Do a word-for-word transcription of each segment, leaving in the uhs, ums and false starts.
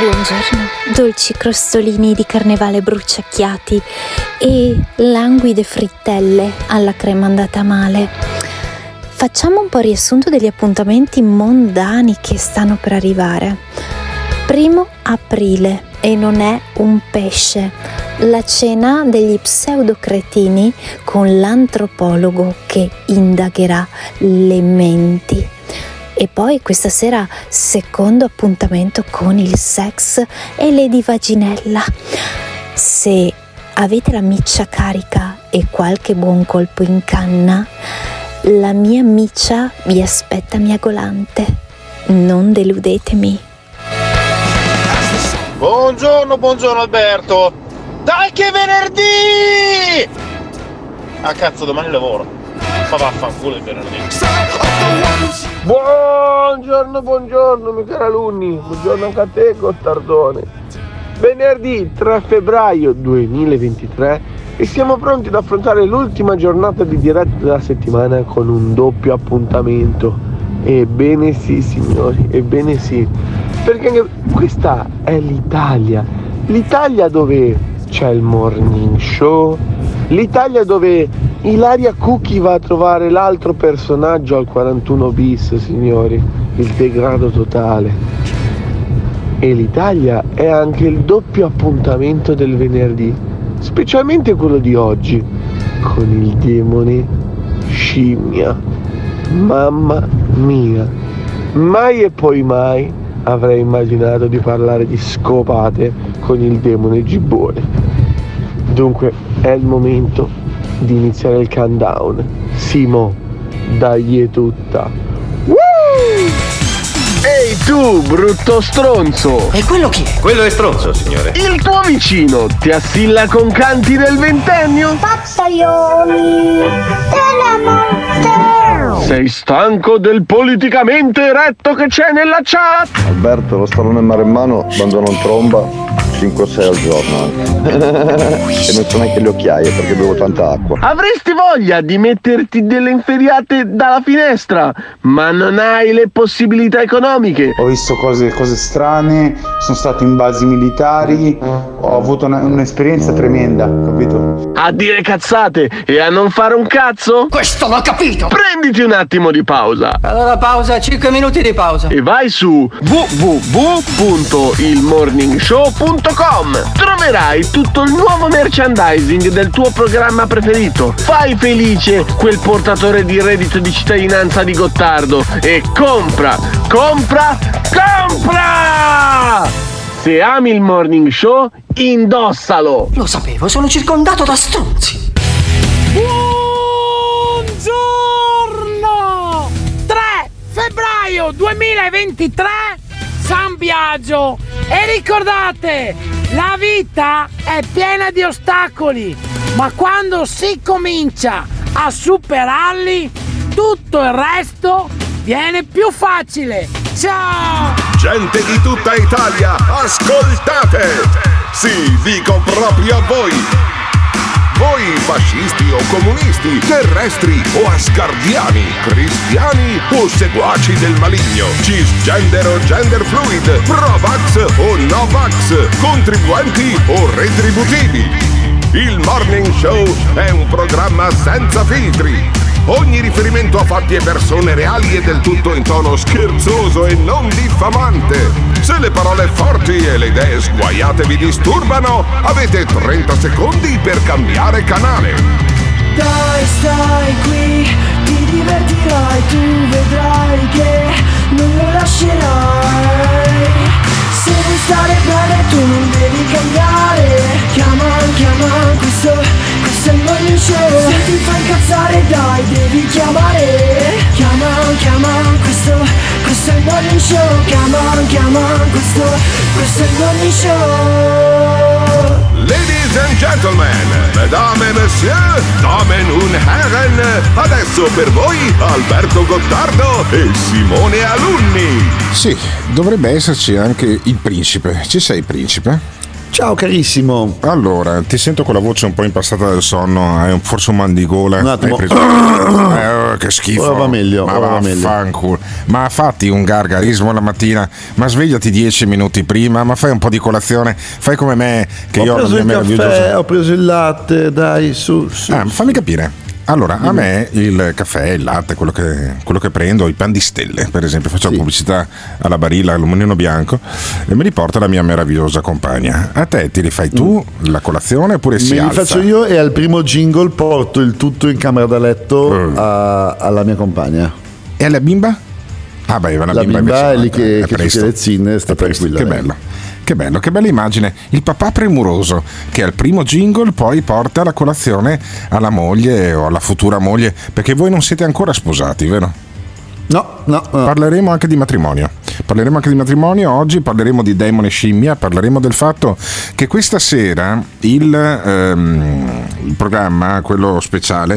Buongiorno, dolci crostolini di carnevale bruciacchiati e languide frittelle alla crema andata male. Facciamo un po' riassunto degli appuntamenti mondani che stanno per arrivare. Primo aprile, e non è un pesce, la cena degli pseudocretini con l'antropologo che indagherà le menti. E poi questa sera secondo appuntamento con il sex e Lady Vaginella. Se avete la miccia carica e qualche buon colpo in canna, la mia miccia vi aspetta miagolante. Non deludetemi. Buongiorno, buongiorno Alberto. Dai che è venerdì! Ah cazzo, domani lavoro. Ma vaffanculo il venerdì. Buongiorno, buongiorno miei cari alunni, buongiorno anche a te Costardone. Venerdì tre febbraio duemilaventitré e siamo pronti ad affrontare l'ultima giornata di diretta della settimana con un doppio appuntamento. Ebbene sì signori, ebbene sì, perché questa è l'Italia, l'Italia dove c'è il morning show, l'Italia dove Ilaria Cucchi va a trovare l'altro personaggio al quarantuno bis, signori, il degrado totale. E l'Italia è anche il doppio appuntamento del venerdì, specialmente quello di oggi, con il demone scimmia. Mamma mia, mai e poi mai avrei immaginato di parlare di scopate con il demone gibbone. Dunque è il momento di iniziare il countdown. Simo, dai tutta. Woo! Ehi tu, brutto stronzo! E quello chi è? Quello è stronzo, signore. Il tuo vicino ti assilla con canti del ventennio? Pazzaioli della morte! Sei stanco del politicamente eretto che c'è nella chat? Alberto, lo stallone maremmano abbandono tromba cinque o sei al giorno anche. E non so neanche le occhiaie perché bevo tanta acqua. Avresti voglia di metterti delle inferriate dalla finestra, ma non hai le possibilità economiche. Ho visto cose, cose strane, sono stato in basi militari, ho avuto una, un'esperienza tremenda, capito? A dire cazzate e a non fare un cazzo? Questo l'ho capito! Prenditi un attimo di pausa. Allora pausa, cinque minuti di pausa. E vai su w w w punto il morning show punto com. Troverai tutto il nuovo merchandising del tuo programma preferito. Fai felice quel portatore di reddito di cittadinanza di Gottardo e compra, compra, compra! Se ami il morning show, indossalo! Lo sapevo, sono circondato da stronzi. Buongiorno! tre febbraio duemilaventitré, San Biagio. E ricordate, la vita è piena di ostacoli, ma quando si comincia a superarli, tutto il resto viene più facile. Ciao! Gente di tutta Italia, ascoltate! Sì, dico proprio a voi! Voi fascisti o comunisti, terrestri o asgardiani, cristiani o seguaci del maligno, cisgender o gender fluid, pro-vax o no-vax, contribuenti o retributivi. Il Morning Show è un programma senza filtri. Ogni riferimento a fatti e persone reali è del tutto in tono scherzoso e non diffamante. Se le parole forti e le idee sguaiate vi disturbano, avete trenta secondi per cambiare canale. Dai, stai qui, ti divertirai, tu vedrai che non lo lascerai. Se vuoi stare bene tu non devi cambiare. Chiama, chiama, questo, questo è il morning show. Se ti fa incazzare dai, devi chiamare. Chiama, chiama, questo, questo è il morning show. Chiama, chiama, questo, questo è il morning show. Ladies and gentlemen, mesdames et messieurs, damen und herren, adesso per voi Alberto Gottardo e Simone Alunni. Sì, dovrebbe esserci anche il principe. Ci sei, principe? Ciao carissimo. Allora, ti sento con la voce un po' impastata del sonno, hai un, forse un mal di gola. Un attimo. Hai preso... eh, che schifo. Ora va meglio. Ma ora va meglio. vaffanculo. Ma fatti un gargarismo la mattina, ma svegliati dieci minuti prima, ma fai un po' di colazione, fai come me che ho io ho preso la il mia caffè, meravigliosa. ho preso il latte, dai, su, su. Ah, fammi capire. Allora, a me il caffè, il latte, quello che, quello che prendo, i pan di stelle, per esempio, faccio Sì. pubblicità alla Barilla, all'Omolino Bianco, e me li porta la mia meravigliosa compagna. A te ti li fai tu la colazione oppure si Me li alza? faccio io e al primo jingle porto il tutto in camera da letto a- alla mia compagna. E alla bimba? Ah beh, la, La bimba, bimba invece è no, lì che, che presto. succede le zinne, sta È presto. tranquilla. Che lei. bello. Che bello, che bella immagine. Il papà premuroso che al primo jingle poi porta la colazione alla moglie o alla futura moglie, perché voi non siete ancora sposati, vero? No, no, no. Parleremo anche di matrimonio. Parleremo anche di matrimonio. Oggi parleremo di Demone Scimmia. Parleremo del fatto che questa sera il, ehm, il programma, quello speciale,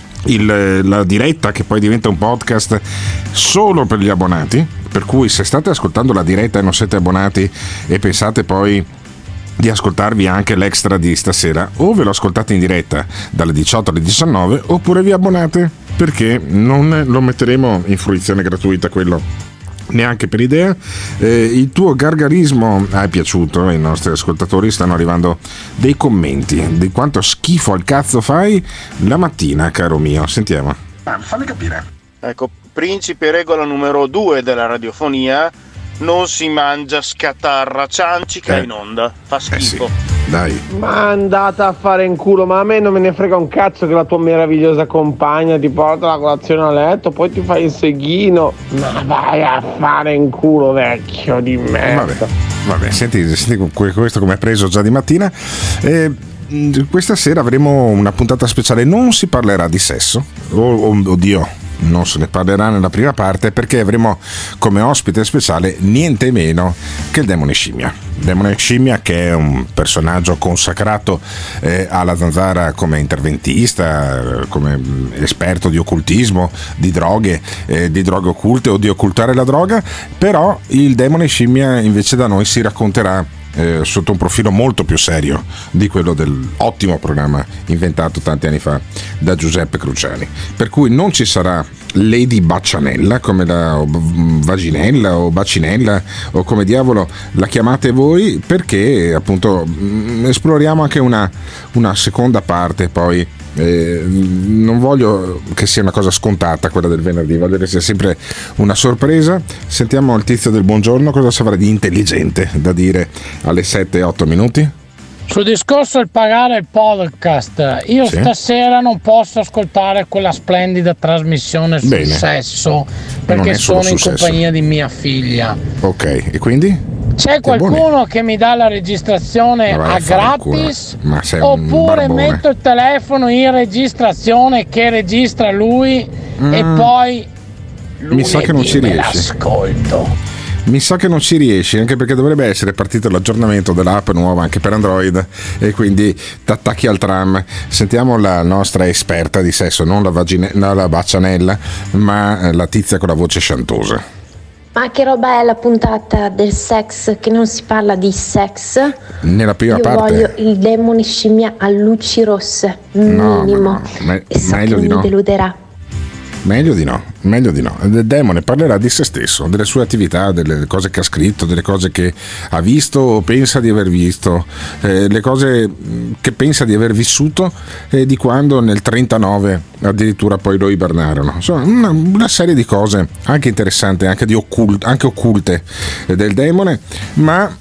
il, la diretta che poi diventa un podcast solo per gli abbonati, per cui se state ascoltando la diretta e non siete abbonati e pensate poi di ascoltarvi anche l'extra di stasera, o ve lo ascoltate in diretta dalle diciotto alle diciannove oppure vi abbonate, perché non lo metteremo in fruizione gratuita quello, neanche per idea. Eh, il tuo gargarismo è piaciuto, i nostri ascoltatori stanno arrivando dei commenti di quanto schifo al cazzo fai la mattina, caro mio. Sentiamo. Ah, fammi capire. Ecco, principe regola numero due della radiofonia: non si mangia scatarra ciancica Eh. in onda, fa Eh sì, schifo. dai. Ma andata a fare in culo, ma a me non me ne frega un cazzo che la tua meravigliosa compagna ti porta la colazione a letto, poi ti fai il seghino. Ma vai a fare in culo, vecchio di merda. Vabbè, vabbè, senti, senti questo come è preso già di mattina. Eh, questa sera avremo una puntata speciale, non si parlerà di sesso, oh, oh, oddio, non se ne parlerà nella prima parte, perché avremo come ospite speciale niente meno che il Demone Scimmia. Demone Scimmia, che è un personaggio consacrato eh, alla zanzara come interventista, eh, come esperto di occultismo, di droghe, eh, di droghe occulte o di occultare la droga, però il Demone Scimmia invece da noi si racconterà Eh, sotto un profilo molto più serio di quello dell'ottimo programma inventato tanti anni fa da Giuseppe Cruciani, per cui non ci sarà Lady Baccianella come la o Vaginella o Bacinella o come diavolo la chiamate voi, perché appunto mh, esploriamo anche una, una seconda parte. Poi Eh, non voglio che sia una cosa scontata quella del venerdì, voglio che sia sempre una sorpresa. Sentiamo il tizio del buongiorno cosa si avrà di intelligente da dire alle sette e otto minuti. Sul discorso del pagare il podcast, io Sì. stasera non posso ascoltare quella splendida trasmissione sul Bene. sesso, Non perché è solo sono in sul sesso. compagnia di mia figlia. Ok, e quindi? C'è qualcuno che mi dà la registrazione Ma vai a a fare il culo. gratis? Ma sei un Oppure barbone. metto il telefono in registrazione che registra lui e Mm. poi Mi sa che non ci lunedì me riesci. l'ascolto. Mi sa che non ci riesci, anche perché dovrebbe essere partito l'aggiornamento dell'app nuova anche per Android e quindi t'attacchi al tram. Sentiamo la nostra esperta di sesso, non la, vagine- no, la Baccianella, ma la tizia con la voce sciantosa. Ma che roba è la puntata del sex, che non si parla di sex? Nella prima Io parte voglio il Demone Scimmia a luci rosse, No, minimo. no, no, me- e so meglio che di mi no. deluderà. Meglio di no, meglio di no. Il demone parlerà di se stesso, delle sue attività, delle cose che ha scritto, delle cose che ha visto o pensa di aver visto, eh, le cose mh, che pensa di aver vissuto e di quando nel trentanove addirittura poi lo ibernarono. Insomma, una, una serie di cose anche interessanti, anche, di occult- anche occulte eh, del demone, ma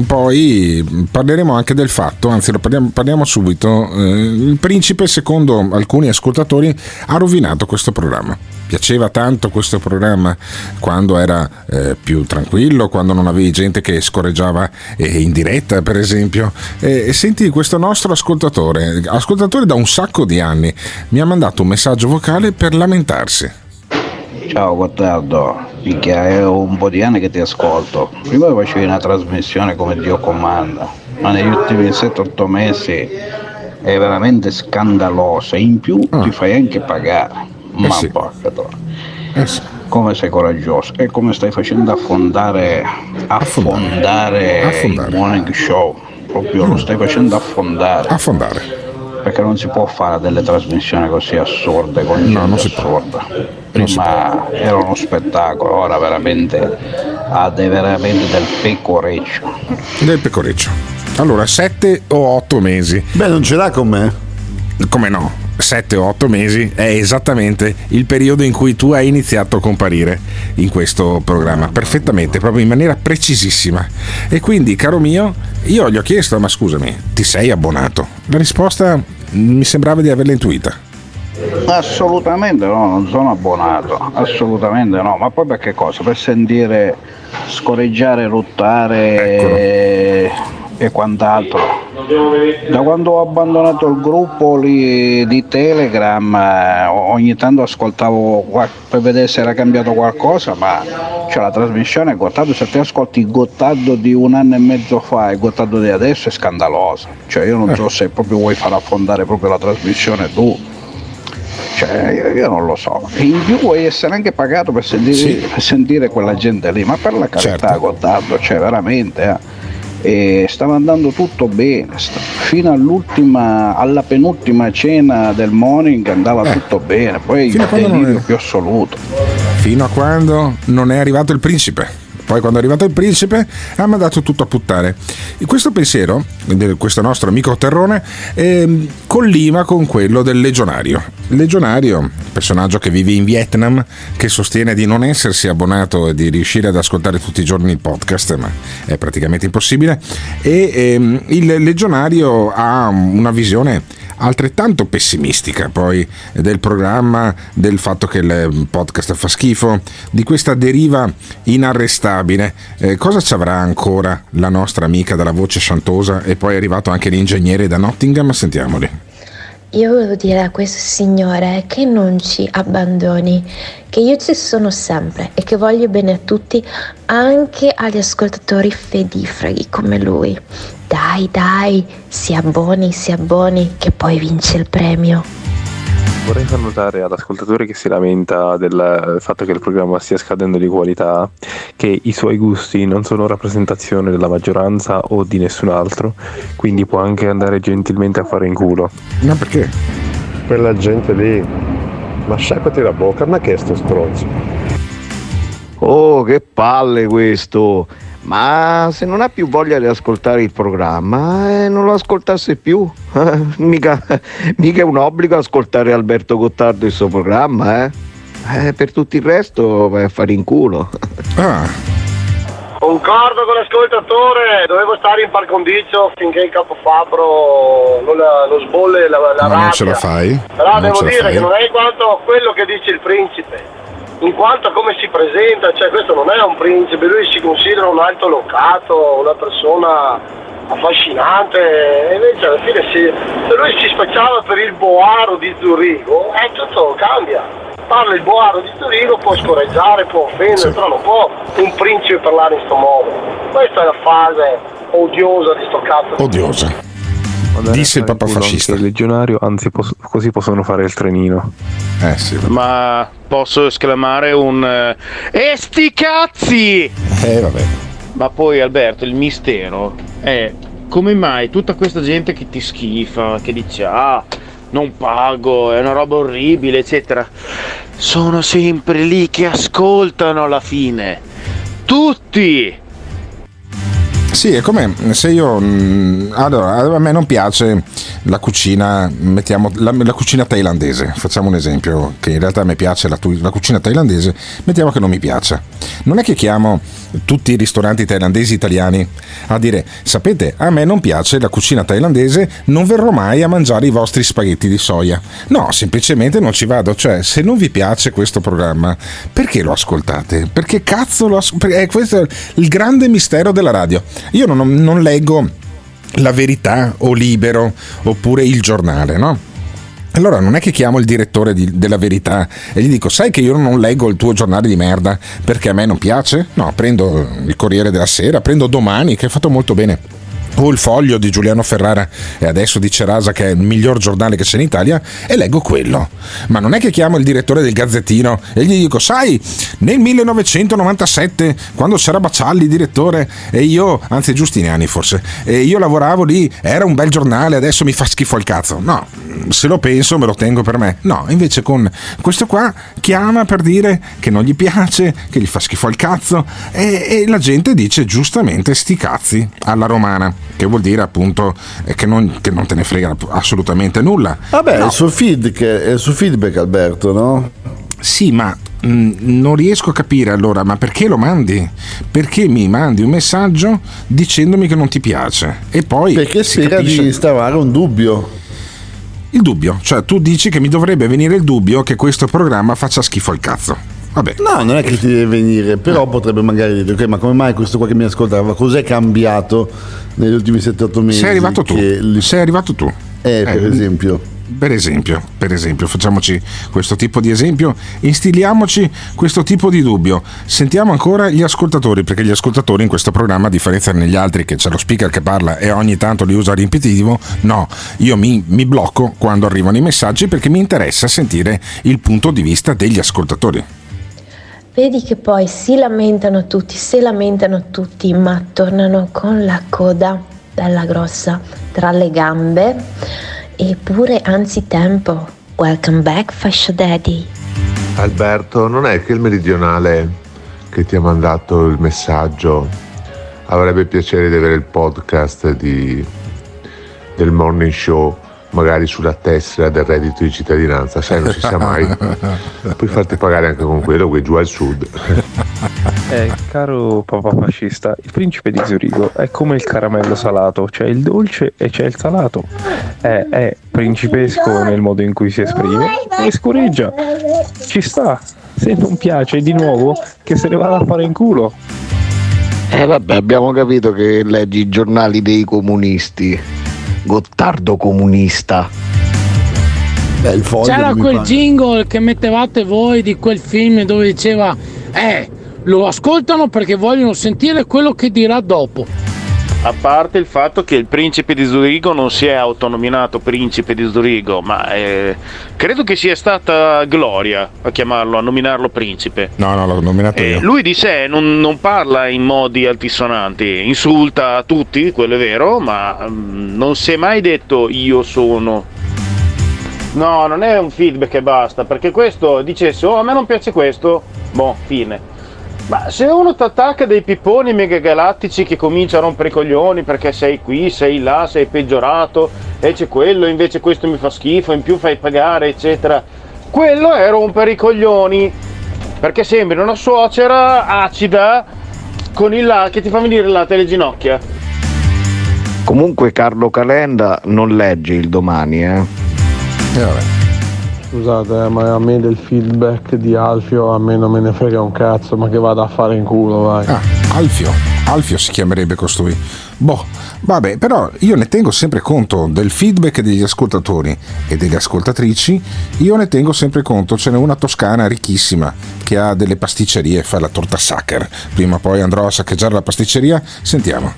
poi parleremo anche del fatto, anzi lo parliamo, parliamo subito, eh, il principe secondo alcuni ascoltatori ha rovinato questo programma. Piaceva tanto questo programma quando era eh, più tranquillo, quando non avevi gente che scorreggiava eh, in diretta per esempio, e, e senti questo nostro ascoltatore, ascoltatore da un sacco di anni, mi ha mandato un messaggio vocale per lamentarsi. Ciao Gottardo, minchia, è un po' di anni che ti ascolto. Prima facevi una trasmissione come Dio comanda, ma negli ultimi sette otto mesi è veramente scandalosa. In più Ah. ti fai anche pagare. Eh Ma sì. porca troia. Eh sì. Come sei coraggioso e come stai facendo affondare affondare, Affondare. il morning show. proprio lo stai facendo affondare. Affondare. Perché non si può fare delle trasmissioni così assurde con gente no, non si assurda. Prima era uno spettacolo, ora veramente ha dei, veramente del pecoreccio. Del pecoreccio. Allora, sette o otto mesi. Beh, non ce l'ha con me? Come no? Sette o otto mesi è esattamente il periodo in cui tu hai iniziato a comparire in questo programma, perfettamente, proprio in maniera precisissima. E quindi, caro mio, io gli ho chiesto: ma scusami, ti sei abbonato? La risposta mi sembrava di averla intuita. Assolutamente no, non sono abbonato, assolutamente no, ma poi per che cosa? Per sentire scorreggiare, ruttare e, e quant'altro. Da quando ho abbandonato il gruppo lì di Telegram eh, ogni tanto ascoltavo per vedere se era cambiato qualcosa, ma cioè, la trasmissione Gottardo, se ti ascolti il Gottardo di un anno e mezzo fa e il Gottardo di adesso è scandaloso, cioè io non so se proprio vuoi far affondare proprio la trasmissione tu. Cioè, io, io non lo so. E in più vuoi essere anche pagato per sentire, sì. per sentire quella gente lì, ma per la carità, certo. Gottardo, cioè veramente eh. E stava andando tutto bene fino all'ultima, alla penultima cena del morning andava eh. tutto bene, poi il delirio più assoluto. Fino a quando non è arrivato il principe. Poi quando è arrivato il principe ha mandato tutto a puttane. E questo pensiero, questo nostro amico Terrone, eh, collima con quello del Legionario. Il Legionario, personaggio che vive in Vietnam, che sostiene di non essersi abbonato e di riuscire ad ascoltare tutti i giorni il podcast, ma è praticamente impossibile. E ehm, il Legionario ha una visione altrettanto pessimistica poi del programma, del fatto che il podcast fa schifo, di questa deriva inarrestabile. Eh, cosa ci avrà ancora la nostra amica dalla voce sciantosa e poi è arrivato anche l'ingegnere da Nottingham? Sentiamoli. Io volevo dire a questo signore che non ci abbandoni, che io ci sono sempre e che voglio bene a tutti, anche agli ascoltatori fedifraghi come lui. Dai, dai, si abboni, si abboni, che poi vince il premio. Vorrei far notare all'ascoltatore che si lamenta del fatto che il programma stia scadendo di qualità che i suoi gusti non sono rappresentazione della maggioranza o di nessun altro, quindi può anche andare gentilmente a fare in culo. Ma perché? Quella gente lì, ma sciacquati la bocca, ma che è sto stronzo? Oh, che palle questo! Ma se non ha più voglia di ascoltare il programma, eh, non lo ascoltasse più. mica, mica è un obbligo ascoltare Alberto Gottardo e il suo programma, eh? eh per tutto il resto vai a fare in culo. Ah. Concordo con l'ascoltatore, dovevo stare in par condicio finché il capo Fabbro non, non sbolle la, la Ma non ce la fai? Però non devo dire che non è quanto quello che dice il principe, in quanto a come si presenta, cioè questo non è un principe, lui si considera un alto locato, una persona affascinante, e invece alla fine si, se lui si spacciava per il boaro di Zurigo, eh, tutto cambia. Parla il boaro di Zurigo, può scorreggiare, può offendere, sì. Però non può un principe parlare in sto modo. Questa è la fase odiosa di sto cazzo. Odiosa. Disse il papa fascista. Il legionario, anzi pos- così possono fare il trenino. Eh sì. Ma posso esclamare un eh, e sti cazzi! Eh vabbè. Ma poi Alberto, il mistero è come mai tutta questa gente che ti schifa, che dice ah non pago, è una roba orribile eccetera, sono sempre lì che ascoltano alla fine. Tutti! Sì, è come se io allora a me non piace la cucina, mettiamo la, la cucina thailandese, facciamo un esempio che in realtà a me piace la, la cucina thailandese, mettiamo che non mi piaccia. Non è che chiamo tutti i ristoranti thailandesi italiani a dire sapete a me non piace la cucina thailandese, non verrò mai a mangiare i vostri spaghetti di soia. No, semplicemente non ci vado. Cioè, se non vi piace questo programma, perché lo ascoltate? Perché cazzo lo ascoltate? Questo è il grande mistero della radio. Io non, non leggo La Verità o Libero oppure Il Giornale, no? Allora non è che chiamo il direttore di, della Verità e gli dico sai che io non leggo il tuo giornale di merda perché a me non piace? No, prendo il Corriere della Sera, prendo Domani che è fatto molto bene, o il Foglio di Giuliano Ferrara e adesso di Cerasa, che è il miglior giornale che c'è in Italia, e leggo quello. Ma non è che chiamo il direttore del Gazzettino e gli dico: sai, nel millenovecentonovantasette, quando c'era Bacialli direttore e io, anzi Giustiniani forse, e io lavoravo lì, era un bel giornale, adesso mi fa schifo il cazzo. No, se lo penso me lo tengo per me. No, invece con questo qua chiama per dire che non gli piace, che gli fa schifo il cazzo, e, e la gente dice giustamente sti cazzi alla romana, che vuol dire appunto che non, che non te ne frega assolutamente nulla. Vabbè, no. è il suo feed che è il suo feedback, Alberto, no? Sì, ma mh, non riesco a capire allora, ma perché lo mandi? Perché mi mandi un messaggio dicendomi che non ti piace? E poi perché si spera capisce... di stavare un dubbio. Il dubbio, cioè tu dici che mi dovrebbe venire il dubbio che questo programma faccia schifo al cazzo. Vabbè. No, non è che ti deve venire, però potrebbe magari dire: ok, ma come mai questo qua che mi ascoltava, cos'è cambiato negli ultimi sette otto mesi? Sei arrivato tu. Li... Sei arrivato tu. Eh, per eh, esempio. Per esempio, per esempio, facciamoci questo tipo di esempio, instilliamoci questo tipo di dubbio. Sentiamo ancora gli ascoltatori, perché gli ascoltatori in questo programma, a differenza degli altri che c'è lo speaker che parla e ogni tanto li usa a ripetitivo, no, io mi, mi blocco quando arrivano i messaggi perché mi interessa sentire il punto di vista degli ascoltatori. Vedi che poi si lamentano tutti, si lamentano tutti, ma tornano con la coda bella grossa tra le gambe. Eppure anzitempo. Welcome back, Fascia Daddy. Alberto, non è che il meridionale che ti ha mandato il messaggio avrebbe piacere di avere il podcast di, del morning show, magari sulla tessera del reddito di cittadinanza? Sai, non si sa mai. Puoi farti pagare anche con quello, quei giù al sud. Eh, caro papà fascista, il principe di Zurigo è come il caramello salato, c'è il dolce e c'è il salato. È, è principesco nel modo in cui si esprime e scureggia. Ci sta. Se non piace, di nuovo, che se ne vada a fare in culo. Eh vabbè, abbiamo capito che leggi i giornali dei comunisti. Gottardo comunista. Beh, il foglio c'era quel pare. jingle che mettevate voi di quel film dove diceva eh lo ascoltano perché vogliono sentire quello che dirà dopo. A parte il fatto che il principe di Zurigo non si è autonominato principe di Zurigo, ma eh, credo che sia stata Gloria a chiamarlo, a nominarlo principe. No, no, l'ho nominato eh, io. Lui di sé non, non parla in modi altisonanti, insulta tutti, quello è vero, ma mh, non si è mai detto io sono. No, non è un feedback e basta, perché questo dicesse oh a me non piace questo, boh, fine. Ma se uno ti attacca dei pipponi megagalattici che comincia a rompere i coglioni perché sei qui, sei là, sei peggiorato e c'è quello, invece questo mi fa schifo, in più fai pagare, eccetera, quello è rompere i coglioni, perché sembri una suocera acida con il là che ti fa venire la teleginocchia. Comunque Carlo Calenda non legge il Domani, eh? E vabbè. Scusate, ma a me del feedback di Alfio a me non me ne frega un cazzo, ma che vada a fare in culo, vai. Ah, Alfio, Alfio si chiamerebbe costui. Boh, vabbè, però io ne tengo sempre conto del feedback degli ascoltatori e delle ascoltatrici, io ne tengo sempre conto. Ce n'è una toscana ricchissima che ha delle pasticcerie, fa la torta Sacher. Prima o poi andrò a saccheggiare la pasticceria, sentiamo.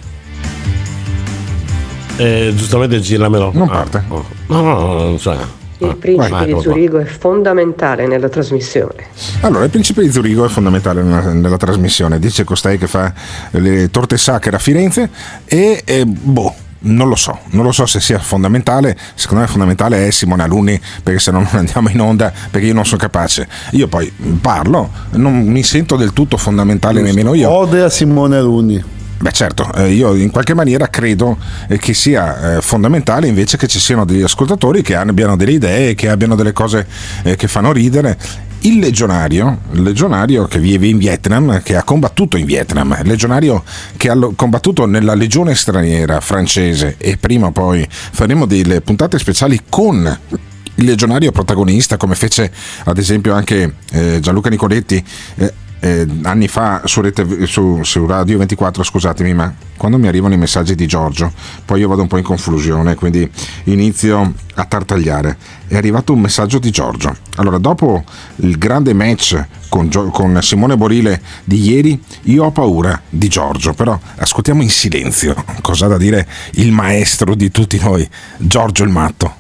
Eh, giustamente giramelo. Non parte. Ah, oh. No, no, no, cioè. Il principe di Zurigo è fondamentale nella trasmissione. Allora, il principe di Zurigo è fondamentale nella, nella trasmissione. Dice costei che fa le torte Sacher a Firenze e, e boh, non lo so, non lo so se sia fondamentale. Secondo me fondamentale è Simone Alunni, perché se no non andiamo in onda, perché io non sono capace. Io poi parlo, non mi sento del tutto fondamentale nemmeno io. Ode a Simone Alunni. Beh certo, eh, io in qualche maniera credo eh, che sia eh, fondamentale invece che ci siano degli ascoltatori che abbiano delle idee, che abbiano delle cose eh, che fanno ridere. Il legionario, il legionario che vive in Vietnam, che ha combattuto in Vietnam, il legionario che ha combattuto nella legione straniera francese, e prima o poi faremo delle puntate speciali con il legionario protagonista, come fece ad esempio anche eh, Gianluca Nicoletti, eh, eh, anni fa su, rete, su, su Radio ventiquattro, scusatemi, ma quando mi arrivano i messaggi di Giorgio, poi io vado un po' in confusione, quindi inizio a tartagliare. È arrivato un messaggio di Giorgio. Allora, dopo il grande match con, Gio, con Simone Borile di ieri, io ho paura di Giorgio, però ascoltiamo in silenzio cosa ha da dire il maestro di tutti noi, Giorgio il Matto.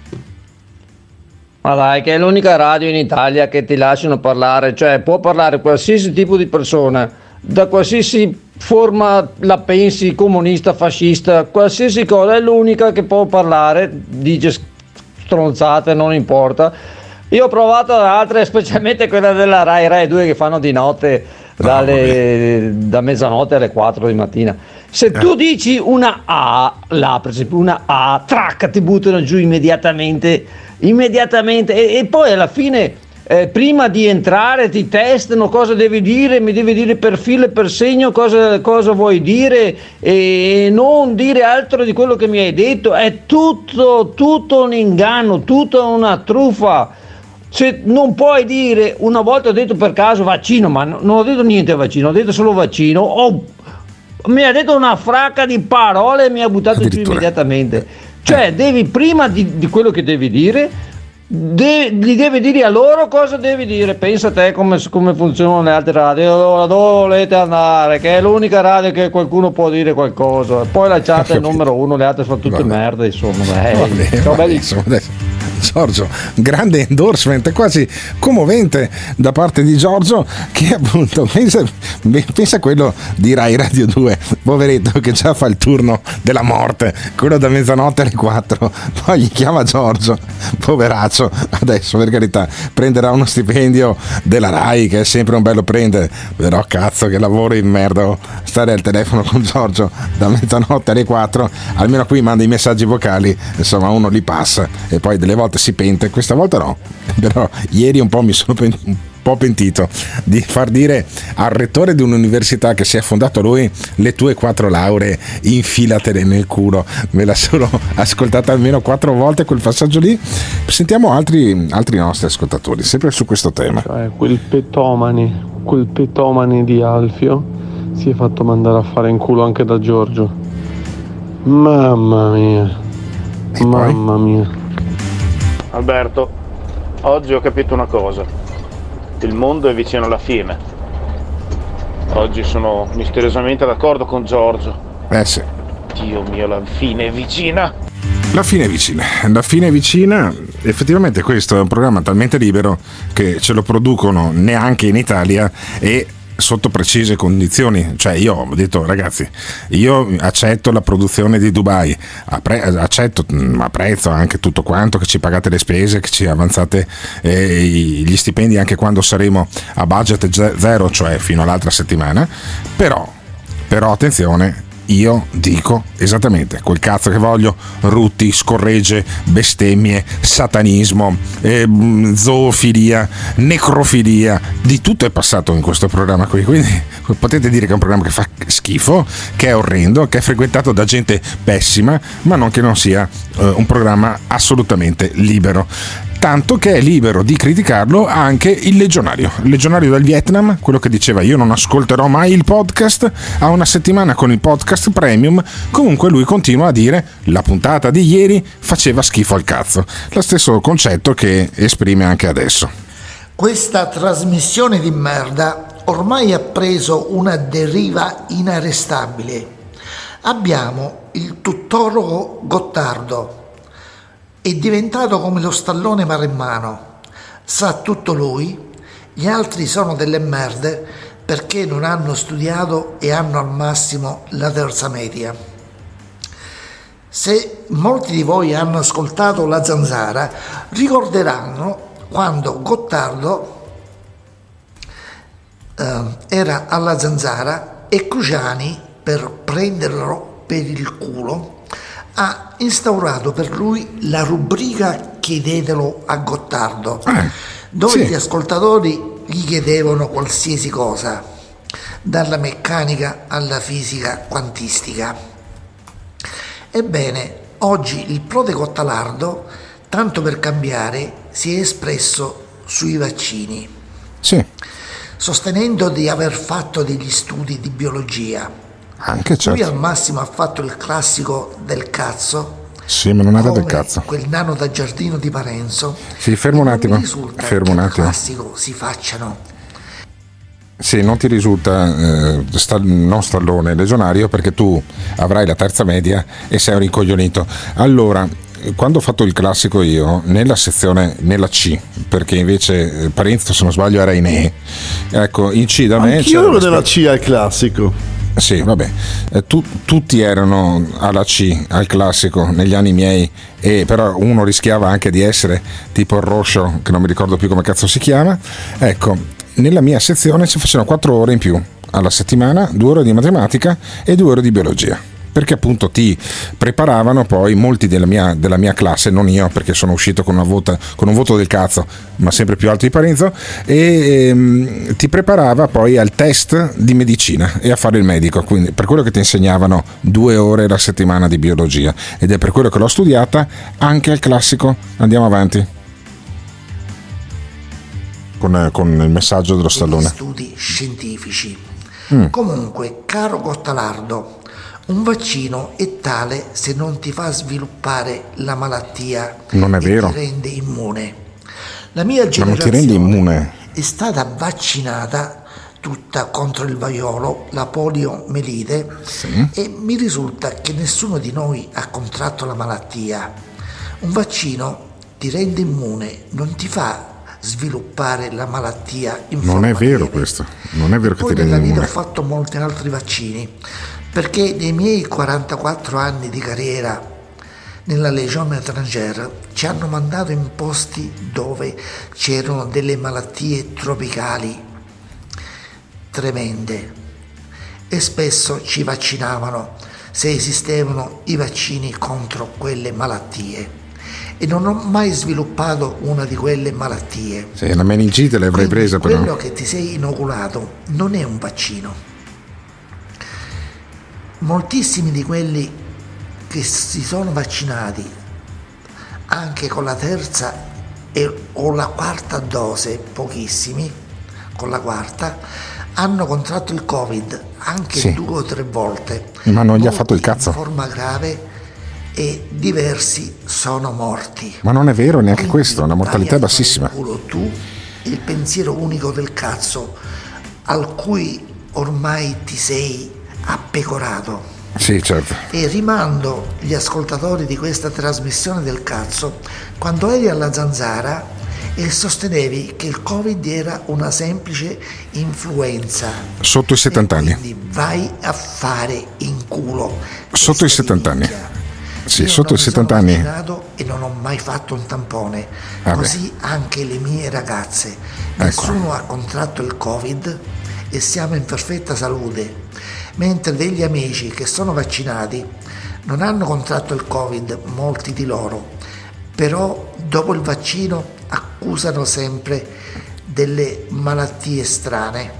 Ma dai, che è l'unica radio in Italia che ti lasciano parlare, cioè può parlare qualsiasi tipo di persona, da qualsiasi forma la pensi, comunista, fascista, qualsiasi cosa, è l'unica che può parlare, dice stronzate, non importa. Io ho provato altre, specialmente quella della Rai Rai due che fanno di notte, dalle, da mezzanotte alle quattro di mattina. Se tu dici una A, là per esempio una A, trac, ti buttano giù immediatamente, immediatamente e, e poi alla fine eh, prima di entrare ti testano cosa devi dire, mi devi dire per filo e per segno cosa, cosa vuoi dire e non dire altro di quello che mi hai detto. È tutto, tutto un inganno, tutta una truffa. Se non puoi dire, una volta ho detto per caso vaccino, ma non ho detto niente vaccino, ho detto solo vaccino, oh, mi ha detto una fracca di parole e mi ha buttato giù immediatamente. Cioè eh. devi prima di, di quello che devi dire, de, gli devi dire a loro cosa devi dire. Pensa a te come, come funzionano le altre radio. Allora dove volete andare? Che è l'unica radio che qualcuno può dire qualcosa. Poi la chat è il numero uno, le altre sono tutte vabbè. Merde, insomma. Beh, vabbè, vabbè, insomma adesso. Giorgio, grande endorsement, quasi commovente da parte di Giorgio, che appunto pensa, pensa a quello di Rai Radio due, poveretto che già fa il turno della morte, quello da mezzanotte alle quattro, poi gli chiama Giorgio, poveraccio, adesso per carità prenderà uno stipendio della Rai, che è sempre un bello prendere, però cazzo che lavoro in merda, stare al telefono con Giorgio da mezzanotte alle quattro, almeno qui manda i messaggi vocali, insomma uno li passa e poi delle volte si pente, questa volta no, però ieri un po' mi sono pen- un po' pentito di far dire al rettore di un'università che si è fondato lui: le tue quattro lauree infilatele nel culo. Me la sono ascoltata almeno quattro volte quel passaggio lì. Sentiamo altri, altri nostri ascoltatori sempre su questo tema. Cioè, quel petomane quel petomane di Alfio si è fatto mandare a fare in culo anche da Giorgio. Mamma mia, e mamma poi? mia. Alberto, oggi ho capito una cosa, il mondo è vicino alla fine. Oggi sono misteriosamente d'accordo con Giorgio. Eh sì. Dio mio, la fine è vicina. La fine è vicina, la fine è vicina, effettivamente questo è un programma talmente libero che ce lo producono neanche in Italia e sotto precise condizioni. Cioè io ho detto ragazzi, io accetto la produzione di Dubai, appre- accetto, apprezzo anche tutto quanto, che ci pagate le spese, che ci avanzate eh, gli stipendi anche quando saremo a budget zero, cioè fino all'altra settimana, però però attenzione, io dico esattamente quel cazzo che voglio, rutti, scorregge, bestemmie, satanismo, eh, zoofilia, necrofilia, di tutto è passato in questo programma qui, quindi potete dire che è un programma che fa schifo, che è orrendo, che è frequentato da gente pessima, ma non che non sia eh, un programma assolutamente libero. Tanto che è libero di criticarlo anche il legionario, il legionario del Vietnam, quello che diceva io non ascolterò mai il podcast, ha una settimana con il podcast premium, comunque lui continua a dire la puntata di ieri faceva schifo al cazzo, lo stesso concetto che esprime anche adesso. Questa trasmissione di merda ormai ha preso una deriva inarrestabile. Abbiamo il tuttologo Gottardo, è diventato come lo stallone maremmano, sa tutto lui, gli altri sono delle merde perché non hanno studiato e hanno al massimo la terza media. Se molti di voi hanno ascoltato La Zanzara, ricorderanno quando Gottardo eh, era alla Zanzara e Cruciani, per prenderlo per il culo, ha instaurato per lui la rubrica Chiedetelo a Gottardo, eh, dove sì. Gli ascoltatori gli chiedevano qualsiasi cosa, dalla meccanica alla fisica quantistica. Ebbene, oggi il prode Gottalardo, tanto per cambiare, si è espresso sui vaccini. Sì. sostenendo di aver fatto degli studi di biologia. Anche certo. Lui al massimo ha fatto il classico del cazzo. Sì, ma non era del come cazzo. quel nano da giardino di Parenzo. Sì, fermo un attimo. Non mi risulta Fermo che un il attimo. classico si facciano. Sì, non ti risulta eh, sta, non Stallone, Legionario, perché tu avrai la terza media e sei un rincoglionito. Allora, quando ho fatto il classico io, nella sezione, nella C, perché invece eh, Parenzo, se non sbaglio, era in E, ecco, in C da me Anch'io c'era ero della C al classico. Sì, vabbè, eh, tu, tutti erano alla C, al classico, negli anni miei, e però uno rischiava anche di essere tipo il Roscio, che non mi ricordo più come cazzo si chiama. Ecco, nella mia sezione ci facevano quattro ore in più alla settimana, due ore di matematica e due ore di biologia, perché appunto ti preparavano poi molti della mia, della mia classe, non io perché sono uscito con, una vota, con un voto del cazzo, ma sempre più alto di Parenzo, e ehm, ti preparava poi al test di medicina e a fare il medico, quindi per quello che ti insegnavano due ore la settimana di biologia, ed è per quello che l'ho studiata anche al classico. Andiamo avanti con, con il messaggio dello Stallone. Studi scientifici. Mm. Comunque, caro Gottalardo, un vaccino è tale se non ti fa sviluppare la malattia. Non è e vero. ti rende immune. La mia Ma non generazione ti rende immune. è stata vaccinata tutta contro il vaiolo, la poliomelite, Sì. e mi risulta che nessuno di noi ha contratto la malattia. Un vaccino ti rende immune, non ti fa sviluppare la malattia in Non forma è vero lieve. questo, non è vero che Poi ti nella rende vita ho immune. fatto molti altri vaccini, perché nei miei quarantaquattro anni di carriera nella Légion étrangère ci hanno mandato in posti dove c'erano delle malattie tropicali tremende e spesso ci vaccinavano se esistevano i vaccini contro quelle malattie, e non ho mai sviluppato una di quelle malattie. Sì, la meningite l'avrei Quindi presa però. quello che ti sei inoculato non è un vaccino. Moltissimi di quelli che si sono vaccinati anche con la terza e, o la quarta dose, pochissimi con la quarta, hanno contratto il Covid anche Sì. due o tre volte, Ma non gli ha fatto il cazzo. in forma grave, e diversi sono morti. Ma non è vero neanche Quindi questo, la mortalità è vai a fare bassissima. il culo tu, il pensiero unico del cazzo al cui ormai ti sei appecorato. Sì, certo. E rimando gli ascoltatori di questa trasmissione del cazzo quando eri alla Zanzara e sostenevi che il Covid era una semplice influenza. Sotto i settanta anni. Quindi vai a fare in culo. Sotto i settanta anni. Sì, Io sotto i non mi settanta sono anni. vaccinato e non ho mai fatto un tampone. Vabbè. Così anche le mie ragazze. Ecco. Nessuno ha contratto il Covid e siamo in perfetta salute. Mentre degli amici che sono vaccinati non hanno contratto il Covid, molti di loro, però dopo il vaccino accusano sempre delle malattie strane.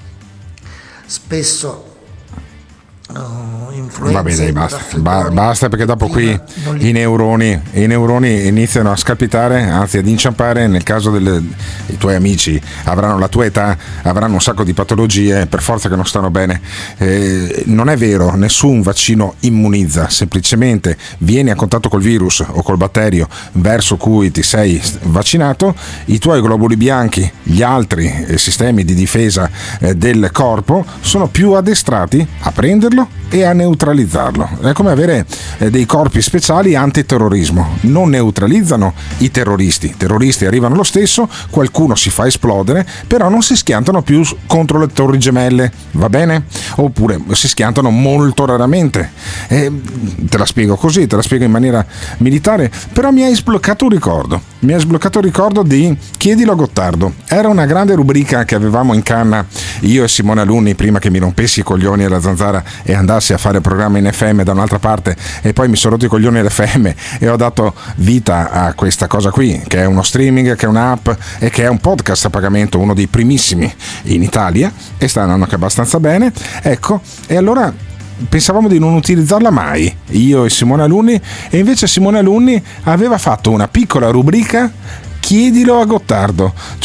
Spesso uh, influenze, Vabbè, dai, basta, raffreddori, Ba- basta perché dopo qui non li- i neuroni, i neuroni iniziano a scalpitare, anzi ad inciampare. Nel caso dei tuoi amici avranno la tua età, avranno un sacco di patologie, per forza che non stanno bene. Eh, non è vero, nessun vaccino immunizza, semplicemente vieni a contatto col virus o col batterio verso cui ti sei vaccinato, i tuoi globuli bianchi, gli altri eh, sistemi di difesa eh, del corpo sono più addestrati a prenderlo e a neutralizzarlo. È come avere eh, dei corpi speciali antiterrorismo, non neutralizzano i terroristi, i terroristi arrivano lo stesso, qualcuno si fa esplodere, però non si schiantano più contro le torri gemelle, va bene? Oppure si schiantano molto raramente. Eh, te la spiego così, te la spiego in maniera militare, però mi hai sbloccato un ricordo, mi hai sbloccato il ricordo di Chiedilo a Gottardo. Era una grande rubrica che avevamo in canna io e Simone Alunni prima che mi rompessi i coglioni alla Zanzara e andassi a fare programma in F M da un'altra parte, e poi mi sono rotto i coglioni all'F M e ho dato vita a questa cosa qui, che è uno streaming, che è un'app e che è un podcast a pagamento, uno dei primissimi in Italia, e sta andando anche abbastanza bene. Ecco, e allora pensavamo di non utilizzarla mai, io e Simone Alunni, e invece Simone Alunni aveva fatto una piccola rubrica Chiedilo a Gottardo, cioè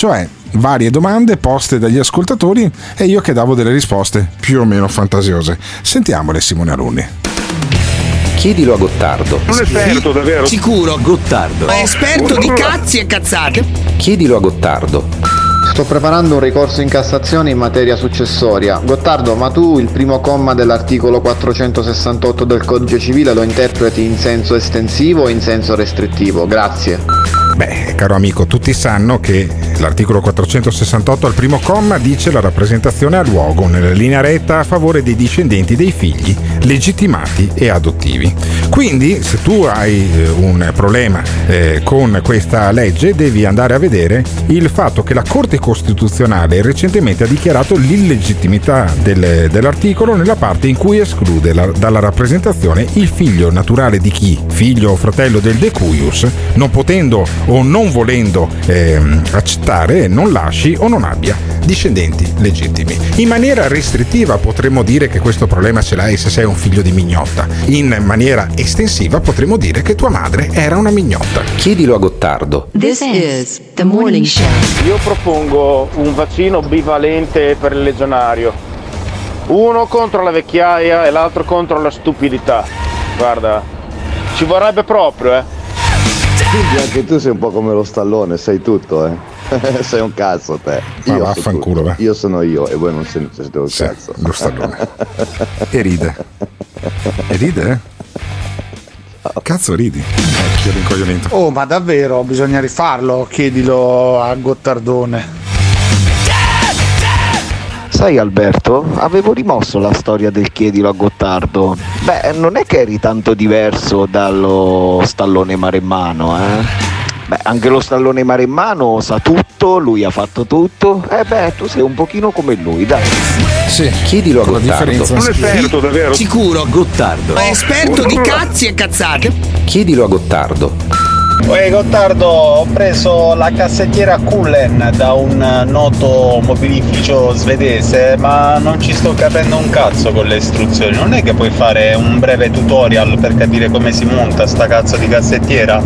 varie domande poste dagli ascoltatori e io che davo delle risposte più o meno fantasiose. Sentiamole, Simone Alunni. Chiedilo a Gottardo. Un esperto, davvero? Sicuro, Gottardo. Ma esperto di cazzi e cazzate? Chiedilo a Gottardo. Sto preparando un ricorso in Cassazione in materia successoria. Gottardo, ma tu il primo comma dell'articolo quattrocentosessantotto del Codice Civile lo interpreti in senso estensivo o in senso restrittivo? Grazie. Beh, caro amico, tutti sanno che l'articolo quattrocentosessantotto al primo comma dice la rappresentazione ha luogo nella linea retta a favore dei discendenti dei figli legittimati e adottivi. Quindi, se tu hai un problema eh, con questa legge, devi andare a vedere il fatto che la Corte Costituzionale recentemente ha dichiarato l'illegittimità del, dell'articolo nella parte in cui esclude la, dalla rappresentazione il figlio naturale di chi, figlio o fratello del decuius, non potendo o non volendo eh, accettare, non lasci o non abbia discendenti legittimi. In maniera restrittiva potremmo dire che questo problema ce l'hai se sei un figlio di mignotta. In maniera estensiva potremmo dire che tua madre era una mignotta. Chiedilo a Gottardo. This is the morning show. Io propongo un vaccino bivalente per il legionario. Uno contro la vecchiaia e l'altro contro la stupidità. Guarda, ci vorrebbe proprio, eh. Quindi anche tu sei un po' come lo Stallone, sai tutto, eh. Sei un cazzo te. Ma Io vaffanculo, va. Io sono io e voi non siete, siete un Sì, cazzo. lo Stallone. E ride. E ride, eh? Cazzo ridi. Vecchio rincoglionito. Oh, ma davvero bisogna rifarlo? Chiedilo a Gottardone. Sai Alberto, avevo rimosso la storia del chiedilo a Gottardo. Beh, non è che eri tanto diverso dallo Stallone Maremmano, eh? Beh, anche lo Stallone Maremmano sa tutto, lui ha fatto tutto. Eh beh, tu sei un pochino come lui, dai. Sì, chiedilo a La Gottardo. differenza. Un esperto, davvero? Sicuro, Gottardo. Ma esperto di cazzi e cazzate? Chiedilo a Gottardo. Uè Gottardo, ho preso la cassettiera Cullen da un noto mobilificio svedese, ma non ci sto capendo un cazzo con le istruzioni. Non è che puoi fare un breve tutorial per capire come si monta sta cazzo di cassettiera?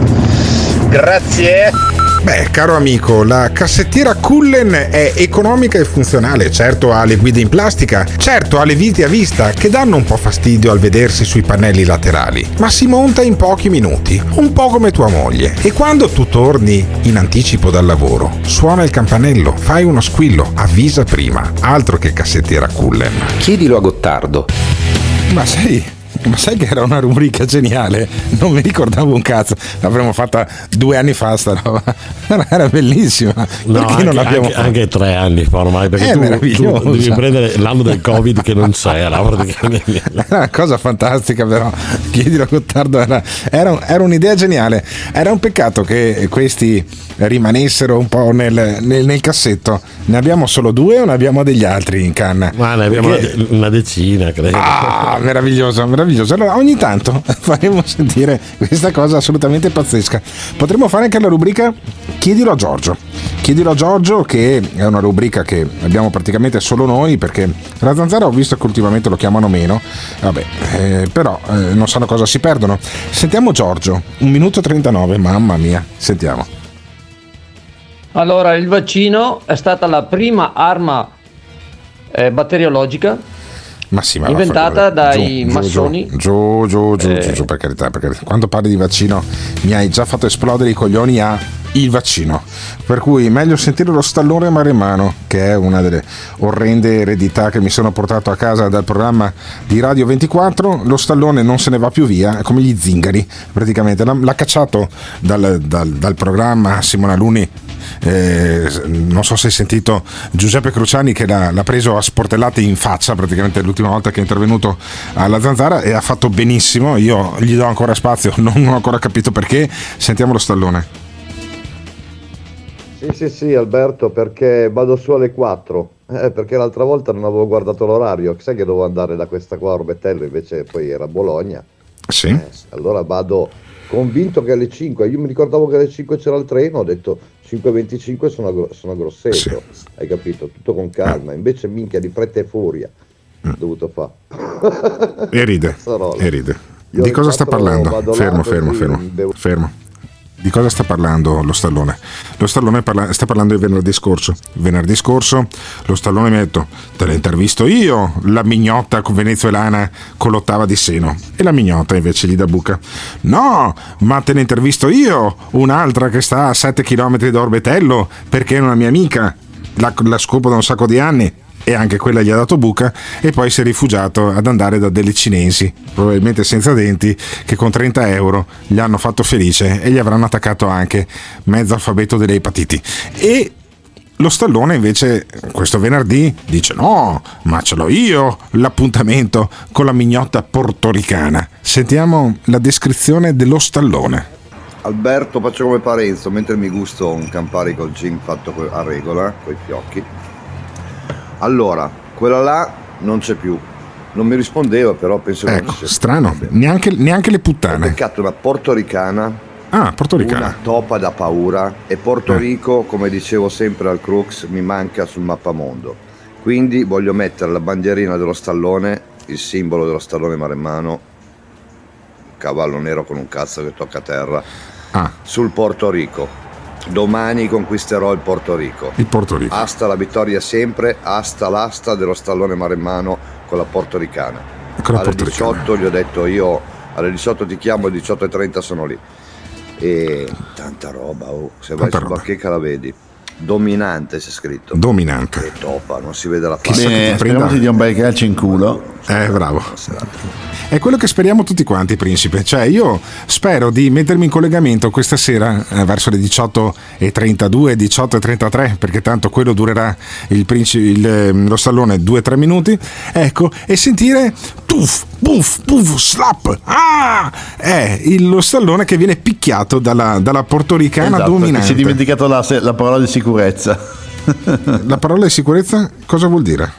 Grazie. Beh, caro amico, la cassettiera Cullen è economica e funzionale. Certo ha le guide in plastica, certo ha le viti a vista che danno un po' fastidio al vedersi sui pannelli laterali, ma si monta in pochi minuti, un po' come tua moglie. E quando tu torni in anticipo dal lavoro, suona il campanello, fai uno squillo, avvisa prima. Altro che cassettiera Cullen. Chiedilo a Gottardo. Ma sai... Ma sai che era una rubrica geniale? Non mi ricordavo un cazzo. L'avremmo fatta due anni fa sta roba. Era bellissima. No, perché anche, non l'abbiamo anche, fatta? anche tre anni fa ormai, perché È tu, meraviglioso. tu devi prendere l'anno del Covid che non c'era praticamente. Era una cosa fantastica, però chiedilo a Gottardo, era, era, era un'idea geniale. Era un peccato che questi rimanessero un po' nel, nel, nel cassetto. Ne abbiamo solo due o ne abbiamo degli altri in canna? Ma ne abbiamo Perché... una, una decina, credo. Ah, meraviglioso, meraviglioso. Allora ogni tanto faremo sentire questa cosa assolutamente pazzesca. Potremmo fare anche la rubrica Chiedilo a Giorgio. Chiedilo a Giorgio, che è una rubrica che abbiamo praticamente solo noi, perché la Zanzara ho visto che ultimamente lo chiamano meno. Vabbè, eh, però eh, non sanno cosa si perdono. Sentiamo Giorgio, un minuto e trentanove, mamma mia, sentiamo. Allora, il vaccino è stata la prima arma eh, batteriologica Ma sì, ma inventata vaffanculo. dai Giù, massoni. Giù, giù, giù, Eh. giù, giù, per carità, per carità. Quando parli di vaccino mi hai già fatto esplodere i coglioni a il vaccino. Per cui meglio sentire lo Stallone Maremmano, che è una delle orrende eredità che mi sono portato a casa dal programma di Radio ventiquattro. Lo Stallone non se ne va più via, è come gli zingari, praticamente. L'ha, l'ha cacciato dal, dal, dal programma Simone Alunni. Eh, non so se hai sentito Giuseppe Cruciani che l'ha, l'ha preso a sportellate in faccia praticamente l'ultima volta che è intervenuto alla Zanzara, e ha fatto benissimo. Io gli do ancora spazio, non ho ancora capito perché. Sentiamo lo Stallone. Sì, sì, sì, Alberto, perché vado su alle quattro. Eh, perché l'altra volta non avevo guardato l'orario. Sai che dovevo andare da questa qua a Orbetello, invece poi era Bologna. Sì. Eh, allora vado convinto che alle cinque. Io mi ricordavo che alle cinque c'era il treno, ho detto cinque e venticinque sono a, Gro- sono a Grosseto. Sì. Hai capito? Tutto con calma. Invece minchia di fretta e furia ho dovuto fare. E ride. E ride. Di cosa sta parlando? Fermo, fermo, fermo. Fermo. Di cosa sta parlando lo Stallone? Lo Stallone parla, sta parlando di venerdì scorso. Venerdì scorso lo Stallone mi ha detto: te l'ho intervisto io, la mignotta venezuelana con l'ottava di seno. E la mignotta invece gli dà buca: no, ma te ne intervisto io, un'altra che sta a sette chilometri da Orbetello perché è una mia amica, la, la scopo da un sacco di anni. E anche quella gli ha dato buca, e poi si è rifugiato ad andare da delle cinesi, probabilmente senza denti, che con trenta euro gli hanno fatto felice e gli avranno attaccato anche mezzo alfabeto delle epatiti. E lo Stallone invece questo venerdì dice: no, ma ce l'ho io l'appuntamento con la mignotta portoricana. Sentiamo la descrizione dello Stallone. Alberto, faccio come Parenzo, mentre mi gusto un Campari col gin fatto a regola, coi fiocchi. Allora, quella là non c'è più. Non mi rispondeva, però penso che ecco, non c'è. Strano, neanche, neanche le puttane. Ho beccato una portoricana, ah, portoricana, una topa da paura, e Porto Rico, eh. come dicevo sempre al Crux, mi manca sul mappamondo. Quindi voglio mettere la bandierina dello Stallone, il simbolo dello Stallone maremmano, cavallo nero con un cazzo che tocca terra, ah. sul Porto Rico. Domani conquisterò il Porto Rico. Il Porto Rico. Asta la vittoria sempre, asta l'asta dello Stallone maremmano con la portoricana. Con la alle portoricana. diciotto gli ho detto io, alle diciotto ti chiamo, alle diciotto e trenta sono lì. E tanta roba, oh. Se vai su Bacheca la vedi. Dominante c'è scritto. Dominante. Che topa, non si vede la faccia. Bene, speriamo ti dia un bel calcio in culo. Eh, bravo. È quello che speriamo tutti quanti, principe. Cioè, io spero di mettermi in collegamento questa sera eh, verso le diciotto e trentadue, diciotto e trentatré, perché tanto quello durerà il principe, il, lo Stallone due tre minuti. Ecco, e sentire puff, puff, puff, slap. Ah! È il, lo Stallone che viene picchiato dalla, dalla portoricana esatto, dominante. Si è dimenticato la, la parola di sicurezza. La parola di sicurezza cosa vuol dire?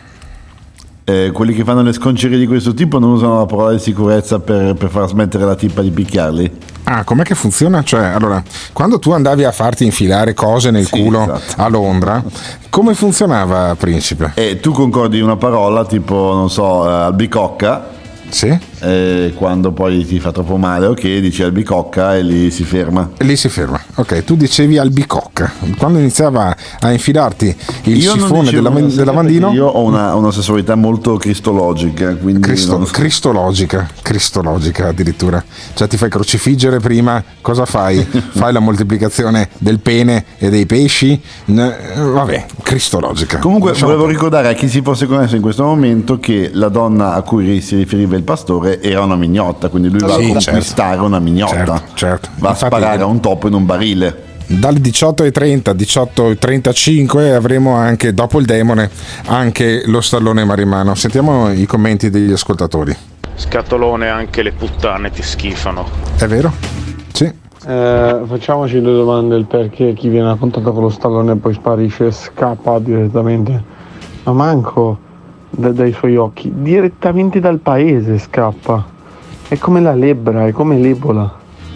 Eh, quelli che fanno le sconcerie di questo tipo non usano la parola di sicurezza per, per far smettere la tipa di picchiarli. Ah, com'è che funziona? Cioè, allora, quando tu andavi a farti infilare cose nel sì, culo esatto. a Londra, come funzionava, principe? E tu concordi una parola tipo, non so, albicocca. Sì. Eh, quando poi ti fa troppo male, ok, dici albicocca e lì si ferma. E lì si ferma. Ok, tu dicevi albicocca. Quando iniziava a infilarti il io sifone della, del lavandino. Io ho una, una sessualità molto cristologica. Quindi Cristo, non so. Cristologica, cristologica addirittura. Cioè ti fai crocifiggere prima, cosa fai? Fai la moltiplicazione del pene e dei pesci? Vabbè, cristologica. Comunque diciamo volevo ricordare a chi si fosse connesso in questo momento che la donna a cui si riferiva il pastore era una mignotta, quindi lui va sì, a conquistare certo. una mignotta, certo, certo. va Infatti, a sparare a un topo in un barile. Dalle diciotto e trenta, diciotto e trentacinque avremo anche, dopo il demone, anche lo Stallone maremmano. Sentiamo i commenti degli ascoltatori. Scatolone, anche le puttane ti schifano. È vero? Sì. Eh, facciamoci due domande: il perché chi viene a contatto con lo Stallone e poi sparisce e scappa direttamente, ma manco da, dai suoi occhi, direttamente dal paese scappa. È come la lebbra, è come l'Ebola.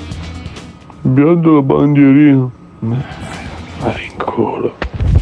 Biando la bandierina. Vai in culo.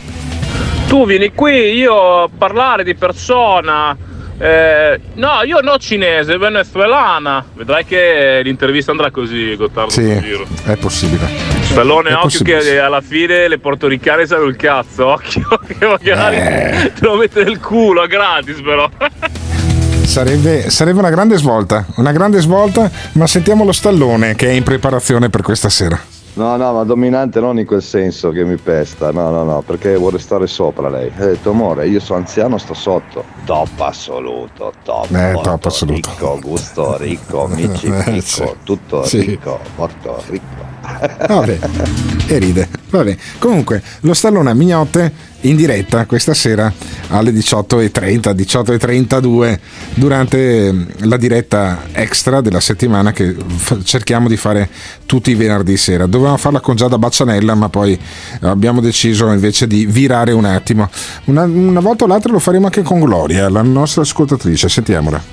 Tu vieni qui, io a parlare di persona. Eh, no, io no cinese, venezuelana. Vedrai che l'intervista andrà così, Gottardo. Sì, è possibile. Stallone, è occhio possibile. Che alla fine le portoricane sanno il cazzo. Occhio che magari eh. te lo mette nel culo, gratis però. Sarebbe, sarebbe una grande svolta, una grande svolta, ma sentiamo lo Stallone che è in preparazione per questa sera. No, no, ma dominante non in quel senso che mi pesta, no, no, no, perché vuole stare sopra lei. Ha detto, amore, io sono anziano, sto sotto. Top assoluto, top. Eh, top assoluto. Ricco, gusto ricco, amici ricco, eh, sì. tutto sì. ricco, morto ricco. Vabbè, e ride. Vabbè. Comunque, lo Stallone a mignotte in diretta questa sera alle diciotto e trenta, diciotto e trentadue, durante la diretta extra della settimana che f- cerchiamo di fare tutti i venerdì sera. Dovevamo farla con Giada Baccianella, ma poi abbiamo deciso invece di virare un attimo. Una, una volta o l'altra lo faremo anche con Gloria, la nostra ascoltatrice. Sentiamola.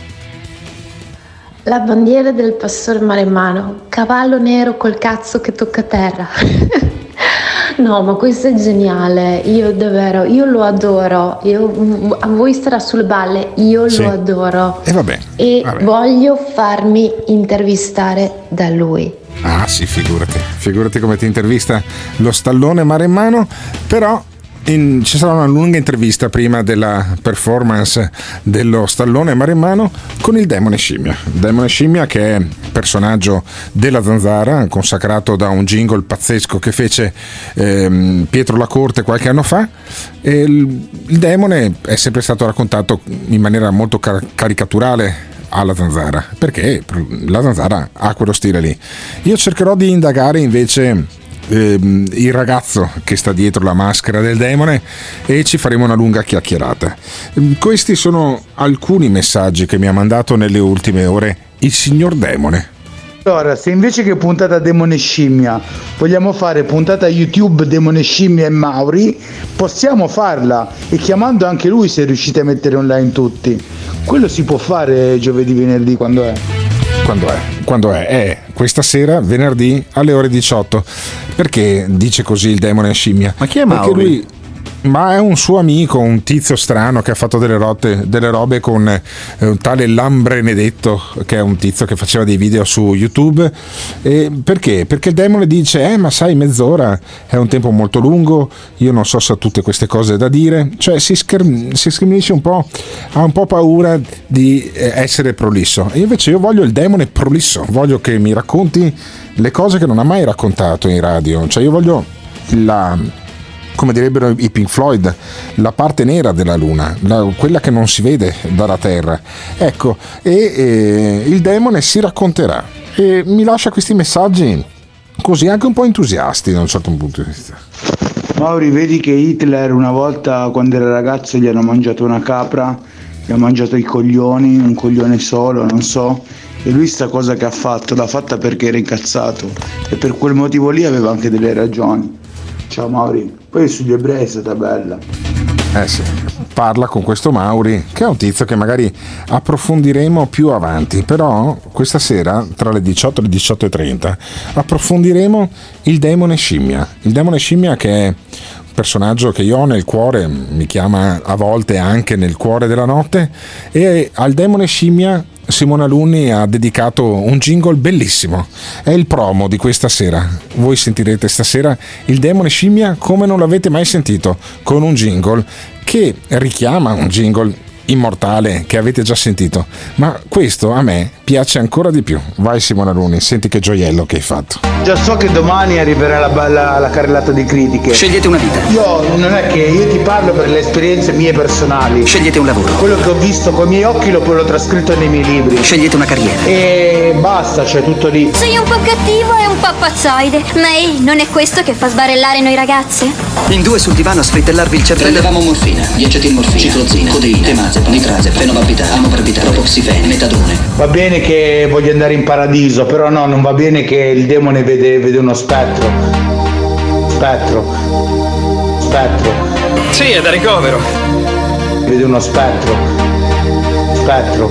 La bandiera del pastore maremmano, cavallo nero col cazzo che tocca terra. No, ma questo è geniale, io davvero, io lo adoro, io, a voi starà sulle balle, io sì. lo adoro. E vabbè, e vabbè. voglio farmi intervistare da lui. Ah sì, figurati, figurati come ti intervista lo Stallone Maremmano, però in, ci sarà una lunga intervista prima della performance dello Stallone Maremmano con il Demone Scimmia. Il Demone Scimmia, che è personaggio della Zanzara, consacrato da un jingle pazzesco che fece ehm, Pietro La Corte qualche anno fa. E il, il demone è sempre stato raccontato in maniera molto car- caricaturale alla Zanzara, perché la Zanzara ha quello stile lì. Io cercherò di indagare invece ehm, il ragazzo che sta dietro la maschera del demone e ci faremo una lunga chiacchierata. Questi sono alcuni messaggi che mi ha mandato nelle ultime ore il signor Demone. Allora, se invece che puntata Demone Scimmia vogliamo fare puntata YouTube Demone Scimmia e Mauri, possiamo farla, e chiamando anche lui se riuscite a mettere online tutti. Quello si può fare giovedì, venerdì, quando è? Quando è? Quando è? È questa sera, venerdì alle ore diciotto. Perché dice così il Demone Scimmia? Ma chi è Perché Mauri? lui... Ma è un suo amico, un tizio strano che ha fatto delle, rotte, delle robe con eh, un tale Lambrenedetto, che è un tizio che faceva dei video su YouTube. E perché? Perché il demone dice: eh ma sai, mezz'ora è un tempo molto lungo, io non so se ho tutte queste cose da dire. Cioè si, scherm- si schermisce un po', ha un po' paura di essere prolisso. E invece io voglio il demone prolisso, voglio che mi racconti le cose che non ha mai raccontato in radio. Cioè io voglio la... come direbbero i Pink Floyd, la parte nera della luna, la, quella che non si vede dalla terra. Ecco, e, e il demone si racconterà e mi lascia questi messaggi così anche un po' entusiasti da un certo punto di vista. Mauri, vedi che Hitler una volta, quando era ragazzo, gli hanno mangiato una capra, gli ha mangiato i coglioni, un coglione solo, non so, e lui sta cosa che ha fatto l'ha fatta perché era incazzato, e per quel motivo lì aveva anche delle ragioni. Ciao Mauri, poi sugli ebrei è stata bella. Eh sì, parla con questo Mauri, che è un tizio che magari approfondiremo più avanti, però questa sera tra le diciotto e le diciotto e trenta approfondiremo il Demone Scimmia. Il Demone Scimmia, che è un personaggio che io ho nel cuore, mi chiama a volte anche nel cuore della notte, e al Demone Scimmia Simone Alunni ha dedicato un jingle bellissimo, è il promo di questa sera. Voi sentirete stasera il Demone Scimmia come non l'avete mai sentito, con un jingle che richiama un jingle immortale che avete già sentito, ma questo a me piace ancora di più. Vai Simone Alunni, senti che gioiello che hai fatto. Già so che domani arriverà la, la, la carrellata di critiche. Scegliete una vita. Io non è che io ti parlo per le esperienze mie personali. Scegliete un lavoro. Quello che ho visto con i miei occhi lo poi l'ho trascritto nei miei libri. Scegliete una carriera. E basta, c'è tutto lì. Sei un po' cattivo e un po' pazzoide, ma ehi, non è questo che fa sbarellare noi ragazze? In due sul divano a sfritellarvi il cervello. Prendevamo morfina, diacetilmorfina, ciclozina, codeina, temazepam, nitrazepam, fenobarbital, amobarbital, propoxifene, metadone. Va bene che voglio andare in paradiso, però no, non va bene che il demone vede, vede uno spettro. Spettro. Spettro. Sì, è da ricovero. Vede uno spettro. Spettro.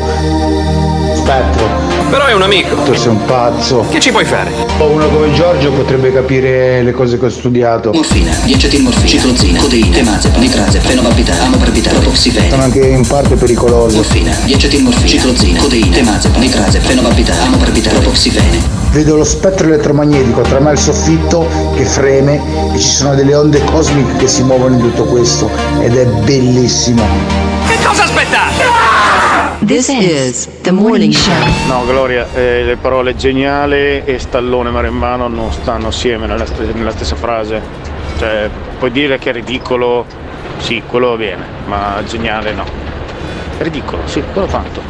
Spettro. Però è un amico. Tu sei un pazzo. Che ci puoi fare? Uno come Giorgio potrebbe capire le cose che ho studiato. Morfina, diacetilmorfina, ciclozina, codeina, temazepam, nitrazepam, fenobarbital, amobarbital, propoxifene. Sono anche in parte pericolosi. Morfina, diacetilmorfina, ciclozina, codeina, temazepam, nitrazepam, fenobarbital, amobarbital, propoxifene. Vedo lo spettro elettromagnetico tra me e il soffitto che freme e ci sono delle onde cosmiche che si muovono in tutto questo ed è bellissimo. Che cosa aspettate? This is the morning show. No, Gloria, eh, le parole geniale e Stallone Maremmano non stanno assieme nella, st- nella stessa frase. Cioè, puoi dire che è ridicolo, sì, quello va bene, ma geniale no. È ridicolo, sì, quello tanto.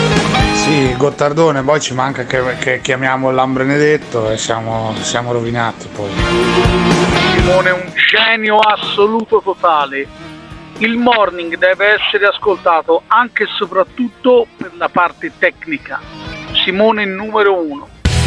Sì, Gottardone, poi ci manca che, che chiamiamo Lambrenedetto e siamo, siamo rovinati poi. Simone è un genio assoluto totale. Il morning deve essere ascoltato anche e soprattutto per la parte tecnica. Simone numero uno.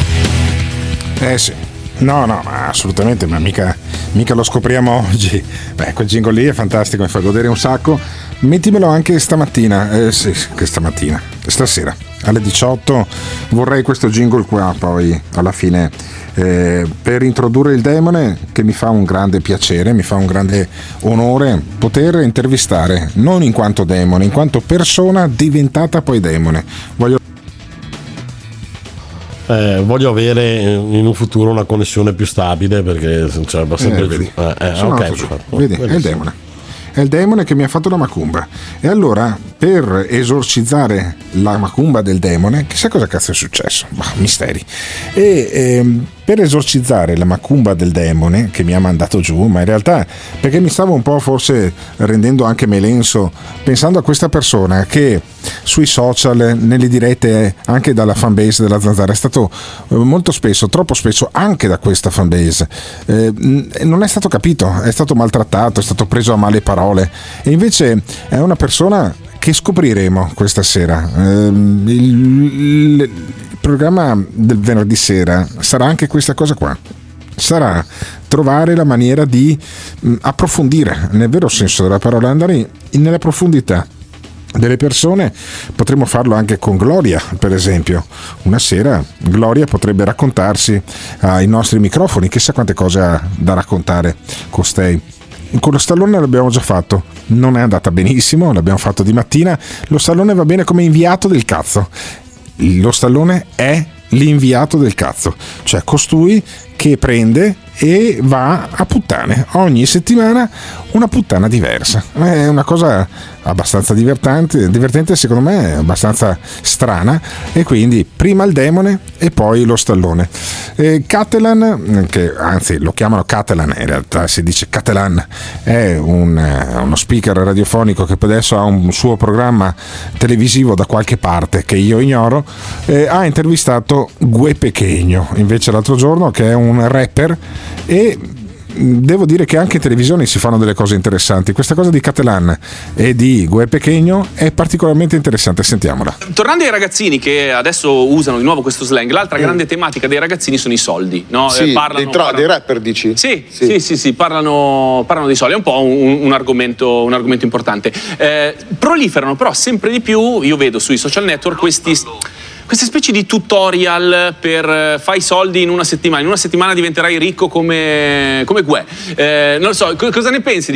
Eh sì, no no, ma assolutamente, ma mica, mica lo scopriamo oggi. Beh, quel jingle lì è fantastico, mi fa godere un sacco. Mettimelo anche stamattina, eh sì, che stamattina, stasera alle diciotto vorrei questo jingle qua, poi alla fine eh, per introdurre il demone, che mi fa un grande piacere, mi fa un grande onore poter intervistare, non in quanto demone, in quanto persona diventata poi demone. Voglio Eh, voglio avere in un futuro una connessione più stabile perché cioè, va sempre Eh, giù. vedi. Eh, eh, Sono ok, andato giù. perfetto. Vedi, è il demone. È il demone che mi ha fatto la macumba. E allora, per esorcizzare la macumba del demone, chissà cosa cazzo è successo. Bah, misteri. E ehm, per esorcizzare la macumba del demone che mi ha mandato giù, ma in realtà perché mi stavo un po' forse rendendo anche melenso pensando a questa persona che sui social, nelle dirette anche dalla fanbase della Zanzara, è stato eh, molto spesso, troppo spesso anche da questa fanbase, eh, non è stato capito, è stato maltrattato, è stato preso a male parole, e invece è una persona che scopriremo questa sera. Eh, il, il, il programma del venerdì sera sarà anche questa cosa qua. Sarà trovare la maniera di mh, approfondire, nel vero senso della parola, andare in, nella profondità delle persone. Potremmo farlo anche con Gloria, per esempio. Una sera Gloria potrebbe raccontarsi ai nostri microfoni, chissà quante cose ha da raccontare costei. Con lo Stallone l'abbiamo già fatto, non è andata benissimo, l'abbiamo fatto di mattina. Lo Stallone va bene come inviato del cazzo. Lo Stallone è l'inviato del cazzo, cioè costui che prende e va a puttane ogni settimana, una puttana diversa. È una cosa abbastanza divertente, divertente secondo me, abbastanza strana, e quindi prima il demone e poi lo Stallone. eh, Catalan, che anzi lo chiamano Catalan, in realtà si dice Catalan, è un, uno speaker radiofonico che adesso ha un suo programma televisivo da qualche parte che io ignoro. eh, ha intervistato Gue Pequeño invece l'altro giorno, che è un rapper, e devo dire che anche in televisione si fanno delle cose interessanti. Questa cosa di Catalan e di Gue Pequeño è particolarmente interessante, sentiamola. Tornando ai ragazzini che adesso usano di nuovo questo slang, l'altra mm. grande tematica dei ragazzini sono i soldi, no? Sì, eh, parlano, dei, tra- parlano... dei rapper dici? Sì, sì, sì, sì, sì parlano, parlano di soldi, è un po' un, un, argomento, un argomento importante. Eh, proliferano però sempre di più, io vedo sui social network questi... queste specie di tutorial per fai soldi in una settimana, in una settimana diventerai ricco come, come Gue. Eh, non lo so, co- cosa ne pensi di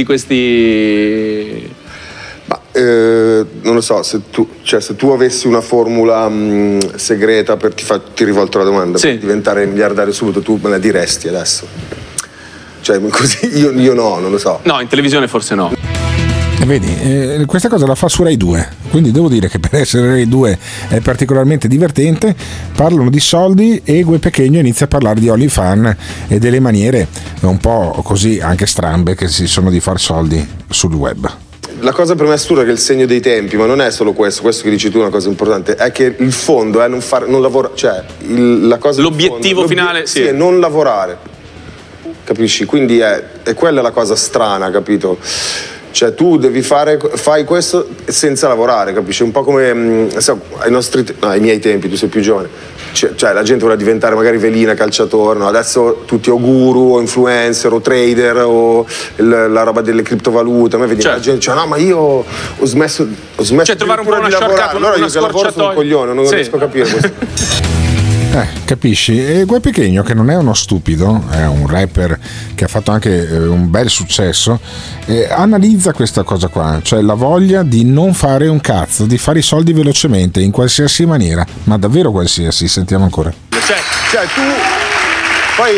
questi? Ma eh, non lo so, se tu, cioè, se tu avessi una formula mh, segreta per ti, fa, ti rivolto la domanda, sì. per diventare miliardario subito, tu me la diresti adesso? Cioè così io, io no, non lo so. No, in televisione forse no. Vedi, eh, questa cosa la fa su Rai due, quindi devo dire che per essere Rai due è particolarmente divertente. Parlano di soldi e Gue Pequeño inizia a parlare di OnlyFans e delle maniere un po' così anche strambe che si sono di far soldi sul web. La cosa per me assurda è che è il segno dei tempi, ma non è solo questo, questo che dici tu è una cosa importante, è che il fondo è non fare, non lavorare, cioè il, la cosa l'obiettivo fondo, finale l'obiet- sì. sì, è non lavorare, capisci? Quindi è, è quella la cosa strana, capito? Cioè tu devi fare, fai questo senza lavorare, capisci? Un po' come so, ai nostri, no, ai miei tempi, tu sei più giovane, cioè, cioè la gente vuole diventare magari velina, calciatore, no? Adesso tutti o guru, o influencer, o trader, o il, la roba delle criptovalute. A me vedi certo. la gente dice no ma io ho smesso, ho smesso cioè trovare un po' una shortcut, allora una io che lavoro sono un coglione, non sì. riesco a capire questo. Eh, capisci? E Gue Pequeño, che non è uno stupido, è un rapper che ha fatto anche eh, un bel successo, eh, analizza questa cosa qua, cioè la voglia di non fare un cazzo, di fare i soldi velocemente, in qualsiasi maniera, ma davvero qualsiasi. Sentiamo ancora. Cioè, cioè tu poi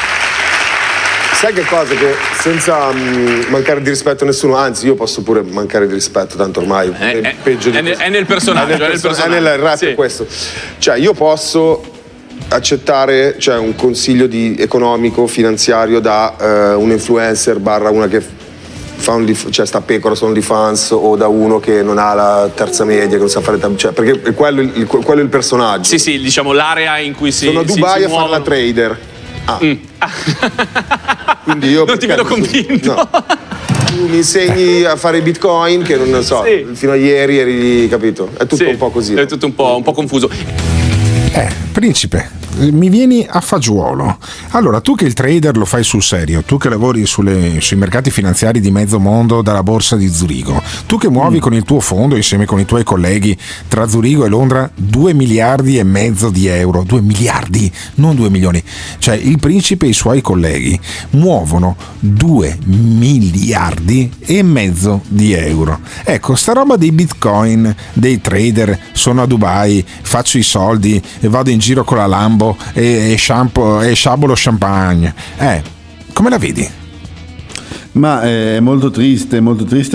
sai che cosa? Che senza mh, mancare di rispetto a nessuno, anzi io posso pure mancare di rispetto, tanto ormai è, è, è peggio di è, è nel personaggio, è nel, perso- personaggio. È nel rap sì. questo. Cioè io posso accettare cioè, un consiglio di economico, finanziario da uh, un influencer barra una che fa un dif- cioè sta a pecora su OnlyFans, o da uno che non ha la terza media, che non sa fare t- cioè, perché è quello, il, quello è il personaggio. Sì, sì, diciamo l'area in cui si sono a Dubai si, si a fare la trader. Ah. Mm. Quindi io non ti vedo convinto. No. Tu mi insegni a fare bitcoin che non so, sì. fino a ieri eri capito? È tutto sì, un po' così. È tutto un po', un po' confuso. Eh, principe, mi vieni a fagiolo. Allora, tu che il trader lo fai sul serio, tu che lavori sulle, sui mercati finanziari di mezzo mondo dalla borsa di Zurigo, tu che muovi mm. con il tuo fondo insieme con i tuoi colleghi tra Zurigo e Londra due miliardi e mezzo di euro, due miliardi, non due milioni, cioè il principe e i suoi colleghi muovono due miliardi e mezzo di euro. Ecco, sta roba dei bitcoin, dei trader, sono a Dubai, faccio i soldi e vado in giro con la Lambo Sciambo e, e, shampoo, e Sciabolo Champagne. Eh, come la vedi? Ma è molto triste, molto triste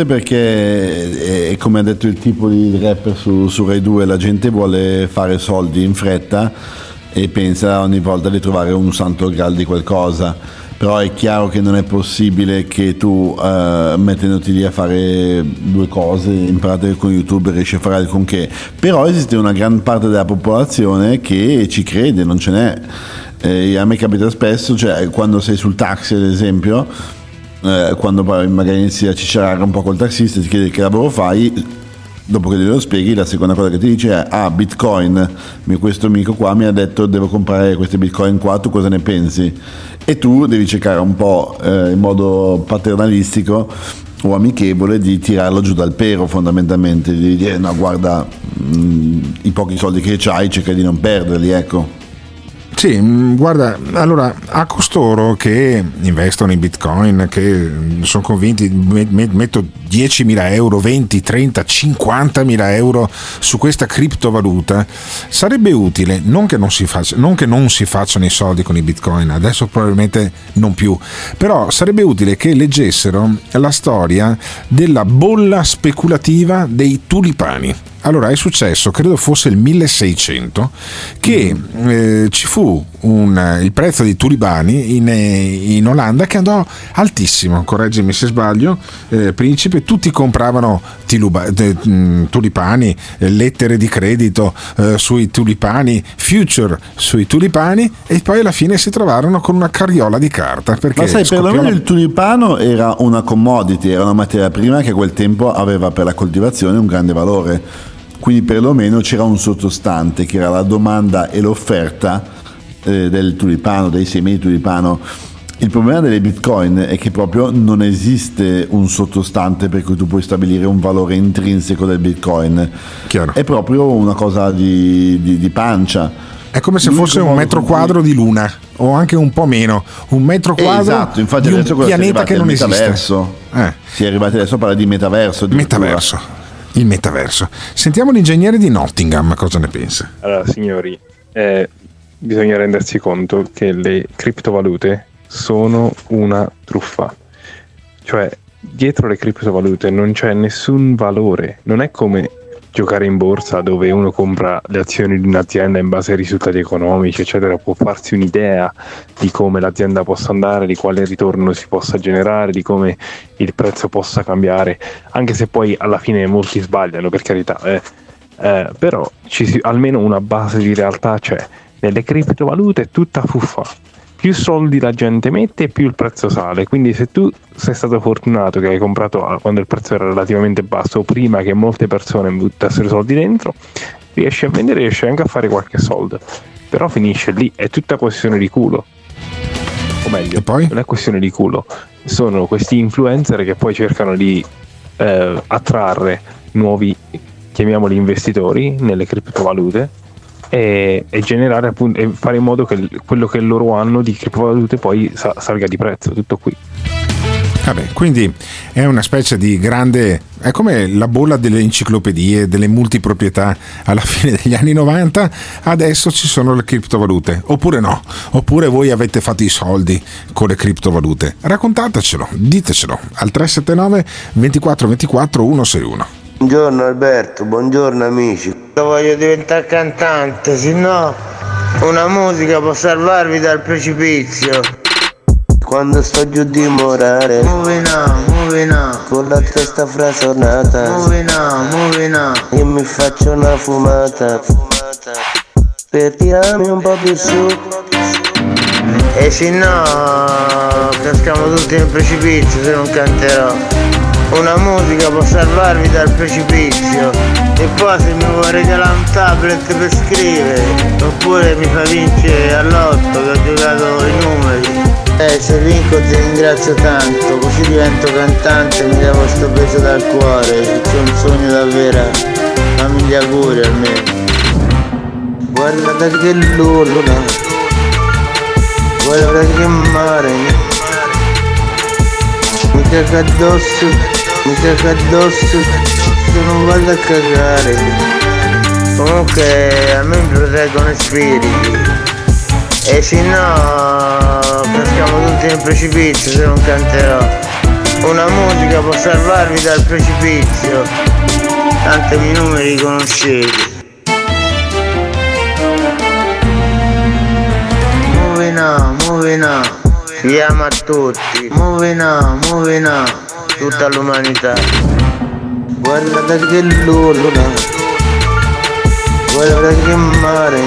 perché è, come ha detto il tipo di rapper su, su Rai due, la gente vuole fare soldi in fretta e pensa ogni volta di trovare un santo graal di qualcosa, però è chiaro che non è possibile che tu uh, mettendoti lì a fare due cose, imparate con YouTube, riesci a fare alcunché, però esiste una gran parte della popolazione che ci crede, non ce n'è. Eh, a me capita spesso, cioè quando sei sul taxi ad esempio, eh, quando magari inizi a cicciarare un po' col taxista, ti chiede che lavoro fai, dopo che glielo spieghi la seconda cosa che ti dice è ah, Bitcoin, questo amico qua mi ha detto devo comprare questi Bitcoin qua, tu cosa ne pensi? E tu devi cercare un po' eh, in modo paternalistico o amichevole di tirarlo giù dal pero, fondamentalmente, di dire no guarda, mh, i pochi soldi che c'hai cerca di non perderli, ecco. Sì, guarda, allora a costoro che investono in Bitcoin, che sono convinti, metto diecimila euro, venti, trenta, cinquantamila euro su questa criptovaluta, sarebbe utile, non che non si faccia, non che non si facciano i soldi con i Bitcoin, adesso probabilmente non più, però sarebbe utile che leggessero la storia della bolla speculativa dei tulipani. Allora è successo, credo fosse il milleseicento, che eh, ci fu un, il prezzo dei tulipani in, in Olanda che andò altissimo, correggimi se sbaglio, eh, Principe, tutti compravano tiluba, de, mh, tulipani, eh, lettere di credito eh, sui tulipani, future sui tulipani, e poi alla fine si trovarono con una carriola di carta. Perché ma sai, perlomeno il tulipano era una commodity, era una materia prima che a quel tempo aveva per la coltivazione un grande valore. Quindi perlomeno c'era un sottostante che era la domanda e l'offerta eh, del tulipano, dei semi di tulipano. Il problema delle Bitcoin è che proprio non esiste un sottostante per cui tu puoi stabilire un valore intrinseco del Bitcoin. Chiaro. È proprio una cosa di, di, di pancia. È come se fosse un metro quadro di luna, o anche un po' meno, un metro quadro esatto, infatti di un adesso pianeta che non metaverso. esiste. Eh. Si è arrivati adesso a parlare di metaverso. Metaverso. Il metaverso. Sentiamo l'ingegnere di Nottingham cosa ne pensa. Allora signori, eh, bisogna rendersi conto che le criptovalute sono una truffa, cioè dietro le criptovalute non c'è nessun valore, non è come giocare in borsa dove uno compra le azioni di un'azienda in base ai risultati economici eccetera, può farsi un'idea di come l'azienda possa andare, di quale ritorno si possa generare, di come il prezzo possa cambiare, anche se poi alla fine molti sbagliano, per carità, eh. Eh, però ci si, almeno una base di realtà c'è. Nelle criptovalute è tutta fuffa, più soldi la gente mette più il prezzo sale, quindi se tu sei stato fortunato che hai comprato quando il prezzo era relativamente basso, prima che molte persone buttassero soldi dentro, riesci a vendere, riesci anche a fare qualche soldo, però finisce lì, è tutta questione di culo, o meglio, non è questione di culo, sono questi influencer che poi cercano di eh, attrarre nuovi, chiamiamoli investitori, nelle criptovalute, E, e generare appunto e fare in modo che quello che loro hanno di criptovalute poi sa, salga di prezzo, tutto qui. Vabbè, quindi è una specie di grande, è come la bolla delle enciclopedie, delle multiproprietà alla fine degli anni novanta, adesso ci sono le criptovalute, oppure no, oppure voi avete fatto i soldi con le criptovalute, raccontatecelo, ditecelo al tre sette nove ventiquattro ventiquattro centosessantuno. Buongiorno Alberto, buongiorno amici. Io voglio diventare cantante, se no una musica può salvarvi dal precipizio. Quando sto giù di morare, moving on, moving on, con la testa frasonata, moving on, moving on, io mi faccio una fumata, fumata per tirarmi un po' più su. E se no caschiamo tutti nel precipizio se non canterò. Una musica può salvarvi dal precipizio. E poi se mi vuoi regalare un tablet per scrivere, oppure mi fa vincere all'otto che ho giocato i numeri, eh se vinco ti ringrazio tanto, così divento cantante e mi levo sto peso dal cuore. C'è un sogno davvero, fammi gli auguri almeno. Guarda che luna, guarda che mare, mi caga addosso, mi caga addosso, se non vado a cagare. Comunque a me mi proteggono i spiriti, E se no caschiamo tutti nel precipizio se non canterò. Una musica può salvarvi dal precipizio. Tanto i miei numeri li conoscete. Moving on, moving on, si chiama a tutti. Moving on, moving on, tutta l'umanità. Guarda che luna, guarda che mare,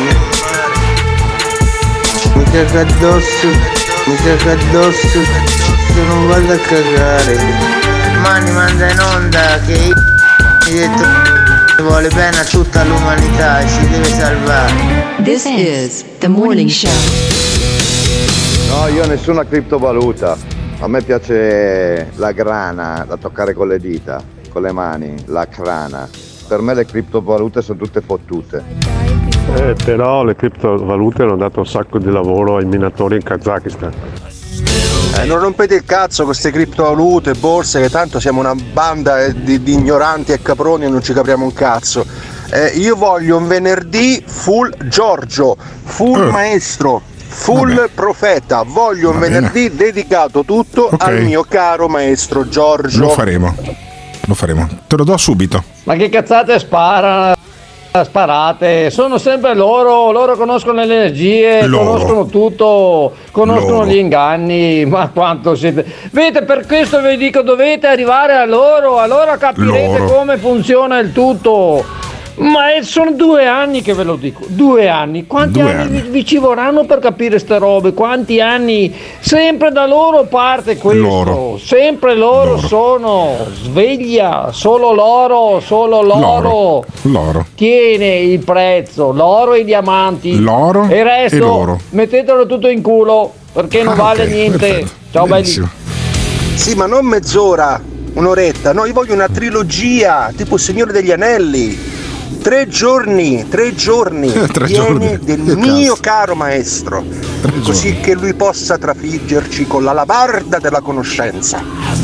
mi caga addosso, mi caga addosso, se non vado a cagare. Mani manda in onda che io mi detto vuole bene a tutta l'umanità e ci deve salvare. This is the morning show. No, io nessuna criptovaluta. A me piace la grana da toccare con le dita, con le mani, la crana. Per me le criptovalute sono tutte fottute. Eh, però le criptovalute hanno dato un sacco di lavoro ai minatori in Kazakistan. Eh, non rompete il cazzo con queste criptovalute, borse, che tanto siamo una banda di, di ignoranti e caproni e non ci capiamo un cazzo. Eh, io voglio un venerdì full Giorgio, full uh. maestro, full Vabbè. profeta. Voglio un Va venerdì bene. dedicato tutto okay. al mio caro maestro Giorgio. Lo faremo, lo faremo. Te lo do subito. Ma che cazzate spara? Sparate, sono sempre loro, loro conoscono le energie, loro. conoscono tutto, conoscono loro. gli inganni, ma quanto siete. Vedete, per questo vi dico, dovete arrivare a loro, allora capirete loro. come funziona il tutto. Ma sono due anni che ve lo dico, due anni. Quanti due anni, anni vi ci vorranno per capire ste robe? Quanti anni? Sempre da loro parte questo, loro. sempre loro, loro sono, sveglia, solo loro, solo loro. Loro. loro. Tiene il prezzo, l'oro e i diamanti. L'oro e il resto e loro. Mettetelo tutto in culo, perché non ah, vale okay. niente. Perfetto. Ciao Benissimo. belli. Sì, ma non mezz'ora, un'oretta, no, io voglio una trilogia, tipo Il Signore degli Anelli. Tre giorni, tre giorni, tre giorni del che mio cazzo. caro maestro, tre così giorni. che lui possa trafiggerci con la labarda della conoscenza.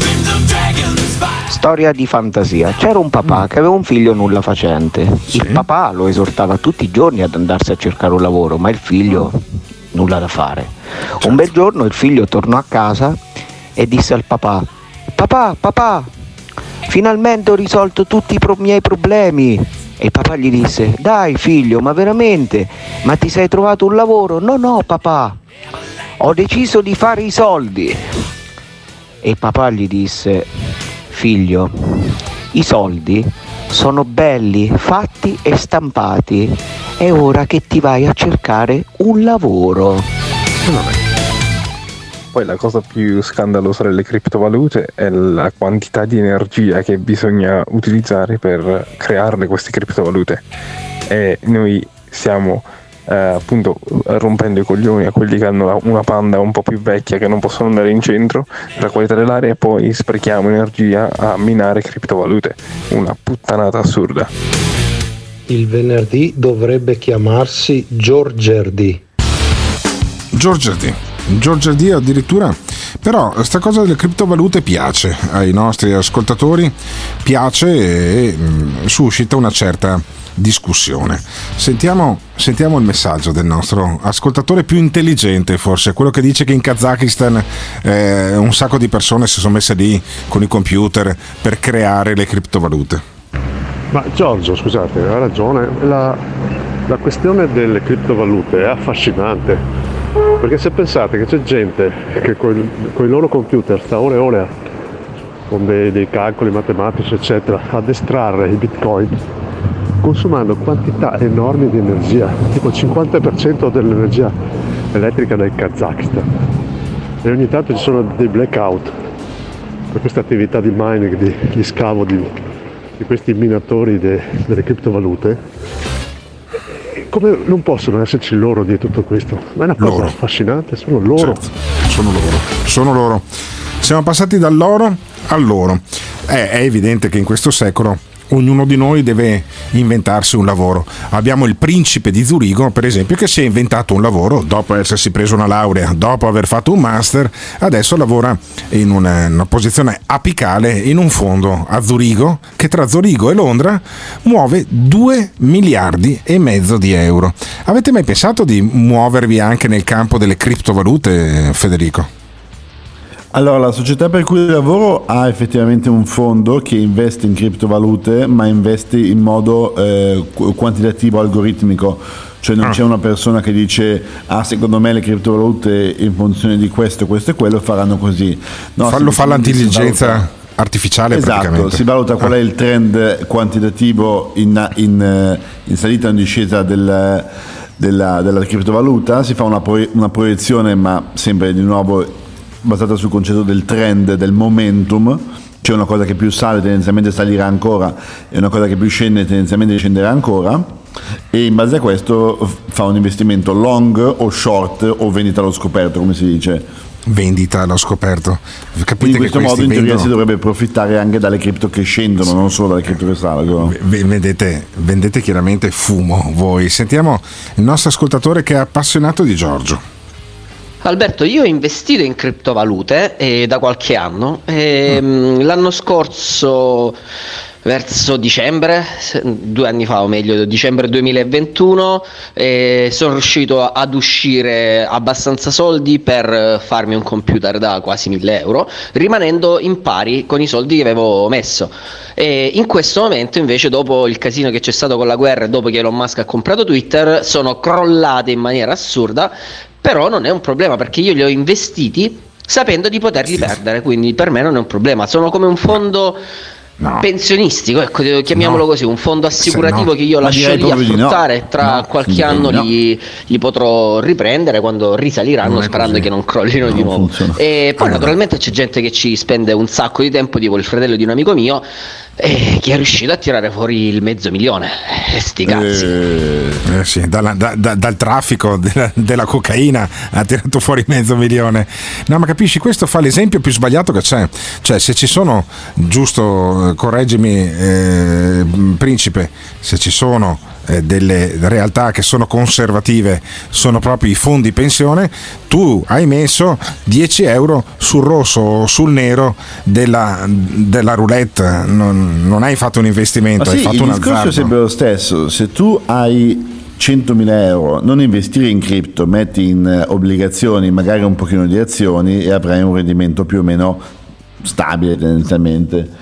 Storia di fantasia. C'era un papà mm. che aveva un figlio nulla facente. Sì. Il papà lo esortava tutti i giorni ad andarsi a cercare un lavoro, ma il figlio mm. nulla da fare. Certo. Un bel giorno il figlio tornò a casa e disse al papà: papà, papà, finalmente ho risolto tutti i pro- miei problemi. E il papà gli disse: dai figlio, ma veramente? Ma ti sei trovato un lavoro? No, no papà, ho deciso di fare i soldi. E il papà gli disse: figlio, i soldi sono belli, fatti e stampati. È ora che ti vai a cercare un lavoro. Poi la cosa più scandalosa delle criptovalute è la quantità di energia che bisogna utilizzare per crearle queste criptovalute. E noi stiamo eh, appunto rompendo i coglioni a quelli che hanno una Panda un po' più vecchia che non possono andare in centro per la qualità dell'aria e poi sprechiamo energia a minare criptovalute. Una puttanata assurda. Il venerdì dovrebbe chiamarsi Giorgerdi. Giorgerdi. Giorgerdi addirittura. Però sta cosa delle criptovalute piace ai nostri ascoltatori, piace e mh, suscita una certa discussione. Sentiamo, sentiamo il messaggio del nostro ascoltatore più intelligente, forse quello che dice che in Kazakistan eh, un sacco di persone si sono messe lì con i computer per creare le criptovalute. Ma Giorgio, scusate, ha ragione, la, la questione delle criptovalute è affascinante. Perché se pensate che c'è gente che con i loro computer sta ore e ore con dei, dei calcoli matematici eccetera ad estrarre i bitcoin consumando quantità enormi di energia, tipo il cinquanta per cento dell'energia elettrica del Kazakistan, e ogni tanto ci sono dei blackout per questa attività di mining, di, di scavo di, di questi minatori de, delle criptovalute. Come non possono esserci loro dietro tutto questo? Ma è una cosa loro. affascinante, sono loro. Certo, sono loro, sono loro. Siamo passati dall'oro all'oro. È, è evidente che in questo secolo ognuno di noi deve inventarsi un lavoro. Abbiamo il principe di Zurigo, per esempio, che si è inventato un lavoro dopo essersi preso una laurea, dopo aver fatto un master, adesso lavora in una, una posizione apicale in un fondo a Zurigo che tra Zurigo e Londra muove due miliardi e mezzo di euro. Avete mai pensato di muovervi anche nel campo delle criptovalute, Federico? Allora, la società per cui lavoro ha effettivamente un fondo che investe in criptovalute, ma investe in modo eh, quantitativo, algoritmico. Cioè non ah. c'è una persona che dice ah secondo me le criptovalute in funzione di questo, questo e quello faranno così. No, Fallo fa l'intelligenza artificiale, esatto, praticamente. Si valuta qual è il trend quantitativo in, in, in salita o in discesa del, della, della criptovaluta, si fa una, pro, una proiezione, ma sempre di nuovo basata sul concetto del trend, del momentum. C'è una cosa che più sale tendenzialmente salirà ancora e una cosa che più scende tendenzialmente scenderà ancora, e in base a questo fa un investimento long o short o vendita allo scoperto, come si dice. Vendita allo scoperto. Capite in questo che modo in teoria vendono... si dovrebbe profittare anche dalle cripto che scendono, non solo dalle cripto che salgono. Vendete, vendete chiaramente fumo voi. Sentiamo il nostro ascoltatore che è appassionato di Giorgio. Alberto, io ho investito in criptovalute eh, da qualche anno. Eh, mm. L'anno scorso, verso dicembre, due anni fa o meglio, dicembre duemilaventuno, eh, sono riuscito ad uscire abbastanza soldi per farmi un computer da quasi mille euro, rimanendo in pari con i soldi che avevo messo. E in questo momento invece, dopo il casino che c'è stato con la guerra e dopo che Elon Musk ha comprato Twitter, sono crollate in maniera assurda. Però non è un problema, perché io li ho investiti sapendo di poterli perdere, quindi per me non è un problema. Sono come un fondo no. pensionistico, ecco, chiamiamolo no. così, un fondo assicurativo no. che io lascio lì a fruttare, no. tra no. qualche anno no. li, li potrò riprendere quando risaliranno, sperando così. Che non crollino non di nuovo. Funziona. E poi allora. naturalmente c'è gente che ci spende un sacco di tempo, tipo il fratello di un amico mio, e che è riuscito a tirare fuori il mezzo milione. Eh, sti cazzi. Eh, eh sì, dalla, da, da, dal traffico della, della cocaina ha tirato fuori mezzo milione. No, ma capisci, questo fa l'esempio più sbagliato che c'è. Cioè, se ci sono, giusto, correggimi, eh, Principe, se ci sono eh, delle realtà che sono conservative, sono proprio i fondi pensione, tu hai messo dieci euro sul rosso o sul nero della, della roulette, non, non hai fatto un investimento, sì, hai fatto un azzardo. Il discorso è sempre lo stesso. Se tu hai centomila euro, non investire in cripto, metti in obbligazioni, magari un pochino di azioni, e avrai un rendimento più o meno stabile tendenzialmente.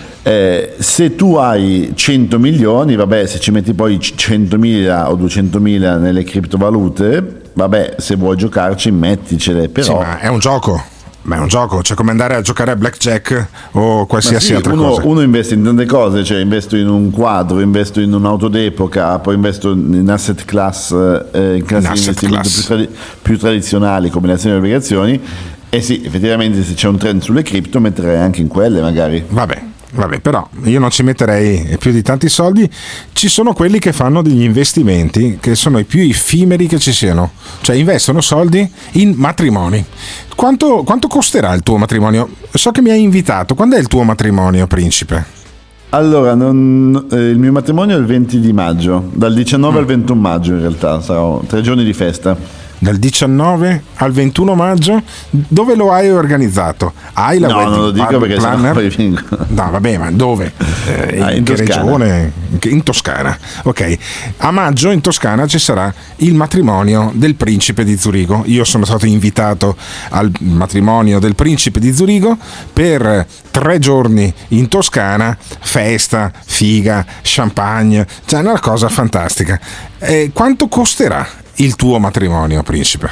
Eh, se tu hai cento milioni, vabbè, se ci metti poi centomila o duecentomila nelle criptovalute, vabbè, se vuoi giocarci metticele, però... Sì, ma è un gioco. Ma è un gioco, cioè come andare a giocare a blackjack o qualsiasi sì, altra uno, cosa. Uno investe in tante cose, cioè investo in un quadro, investo in un'auto d'epoca, poi investo in asset class, eh, in classi di investimento più, tradi- più tradizionali come le azioni e le obbligazioni, e sì, effettivamente se c'è un trend sulle cripto metterei anche in quelle magari. Vabbè. Vabbè, però io non ci metterei più di tanti soldi. Ci sono quelli che fanno degli investimenti che sono i più effimeri che ci siano, cioè investono soldi in matrimoni. Quanto, quanto costerà il tuo matrimonio? So che mi hai invitato. Quando è il tuo matrimonio, Principe? Allora, non, eh, il mio matrimonio è il venti di maggio, dal diciannove mm. al ventuno maggio in realtà, saranno tre giorni di festa. Dal diciannove al ventuno maggio, dove lo hai organizzato? Hai la no, non lo dico perché planner? Sennò no, vabbè, ma dove? Eh, ah, in, in che Toscana. Regione? In Toscana. Ok. A maggio in Toscana ci sarà il matrimonio del Principe di Zurigo. Io sono stato invitato al matrimonio del Principe di Zurigo per tre giorni in Toscana, festa, figa, champagne, cioè una cosa fantastica. Eh, quanto costerà il tuo matrimonio, Principe?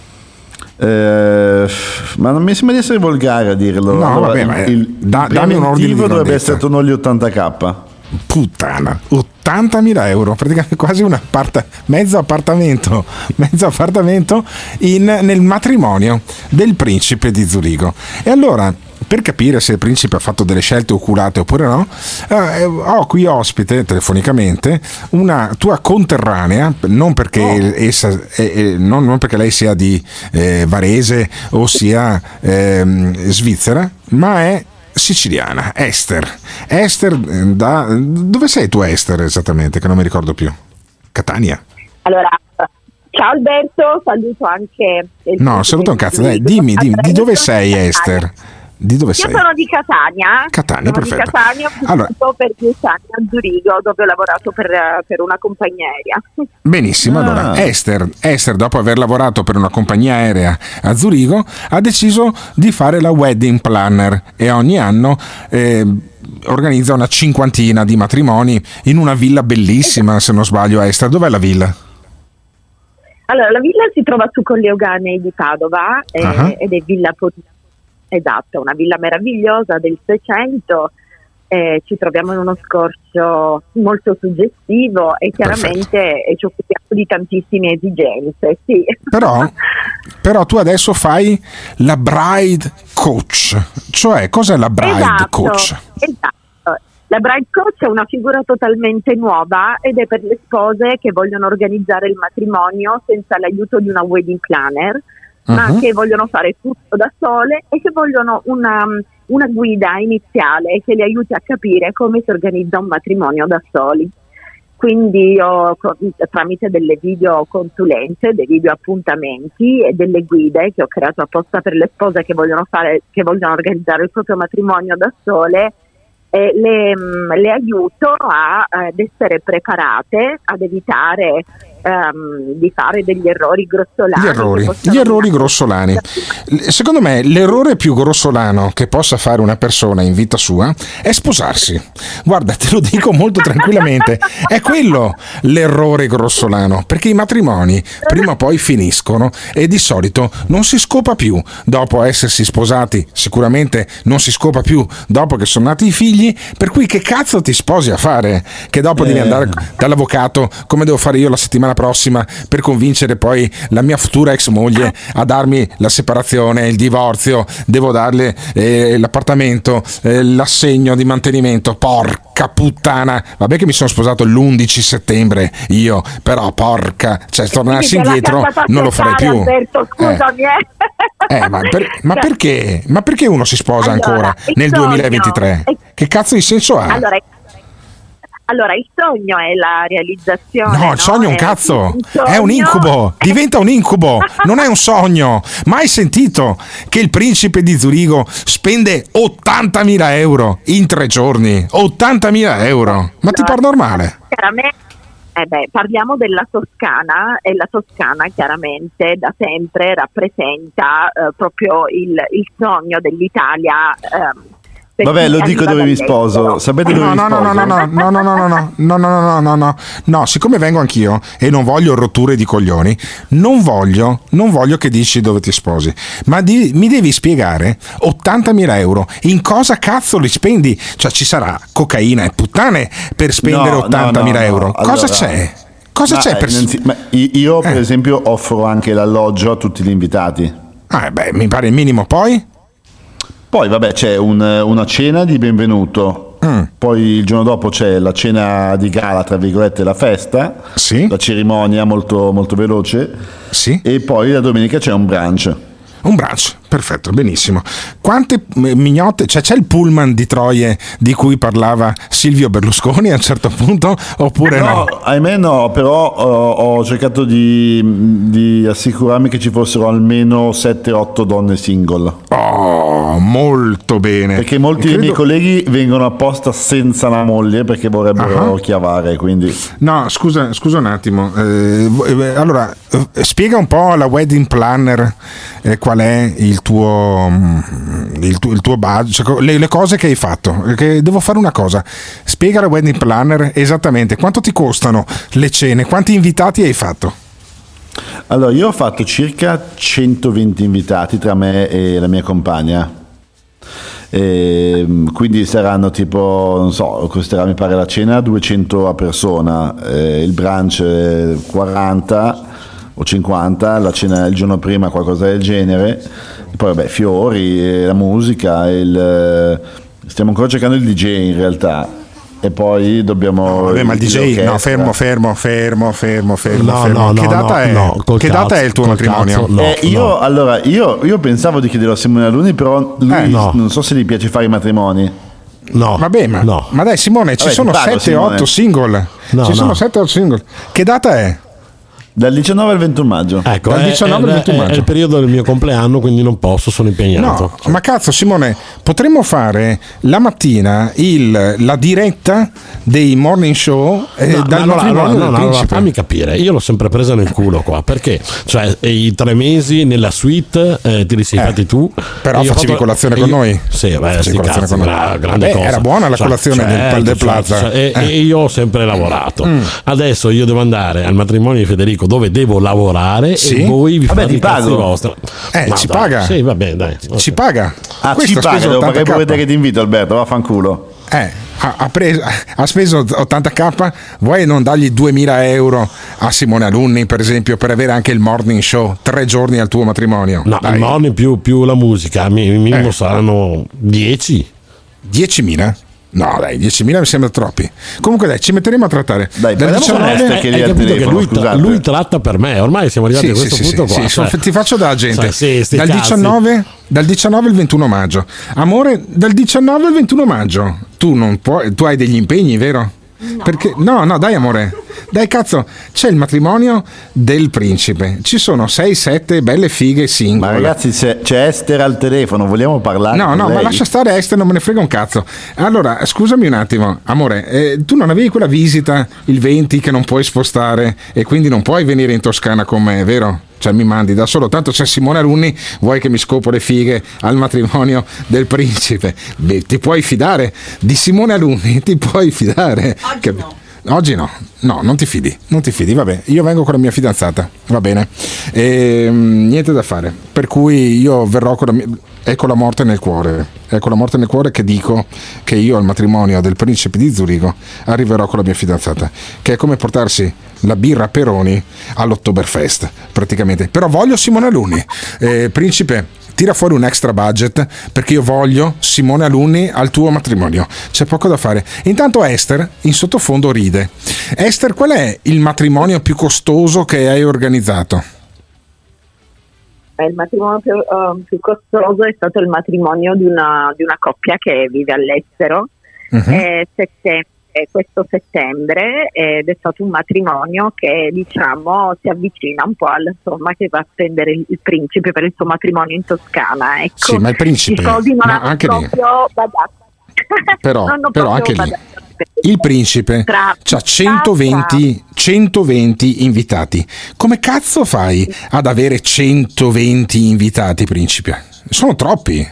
Eh, ma non mi sembra di essere volgare a dirlo. No, allora, vabbè, ma il, da, il dammi un ordine di dovrebbe grandezza. essere attorno agli ottanta k. Puttana, ottantamila euro, praticamente quasi un apparta- mezzo appartamento, mezzo appartamento in, nel matrimonio del Principe di Zurigo. E allora, per capire se il Principe ha fatto delle scelte oculate oppure no, eh, ho qui ospite telefonicamente una tua conterranea, non perché oh. essa, eh, eh, non, non perché lei sia di eh, Varese o sia eh, svizzera, ma è siciliana, Esther. Esther, da... dove sei tu, Esther, esattamente? Che non mi ricordo più. Catania? Allora, ciao Alberto, saluto anche... No, saluto un cazzo, dai, dimmi, dimmi, di dove sei, Esther? Di dove Io sei? sono di Catania. Catania, sono perfetto. Di Catania, ho vissuto Allora- per dieci anni a Zurigo, dove ho lavorato per, per una compagnia aerea. Benissimo, Ah. allora Esther, Esther, dopo aver lavorato per una compagnia aerea a Zurigo, ha deciso di fare la wedding planner e ogni anno eh, organizza una cinquantina di matrimoni in una villa bellissima, se non sbaglio. Esther, dov'è la villa? Allora, la villa si trova su Colle Euganei di Padova eh, Ah. ed è Villa Pot- esatto, una villa meravigliosa del Seicento. Eh, ci troviamo in uno scorcio molto suggestivo e chiaramente eh, ci occupiamo di tantissime esigenze, sì. Però, però tu adesso fai la bride coach, cioè cos'è la bride Esatto, coach? esatto. La bride coach è una figura totalmente nuova ed è per le spose che vogliono organizzare il matrimonio senza l'aiuto di una wedding planner, ma Mhm. che vogliono fare tutto da sole e che vogliono una, una guida iniziale che li aiuti a capire come si organizza un matrimonio da soli. Quindi io co- tramite delle videoconsulenze, dei video appuntamenti e delle guide che ho creato apposta per le spose che vogliono fare, che vogliono organizzare il proprio matrimonio da sole, eh, le, mh, le aiuto a, ad essere preparate, ad evitare ehm, di fare degli errori grossolani. Gli errori, che possono- gli errori grossolani. L- Secondo me l'errore più grossolano che possa fare una persona in vita sua è sposarsi. Guarda, te lo dico molto tranquillamente, è quello l'errore grossolano, perché i matrimoni prima o poi finiscono e di solito non si scopa più dopo essersi sposati, sicuramente non si scopa più dopo che sono nati i figli, per cui che cazzo ti sposi a fare? Che dopo devi Eh. andare dall'avvocato come devo fare io la settimana prossima per convincere poi la mia futura ex moglie a darmi la separazione, il divorzio, devo darle eh, l'appartamento, eh, l'assegno di mantenimento. Porca puttana, vabbè che mi sono sposato l'undici settembre io, però porca, cioè tornassi Quindi te la indietro cazzo a non lo farei cercare, più. Alberto, scusami, eh. Eh, ma, per- ma perché? Ma perché uno si sposa Allora, ancora il nel sogno- duemilaventitré? Che cazzo di senso ha? Allora, allora, il sogno è la realizzazione. No, il sogno è un È cazzo, un sogno- è un incubo, diventa un incubo, non è un sogno. Mai sentito che il principe di Zurigo spende ottantamila euro in tre giorni? ottantamila euro, ma ti par normale? Chiaramente, eh beh, parliamo della Toscana e la Toscana chiaramente da sempre rappresenta eh, proprio il, il sogno dell'Italia. ehm, per Vabbè, chi lo dico arriva dove mi dall'estero. sposo. Sapete dove No, mi no, no, sposo? no, no, no, no, no, no, no, no, no, no, no, no, no, no, siccome vengo anch'io e non voglio rotture di coglioni, non voglio, non voglio che dici dove ti sposi, ma di- mi devi spiegare ottantamila euro, in cosa cazzo li spendi? Cioè ci sarà cocaina e puttane per spendere No, no, ottantamila no, no. euro? Cosa Allora, c'è? Cosa ma, c'è per... eh, innanzi- ma i- io per esempio offro anche l'alloggio a tutti gli invitati. Ah, beh, mi pare il minimo. Poi? Poi vabbè c'è un- una cena di benvenuto, Mm. poi il giorno dopo c'è la cena di gala, tra virgolette, la festa, Sì. la cerimonia molto, molto veloce, Sì. e poi la domenica c'è un brunch. Un brunch, perfetto, benissimo. Quante eh, mignotte, cioè c'è il pullman di Troie di cui parlava Silvio Berlusconi a un certo punto, oppure no? No, ahimè no, però ho, ho cercato di, di assicurarmi che ci fossero almeno sette otto donne single. Oh, molto bene. Perché molti Credo- dei miei colleghi vengono apposta senza la moglie perché vorrebbero Ah. chiavare, quindi... No, scusa, scusa un attimo. Eh, eh, allora, eh, spiega un po' alla wedding planner eh, qual è il tuo, mm, il tuo, il tuo budget, cioè, co- le, le cose che hai fatto. Che devo fare una cosa. Spiega alla wedding planner esattamente quanto ti costano le cene, quanti invitati hai fatto. Allora, io ho fatto circa centoventi invitati tra me e la mia compagna. E, quindi saranno tipo, non so, costerà mi pare la cena duecento a persona, eh, il brunch eh, quaranta o cinquanta, la cena il giorno prima qualcosa del genere, e poi vabbè fiori, eh, la musica, il, eh, stiamo ancora cercando il D J in realtà. e poi dobbiamo. Vabbè, ma il D J, no, fermo, fermo, fermo, fermo, fermo. No, fermo. no, che no, data no, è? no, col che cazzo, data è il tuo col matrimonio? cazzo, no. Eh, io, allora, io, io pensavo di chiederlo a Simone Alunni, però lui Eh, no. non so se gli piace fare i matrimoni. No, Vabbè, ma, no. ma dai Simone, ci Vabbè, sono ti pago, sette otto Simone. single. No, ci sono no. sette otto single. Che data è? Dal diciannove al ventuno maggio. Ecco, Dal è, diciannove al è- ventuno è- maggio. è il periodo del mio compleanno, quindi non posso, sono impegnato. No, ma cazzo Simone, potremmo fare la mattina il, la diretta dei morning show eh, No, dal ma allora, matrimonio allora, del no, no, allora, principe. fammi capire, io l'ho sempre presa nel culo qua, perché cioè i tre mesi nella suite eh, te li sei Eh, fatti tu, però e io ho facevi fatto- colazione e con io- noi? Sì, beh, Facevi sti colazione cazzi, con noi. gra- grande Beh, cosa. era buona la Cioè, colazione del certo, Pal de certo, Plaza. cioè, e, Eh. e io ho sempre lavorato. Mm. Adesso io devo andare al matrimonio di Federico dove devo lavorare Sì? e voi vi Vabbè, fate ti i cazzi pago. vostri. Eh, Ma ci dai, paga. Sì, va bene, dai. Ci paga. Ah, Questo ci ha paga, speso devo pagare pure ottanta te K. che ti invito, Alberto, vaffanculo. Eh, ha, ha, preso, ha speso ottanta K, vuoi non dargli duemila euro a Simone Alunni per esempio per avere anche il morning show tre giorni al tuo matrimonio? No, Dai. il morning più, più la musica, mi- minimo Eh. saranno dieci. diecimila? No dai, diecimila mi sembra troppi. Comunque dai, ci metteremo a trattare. Dai, Dal parliamo con diciannove Esther che Hai lì al capito che telefono, lui, tra- scusate. lui tratta per me, ormai siamo arrivati Sì, a questo sì, punto sì, qua. sì, cioè- sono- ti faccio da gente. Cioè, sì, sti dal, cazzi. diciannove, dal diciannove al ventuno maggio. Amore, dal diciannove al ventuno maggio. Tu non puoi, tu hai degli impegni, vero? No. Perché no, no, dai amore. Dai cazzo, c'è il matrimonio del principe. Ci sono sei sette belle fighe single. Ma ragazzi, c'è, c'è Esther al telefono, vogliamo parlare? No, con no, lei? ma lascia stare Esther, non me ne frega un cazzo. Allora, scusami un attimo, amore, eh, tu non avevi quella visita il venti che non puoi spostare e quindi non puoi venire in Toscana con me, vero? Cioè mi mandi da solo, tanto c'è Simone Alunni, vuoi che mi scopo le fighe al matrimonio del principe? Beh, ti puoi fidare di Simone Alunni, ti puoi fidare. Oggi Che- no. Oggi no, no, non ti fidi, non ti fidi, vabbè, io vengo con la mia fidanzata, va bene, e, niente da fare, per cui io verrò con la mia, è con la morte nel cuore, è con la morte nel cuore che dico che io al matrimonio del principe di Zurigo arriverò con la mia fidanzata, che è come portarsi la birra Peroni all'Oktoberfest, praticamente, però voglio Simone Alunni, eh, principe, tira fuori un extra budget perché io voglio Simone Alunni al tuo matrimonio, c'è poco da fare. Intanto Esther in sottofondo ride. Esther, qual è il matrimonio più costoso che hai organizzato? Eh, Il matrimonio più, eh, più costoso è stato il matrimonio di una, di una coppia che vive all'estero. Mhm. eh, settembre, questo settembre, ed è stato un matrimonio che diciamo si avvicina un po' alla somma che va a spendere il, il principe per il suo matrimonio in Toscana. Ecco. Sì, ma il principe, I soldi non ma hanno anche lì. proprio badato. Però, Non hanno però proprio anche lì badato. il principe Tra- ha centoventi, centoventi invitati. Come cazzo fai ad avere centoventi invitati, principe? Sono troppi.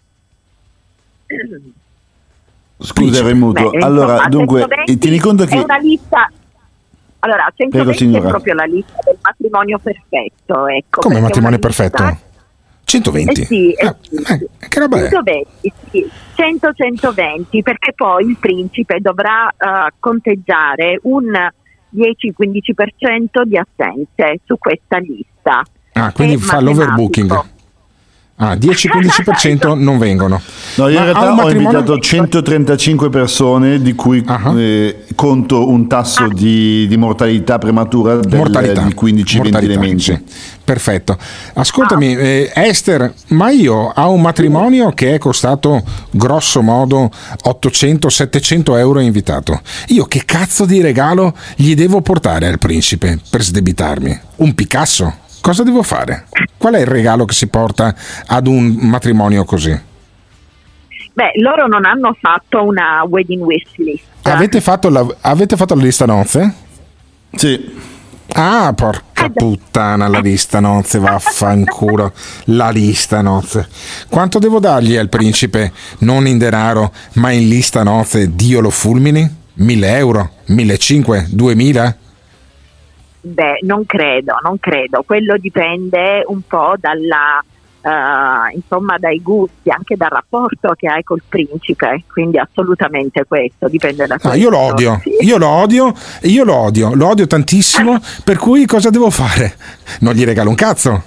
Scusa, ero in mutuo. Beh, Allora, insomma, dunque, centoventi tieni conto è che una lista. Allora, centoventi è signora. proprio la lista del matrimonio perfetto. Ecco, Come perché matrimonio una lista- perfetto? centoventi? Eh sì, eh Ah, sì. eh, che roba è? centoventi, sì. cento centoventi, perché poi il principe dovrà eh, conteggiare un dieci-quindici per cento di assenze su questa lista. Ah, quindi È fa matematico. l'overbooking. Ah, dieci-quindici per cento non vengono. no, io Ma in ha realtà un ho matrimonio- invitato centotrentacinque persone, di cui eh, conto un tasso di, di mortalità prematura del, Mortalità. di quindici venti Mortalità, elementi. sì. Perfetto. Ascoltami, eh, Esther, ma io ho un matrimonio che è costato grosso modo ottocento settecento euro invitato. Io che cazzo di regalo gli devo portare al principe per sdebitarmi? Un Picasso? Cosa devo fare? Qual è il regalo che si porta ad un matrimonio così? Beh, loro non hanno fatto una wedding wish list. Avete fatto la, avete fatto la lista nozze? Sì. Ah, porca puttana, la lista nozze, vaffanculo. La lista nozze. Quanto devo dargli al principe? Non in denaro, ma in lista nozze, Dio lo fulmini? Mille euro? Millecinque? Duemila? Beh, non credo, non credo. Quello dipende un po' dalla, eh, insomma, dai gusti, anche dal rapporto che hai col principe. Quindi assolutamente questo dipende da Ah, questo. io lo odio, io lo odio, io lo odio, lo odio tantissimo, per cui cosa devo fare? Non gli regalo un cazzo.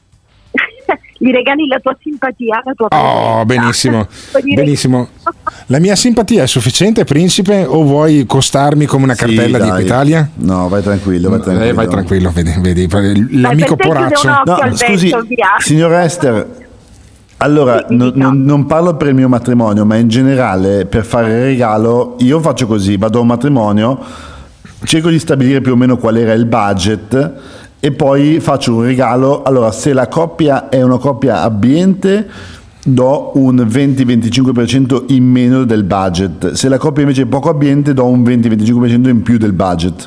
Gli regali la tua simpatia, la tua Oh, benissimo, Vuol dire- benissimo. La mia simpatia è sufficiente, principe, o vuoi costarmi come una cartella Sì, di dai. Equitalia? No, vai tranquillo, vai tranquillo. Eh, vai tranquillo, vedi, vedi l'amico per te chiude poraccio. un occhio, No, Alberto, scusi, via. signora Esther, allora no- non, non parlo per il mio matrimonio, ma in generale per fare il regalo io faccio così, vado a un matrimonio, cerco di stabilire più o meno qual era il budget e poi faccio un regalo. Allora, se la coppia è una coppia abbiente, do un venti-venticinque per cento in meno del budget. Se la coppia invece è poco abbiente, do un venti-venticinque per cento in più del budget.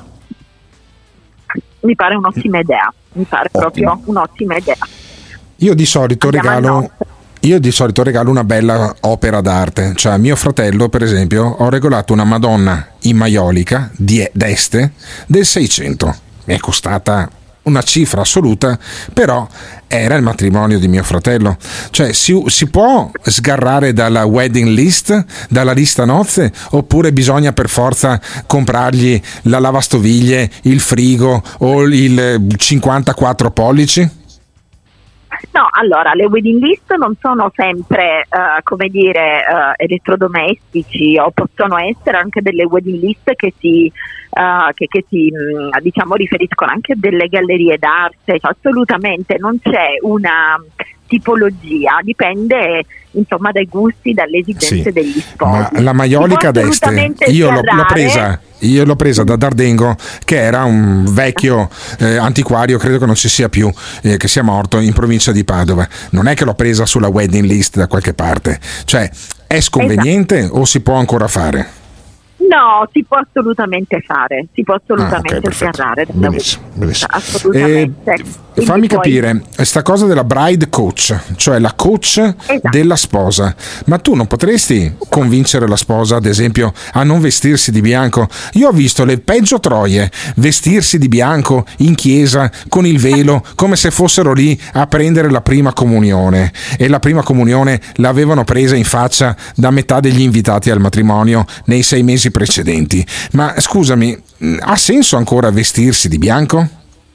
Mi pare un'ottima idea, mi pare proprio un'ottima idea. Io di solito Andiamo al regalo io di solito regalo una bella opera d'arte, cioè a mio fratello per esempio ho regalato una Madonna in maiolica di d'Este del seicento, mi è costata una cifra assoluta, però era il matrimonio di mio fratello, cioè si, si può sgarrare dalla wedding list, dalla lista nozze, oppure bisogna per forza comprargli la lavastoviglie, il frigo o il cinquantaquattro pollici? No, allora, le wedding list non sono sempre, eh, come dire, eh, elettrodomestici, o possono essere anche delle wedding list che si, eh, che, che si mh, diciamo, riferiscono anche a delle gallerie d'arte, cioè, assolutamente non c'è una tipologia, dipende insomma dai gusti, dalle esigenze Sì, degli sposi. ma la maiolica Si può d'Este assolutamente io l'ho, l'ho sgarrare. presa io l'ho presa da Dardengo, che era un vecchio eh, antiquario, credo che non ci sia più, eh, che sia morto, in provincia di Padova. Non è che l'ho presa sulla wedding list da qualche parte, cioè è sconveniente Esatto. o si può ancora fare? No, si può assolutamente fare, si può Ah, assolutamente ok, perfetto. sgarrare dalla Benissimo, benissimo. assolutamente. Eh, Quindi fammi poi- capire, sta cosa della bride coach, cioè la coach Esatto. della sposa, ma tu non potresti convincere la sposa, ad esempio, a non vestirsi di bianco? Io ho visto le peggio troie vestirsi di bianco in chiesa con il velo, come se fossero lì a prendere la prima comunione, e la prima comunione l'avevano presa in faccia da metà degli invitati al matrimonio nei sei mesi precedenti. Ma scusami, ha senso ancora vestirsi di bianco?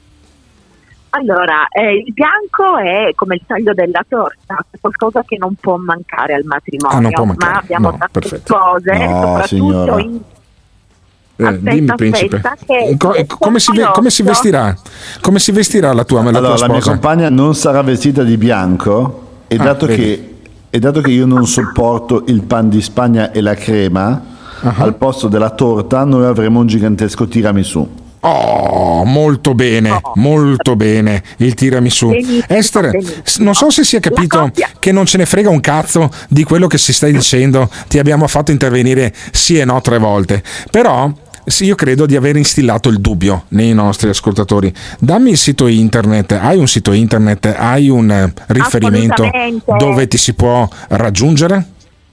Allora, eh, il bianco è come il taglio della torta, è qualcosa che non può mancare al matrimonio, Ah, non può mancare. ma abbiamo No, tante perfetto. cose, No, soprattutto signora. in... Eh, Aspetta, dimmi, principe. aspetta, che- Co- che come, si, ve- come si vestirà? Come si vestirà la tua, la Allora, tua la mia sposa? compagna non sarà vestita di bianco e Ah, dato, vedi. che, e dato che io non sopporto il pan di Spagna e la crema, Ah. al posto della torta noi avremo un gigantesco tiramisù. Oh, molto bene, molto bene il tiramisù. Benissimo, Esther, benissimo. s- non so se si è capito La coppia. che non ce ne frega un cazzo di quello che si stai dicendo, ti abbiamo fatto intervenire sì e no tre volte, però sì, io credo di aver instillato il dubbio nei nostri ascoltatori. Dammi il sito internet, hai un sito internet, hai un eh, riferimento Assolutamente. dove ti si può raggiungere?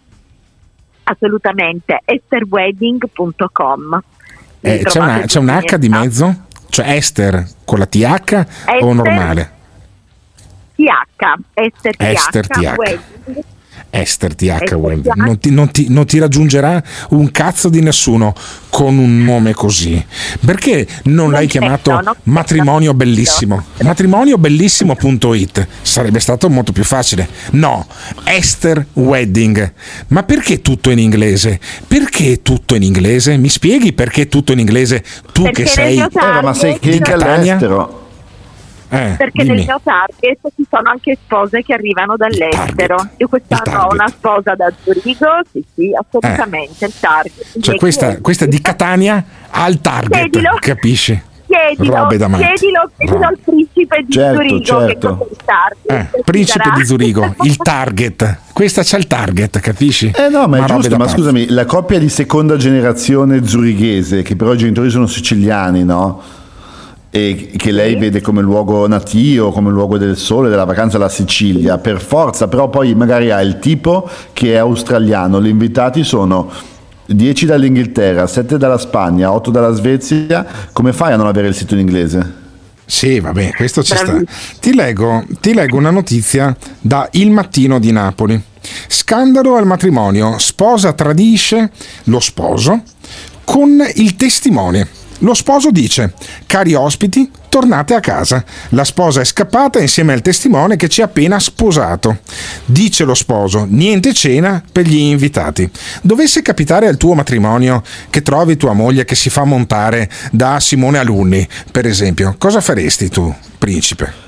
Assolutamente, esterwedding punto com. Eh, c'è, una, c'è un H di mezzo? Cioè Esther con la T H o normale? T H, Ester T H, Ester T H. wedding. Esther T H Esther Wendy. T H. Non ti, non, ti, non ti raggiungerà un cazzo di nessuno con un nome così. Perché non, Non l'hai credo, chiamato non credo. matrimonio bellissimo? matrimonio bellissimo punto it sarebbe stato molto più facile. No, Esther Wedding. Ma perché tutto in inglese? Perché tutto in inglese? Mi spieghi perché tutto in inglese? Tu Perché che nel sei mio target- Eh, ma sei di clic Catania? all'estero. Eh, Perché dimmi. nel mio target ci sono anche spose che arrivano dall'estero. Io quest'anno ho target. una sposa da Zurigo, sì sì, assolutamente, il target. Cioè Quindi questa, chiedi- questa di Catania al target, Chiedilo. capisci? Chiedilo, Robe da matti. chiedilo, chiedilo Robe. al principe di Certo, Zurigo certo. che cosa è il target. Eh, ti principe darà. di Zurigo, il target. Questa c'ha il target, capisci? Eh no, ma è robe giusto, da ma pazzi. scusami, la coppia di seconda generazione zurighese, che però i genitori sono siciliani, no? E che lei vede come luogo natio, come luogo del sole, della vacanza la Sicilia, per forza, però poi magari ha il tipo che è australiano, gli invitati sono dieci dall'Inghilterra, sette dalla Spagna, otto dalla Svezia, come fai a non avere il sito in inglese? Sì, vabbè, questo ci sta. Bravissimo. Ti leggo, ti leggo una notizia da Il Mattino di Napoli. Scandalo al matrimonio, sposa tradisce lo sposo con il testimone. Lo sposo dice: cari ospiti, tornate a casa. La sposa è scappata insieme al testimone che ci ha appena sposato. Dice lo sposo: niente cena per gli invitati. Dovesse capitare al tuo matrimonio che trovi tua moglie che si fa montare da Simone Alunni, per esempio, cosa faresti tu, principe?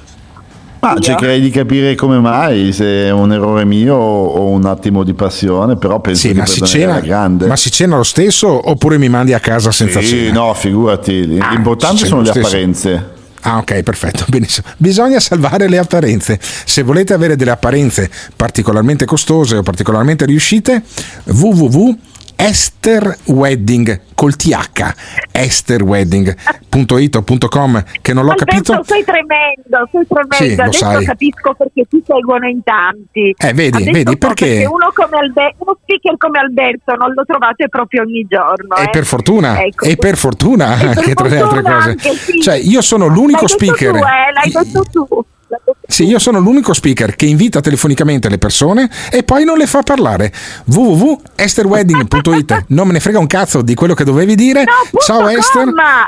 Ma cercherei di capire come mai, se è un errore mio o un attimo di passione, però penso Sì, che ma si, cena, grande. ma si cena lo stesso oppure mi mandi a casa senza Sì, cena? no, figurati, l'importante si sono le cena lo stesso. apparenze. Ah, ok, perfetto, benissimo. Bisogna salvare le apparenze. Se volete avere delle apparenze particolarmente costose o particolarmente riuscite, w w w punto Esther Wedding col T H esterwedding punto it o punto com, che non l'ho Alberto, capito. sei tremendo, sei tremendo. Sì, lo Adesso sai. capisco perché ti seguono in tanti. Eh, vedi, Adesso vedi, so perché- uno come Albe- uno speaker come Alberto non lo trovate proprio ogni giorno. E eh. per fortuna, Ecco. e per fortuna E per anche tra le altre fortuna cose. anche, sì. Cioè, io sono l'unico L'hai detto speaker. tu, eh, l'hai detto tu. L'hai detto Sì, io sono l'unico speaker che invita telefonicamente le persone e poi non le fa parlare. w w w punto esterwedding punto it. Non me ne frega un cazzo di quello che dovevi dire. Ciao Esther.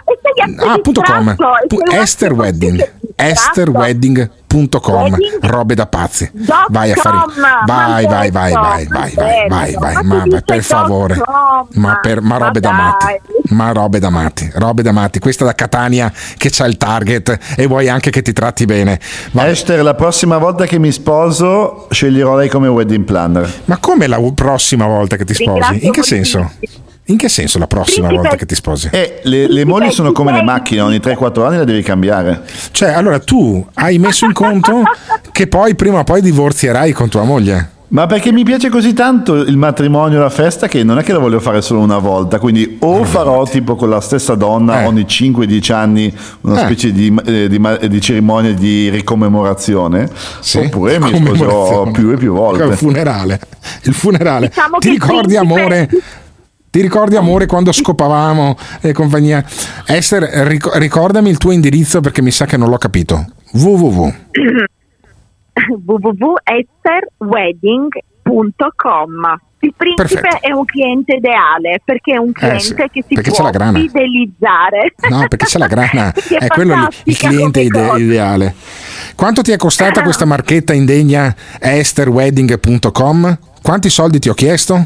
Ah, punto com. Esterwedding. Esterwedding punto com. Robe da pazzi. Vai a fare. Vai, vai, vai, vai, vai, vai, vai, vai. Ma per favore. Ma per ma robe da matti. Ma robe da matti. Robe da matti. Questa da Catania che c'ha il target e vuoi anche che ti tratti bene. Va- Esther, la prossima volta che mi sposo sceglierò lei come wedding planner. Ma come la prossima volta che ti sposi? Ringrazio In che senso? In che senso la prossima Principe- volta che ti sposi? Eh, le, le mogli sono come le macchine, ogni tre quattro anni la devi cambiare. Cioè, allora tu hai messo in conto che poi prima o poi divorzierai con tua moglie. Ma perché mi piace così tanto il matrimonio, la festa, che non è che la voglio fare solo una volta, quindi o farò tipo con la stessa donna ogni cinque dieci anni una Eh. specie di, eh, di, ma- di cerimonia di ricommemorazione, oppure mi sposerò Commemorazione. più e più volte. Il funerale. Il funerale. Diciamo ti che il ricordi, principe- amore? Ti ricordi, amore, quando scopavamo e compagnia? Esther, ric- ricordami il tuo indirizzo perché mi sa che non l'ho capito. www. w w w punto esterwedding punto com. Il principe Perfetto. è un cliente ideale perché è un cliente sì, che si perché c'è può la grana. fidelizzare. No, perché c'è la grana, Quindi è quello lì, il fantastica cliente come ide- cosa. ideale. Quanto ti è costata questa marchetta indegna esterwedding punto com? Quanti soldi ti ho chiesto?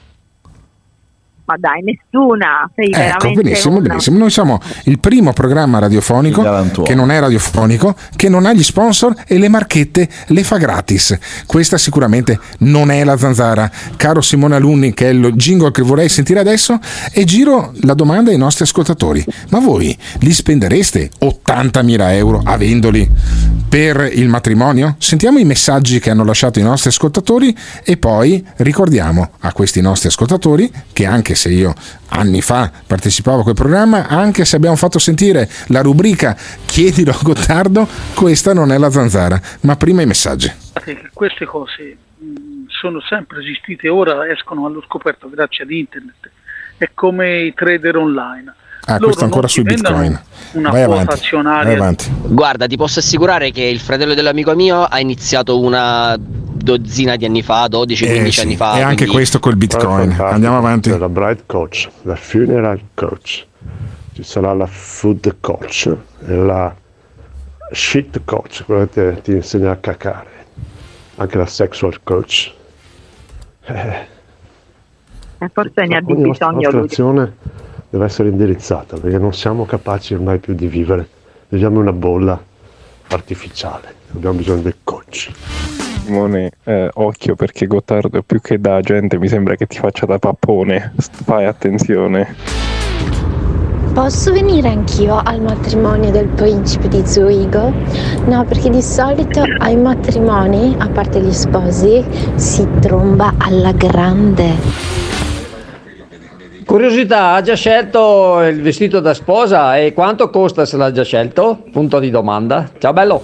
Ma dai, nessuna. Sei Ecco, veramente benissimo, una- benissimo. Noi siamo il primo programma radiofonico che non è radiofonico, che non ha gli sponsor e le marchette le fa gratis. Questa sicuramente non è la zanzara. Caro Simone Alunni, che è il jingle che vorrei sentire adesso, e giro la domanda ai nostri ascoltatori. Ma voi li spendereste ottantamila euro avendoli per il matrimonio? Sentiamo i messaggi che hanno lasciato i nostri ascoltatori e poi ricordiamo a questi nostri ascoltatori che anche se io anni fa partecipavo a quel programma, anche se abbiamo fatto sentire la rubrica Chiedilo a Gottardo, questa non è la zanzara. Ma prima i messaggi. Che queste cose mh, sono sempre esistite, ora escono allo scoperto grazie ad internet. È come i trader online. Ah, Loro questo ancora non sui ti vendono bitcoin. Una Vai quota avanti, azionaria. vai avanti. Guarda, ti posso assicurare che il fratello dell'amico mio ha iniziato una dozzina di anni fa, dodici quindici Eh sì, anni fa. e anche quindi- questo col bitcoin. Andiamo avanti. C'è la bride coach, la funeral coach, ci sarà la food coach, e la shit coach, quella che ti, ti insegna a cacare, anche la sexual coach. Eh, Eh, Forse ne ha di ogni nostra, bisogno nostra lui. azione deve essere indirizzata perché non siamo capaci ormai più di vivere, viviamo in una bolla artificiale, abbiamo bisogno del coach. Simone, eh, occhio perché Gottardo più che da gente mi sembra che ti faccia da pappone. Fai attenzione. Posso venire anch'io al matrimonio del principe di Zurigo? No, perché di solito ai matrimoni, a parte gli sposi, si tromba alla grande. Curiosità, ha già scelto il vestito da sposa e quanto costa se l'ha già scelto? Punto di domanda. Ciao bello.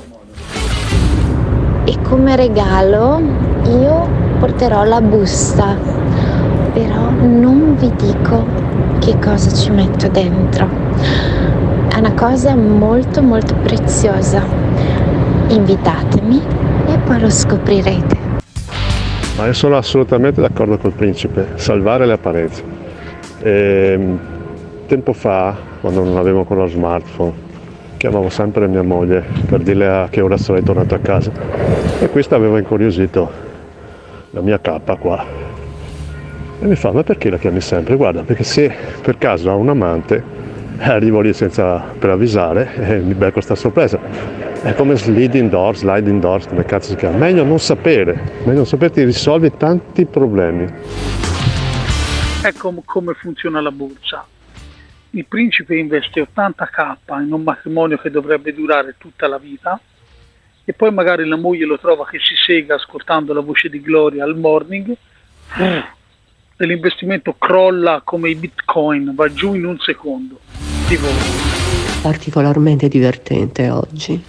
E come regalo io porterò la busta, però non vi dico che cosa ci metto dentro. È una cosa molto molto preziosa. Invitatemi e poi lo scoprirete. Ma io sono assolutamente d'accordo col principe, salvare le apparenze. Ehm, tempo fa quando non avevo ancora lo smartphone. Chiamavo sempre mia moglie per dirle a che ora sarei tornato a casa. E questo aveva incuriosito la mia cappa qua. E mi fa, ma perché la chiami sempre? Guarda, perché se per caso ha un amante, arrivo lì senza per avvisare e mi becco sta sorpresa. È come sliding doors, sliding doors, come cazzo si chiama. Meglio non sapere, meglio non sapere, ti risolvi tanti problemi. Ecco come funziona la borsa. Il principe investe ottanta k in un matrimonio che dovrebbe durare tutta la vita e poi magari la moglie lo trova che si sega ascoltando la voce di Gloria al morning e l'investimento crolla come i bitcoin, va giù in un secondo. Particolarmente divertente oggi.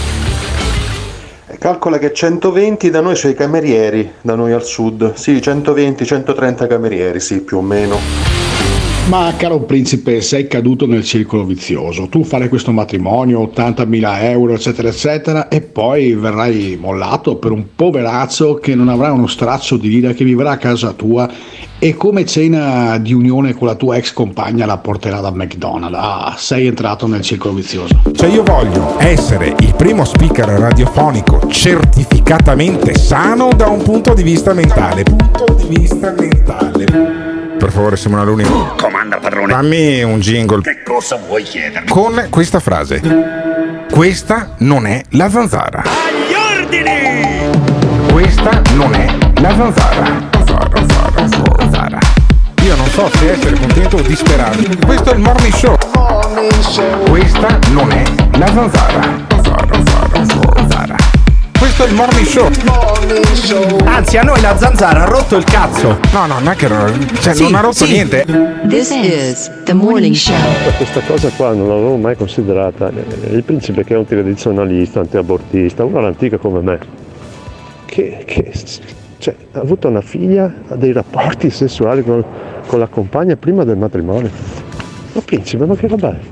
Calcola che centoventi da noi c'è i camerieri, da noi al sud. Sì, centoventi centotrenta camerieri, sì, più o meno. Ma caro principe, sei caduto nel circolo vizioso. Tu fare questo matrimonio, ottantamila euro, eccetera, eccetera, e poi verrai mollato per un poverazzo che non avrà uno straccio di lira, che vivrà a casa tua e come cena di unione con la tua ex compagna la porterà da McDonald's. Ah, sei entrato nel circolo vizioso. Cioè io voglio essere il primo speaker radiofonico certificatamente sano da un punto di vista mentale. Punto di vista mentale. Per favore, Simona Alunni. Comanda, padrone. Fammi un jingle. Che cosa vuoi chiedermi? Con questa frase. Questa non è la zanzara. Agli ordini! Questa non è la zanzara. Zanzara, zanzara, zanzara. Io non so se essere contento o disperato. Questo è il morning show. Questa non è la zanzara. Zanzara, zanzara, zanzara. Questo è il morning show. Anzi, a noi la zanzara ha rotto il cazzo. No, no, non è che cioè, sì, non ha rotto sì. niente. This is the morning show. Questa cosa qua non l'avevo mai considerata. Il principe, che è un tradizionalista, antiabortista, uno all'antica come me, che, che cioè, ha avuto una figlia, ha dei rapporti sessuali con, con la compagna prima del matrimonio. Ma principe, ma che roba è?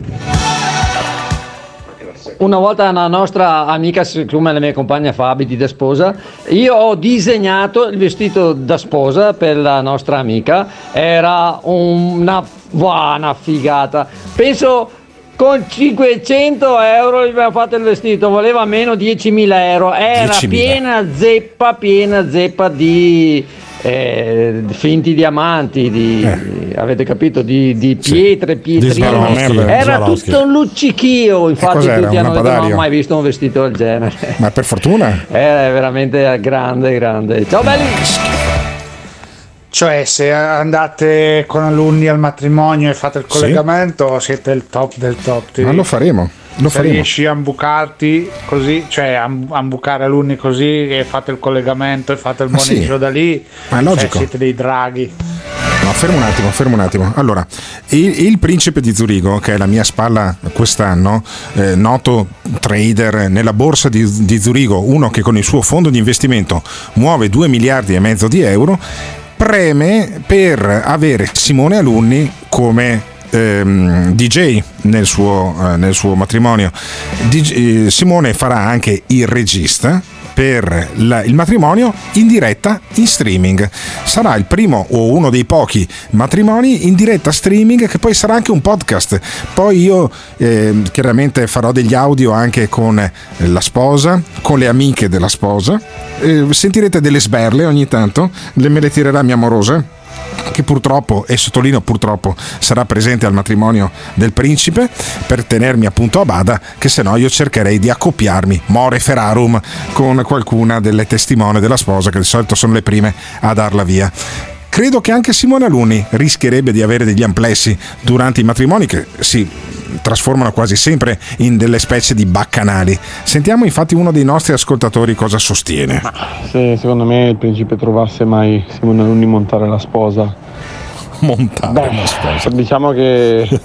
Una volta una nostra amica, siccome la mia compagna fa abiti da sposa, io ho disegnato il vestito da sposa per la nostra amica. Era una buona figata. Penso con cinquecento euro gli abbiamo fatto il vestito, voleva meno diecimila euro. Era diecimila. piena zeppa, piena zeppa di eh, finti diamanti, di, Eh. avete capito, di, di pietre, pietrine. Swarovski. Era Swarovski. tutto un luccichio, infatti cos'era, tutti un hanno detto non lampadario? ho mai visto un vestito del genere. Ma per fortuna. Era veramente grande, grande. Ciao belli! Cioè, se andate con alunni al matrimonio e fate il Sì. collegamento, siete il top del top. Ti Ma dico. lo faremo. Lo Se faremo. riesci a imbucarti così, cioè a a imbucare alunni così e fate il collegamento e fate il Ma morning sì. show da lì, Ma è logico. cioè, siete dei draghi. No, fermo un attimo, fermo un attimo. Allora, il, il principe di Zurigo, che è la mia spalla quest'anno, eh, noto trader nella borsa di, di Zurigo, uno che con il suo fondo di investimento muove due miliardi e mezzo di euro, preme per avere Simone Alunni come ehm, D J nel suo, eh, nel suo matrimonio. D J, eh, Simone farà anche il regista per la, il matrimonio in diretta in streaming. Sarà il primo o uno dei pochi matrimoni in diretta streaming, che poi sarà anche un podcast. Poi io eh, chiaramente farò degli audio anche con la sposa, con le amiche della sposa. Eh, sentirete delle sberle ogni tanto, le me le tirerà mia amorosa, che purtroppo, e sottolineo purtroppo, sarà presente al matrimonio del principe per tenermi appunto a bada, che se no io cercherei di accoppiarmi more ferarum con qualcuna delle testimone della sposa, che di solito sono le prime a darla via. Credo che anche Simone Alunni rischierebbe di avere degli amplessi durante i matrimoni, che si trasformano quasi sempre in delle specie di baccanali. Sentiamo infatti uno dei nostri ascoltatori cosa sostiene. Se secondo me il principe trovasse mai Simone Alunni montare la sposa. Montare Beh, la sposa. Diciamo che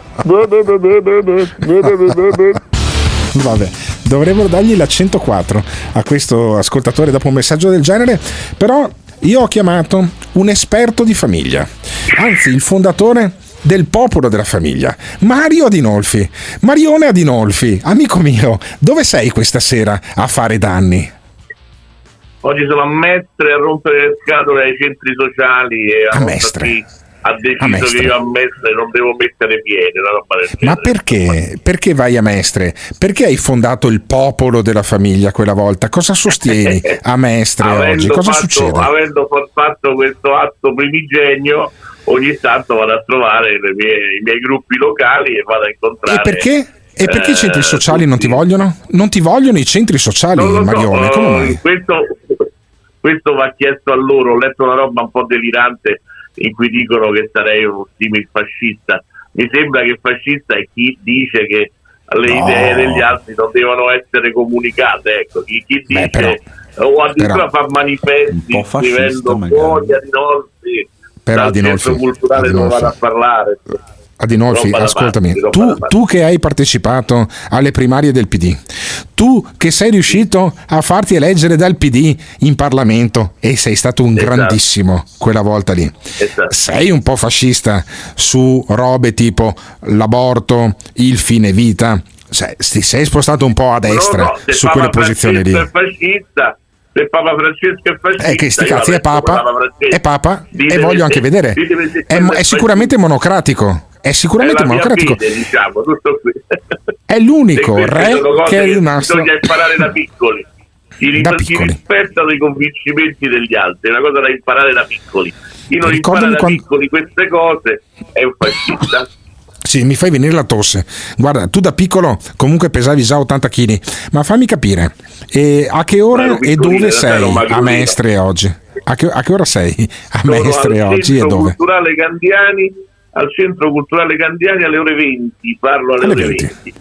Vabbè, dovrebbero dargli la centoquattro a questo ascoltatore dopo un messaggio del genere, però io ho chiamato un esperto di famiglia, anzi il fondatore del popolo della famiglia, Mario Adinolfi. Marione Adinolfi, amico mio, dove sei questa sera a fare danni? Oggi sono a Mestre a rompere le scatole ai centri sociali e a, A Montati, Mestre. ha deciso che io a Mestre non devo mettere piede, una roba del genere. Ma perché? Perché vai a Mestre? Perché hai fondato il popolo della famiglia quella volta? Cosa sostieni a Mestre oggi? Cosa fatto, succede? Avendo fatto questo atto primigenio, ogni tanto vado a trovare le mie, i miei gruppi locali e vado a incontrare. E perché? E perché eh, i centri sociali non ti vogliono? Non ti vogliono i centri sociali, non lo so, Marione? Come mai? Questo, questo va chiesto a loro. Ho letto una roba un po' delirante in cui dicono che sarei uno simile fascista. Mi sembra che fascista è chi dice che le no. idee degli altri non devono essere comunicate, ecco, chi, chi dice Beh, però, o addirittura fa manifesti scrivendo fuori Adinolfi dal centro culturale dove vado a parlare. Adinolfi, ascoltami, tu, tu che hai partecipato alle primarie del P D, tu che sei riuscito a farti eleggere dal P D in Parlamento e sei stato un esatto. grandissimo quella volta lì, esatto. sei un po' fascista su robe tipo l'aborto, il fine vita, cioè, ti sei spostato un po' a destra no, no, su Papa quelle posizioni lì. È fascista, se Papa Francesco è fascista, eh, che sti cazzi è Papa, Papa è Papa e voglio anche vedere, è, è sicuramente monocratico. È sicuramente è monocratico. Fede, diciamo, tutto qui. È l'unico re che è rimasto. Bisogna imparare da piccoli. Si, da ris- piccoli. si rispettano i convincimenti degli altri, è una cosa da imparare da piccoli. Chi non Ricordami impara da quando... piccoli queste cose è un fascista. Sì, mi fai venire la tosse. Guarda, tu da piccolo comunque pesavi già ottanta chili, ma fammi capire, e a che ora e dove sei a Mestre oggi? A che, a che ora sei a Sono Mestre oggi e dove? Culturale Candiani, al Centro Culturale Candiani alle ore venti, parlo alle, alle ore venti. venti.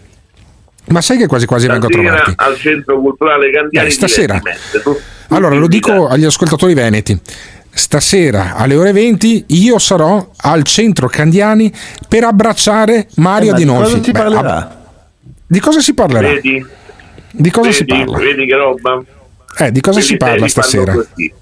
Ma sai che quasi quasi vengo a trovarti? Al Centro Culturale Candiani eh, stasera. Tu, allora lo dico agli ascoltatori veneti. Stasera alle ore venti io sarò al Centro Candiani per abbracciare Mario eh, Adinolfi. Di cosa si Beh, parlerà? ab- di cosa si parlerà? Vedi? Di cosa vedi, si parla? Vedi che roba? Eh, di cosa Quelli si parla stasera?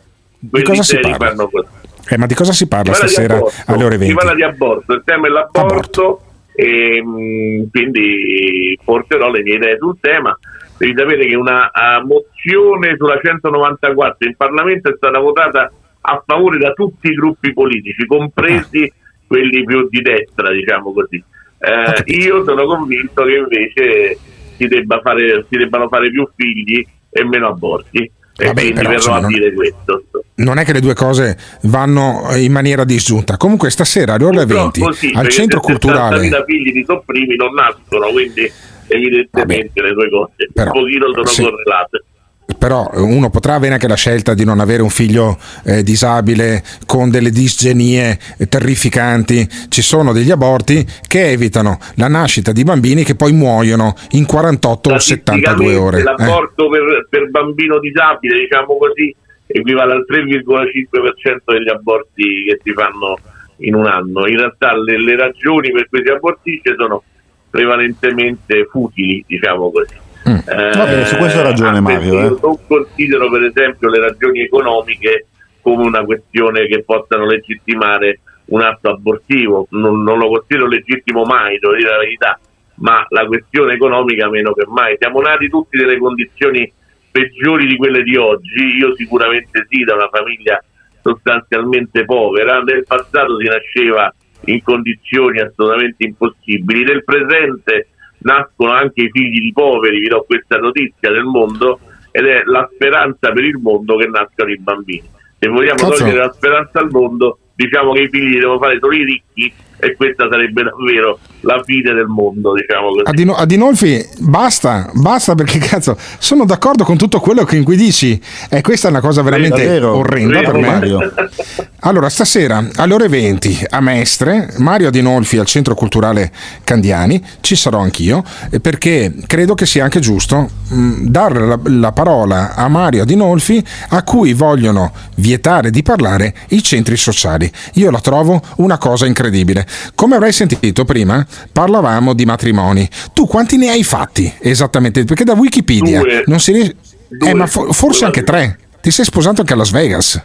Di cosa si parla? Eh, ma di cosa si parla si stasera aborto, alle ore venti? Si parla di aborto, il tema è l'aborto aborto. E mh, quindi porterò le mie idee sul tema. Devi sapere che una uh, mozione sulla centonovantaquattro in Parlamento è stata votata a favore da tutti i gruppi politici, compresi ah. quelli più di destra, diciamo così. Eh, io sono convinto che invece si debba fare, si debbano fare più figli e meno aborti. E Vabbè, quindi però, verrò insomma, a non, dire questo. Non è che le due cose vanno in maniera disgiunta. Comunque stasera alle ore venti sì, al Centro Culturale da figli di sopprimi non nascono, quindi evidentemente Vabbè, le due cose però, un pochino sono sì. correlate. Però uno potrà avere anche la scelta di non avere un figlio eh, disabile con delle disgenie terrificanti. Ci sono degli aborti che evitano la nascita di bambini che poi muoiono in quarantotto o settantadue ore. L'aborto eh. per, per bambino disabile, diciamo così, equivale al tre virgola cinque per cento degli aborti che si fanno in un anno. In realtà le, le ragioni per cui si abortisce sono prevalentemente futili, diciamo così. Mm. Eh, Va bene, su questo ha ragione Mario. Io eh. non considero per esempio le ragioni economiche come una questione che possano legittimare un atto abortivo, non, non lo considero legittimo mai, devo dire la verità, ma la questione economica meno che mai. Siamo nati tutti nelle condizioni peggiori di quelle di oggi, io sicuramente sì, da una famiglia sostanzialmente povera, nel passato si nasceva in condizioni assolutamente impossibili, nel presente nascono anche i figli di poveri, vi do questa notizia del mondo, ed è la speranza per il mondo che nascano i bambini. Se vogliamo Cazzo. togliere la speranza al mondo, diciamo che i figli li devono fare solo i ricchi, e questa sarebbe davvero la fine del mondo, diciamo così. Adino, Adinolfi, basta, basta, perché cazzo, sono d'accordo con tutto quello che in cui dici, e questa è una cosa veramente vero, orrenda vero, per me. Mario. Allora, stasera alle ore venti a Mestre, Mario Adinolfi al Centro Culturale Candiani, ci sarò anch'io, perché credo che sia anche giusto mh, dare la, la parola a Mario Adinolfi, a cui vogliono vietare di parlare i centri sociali. Io la trovo una cosa incredibile. Come avrai sentito prima, parlavamo di matrimoni. Tu quanti ne hai fatti esattamente? Perché da Wikipedia due, non si riesce. Due, eh, ma fo- forse anche tre. Ti sei sposato anche a Las Vegas.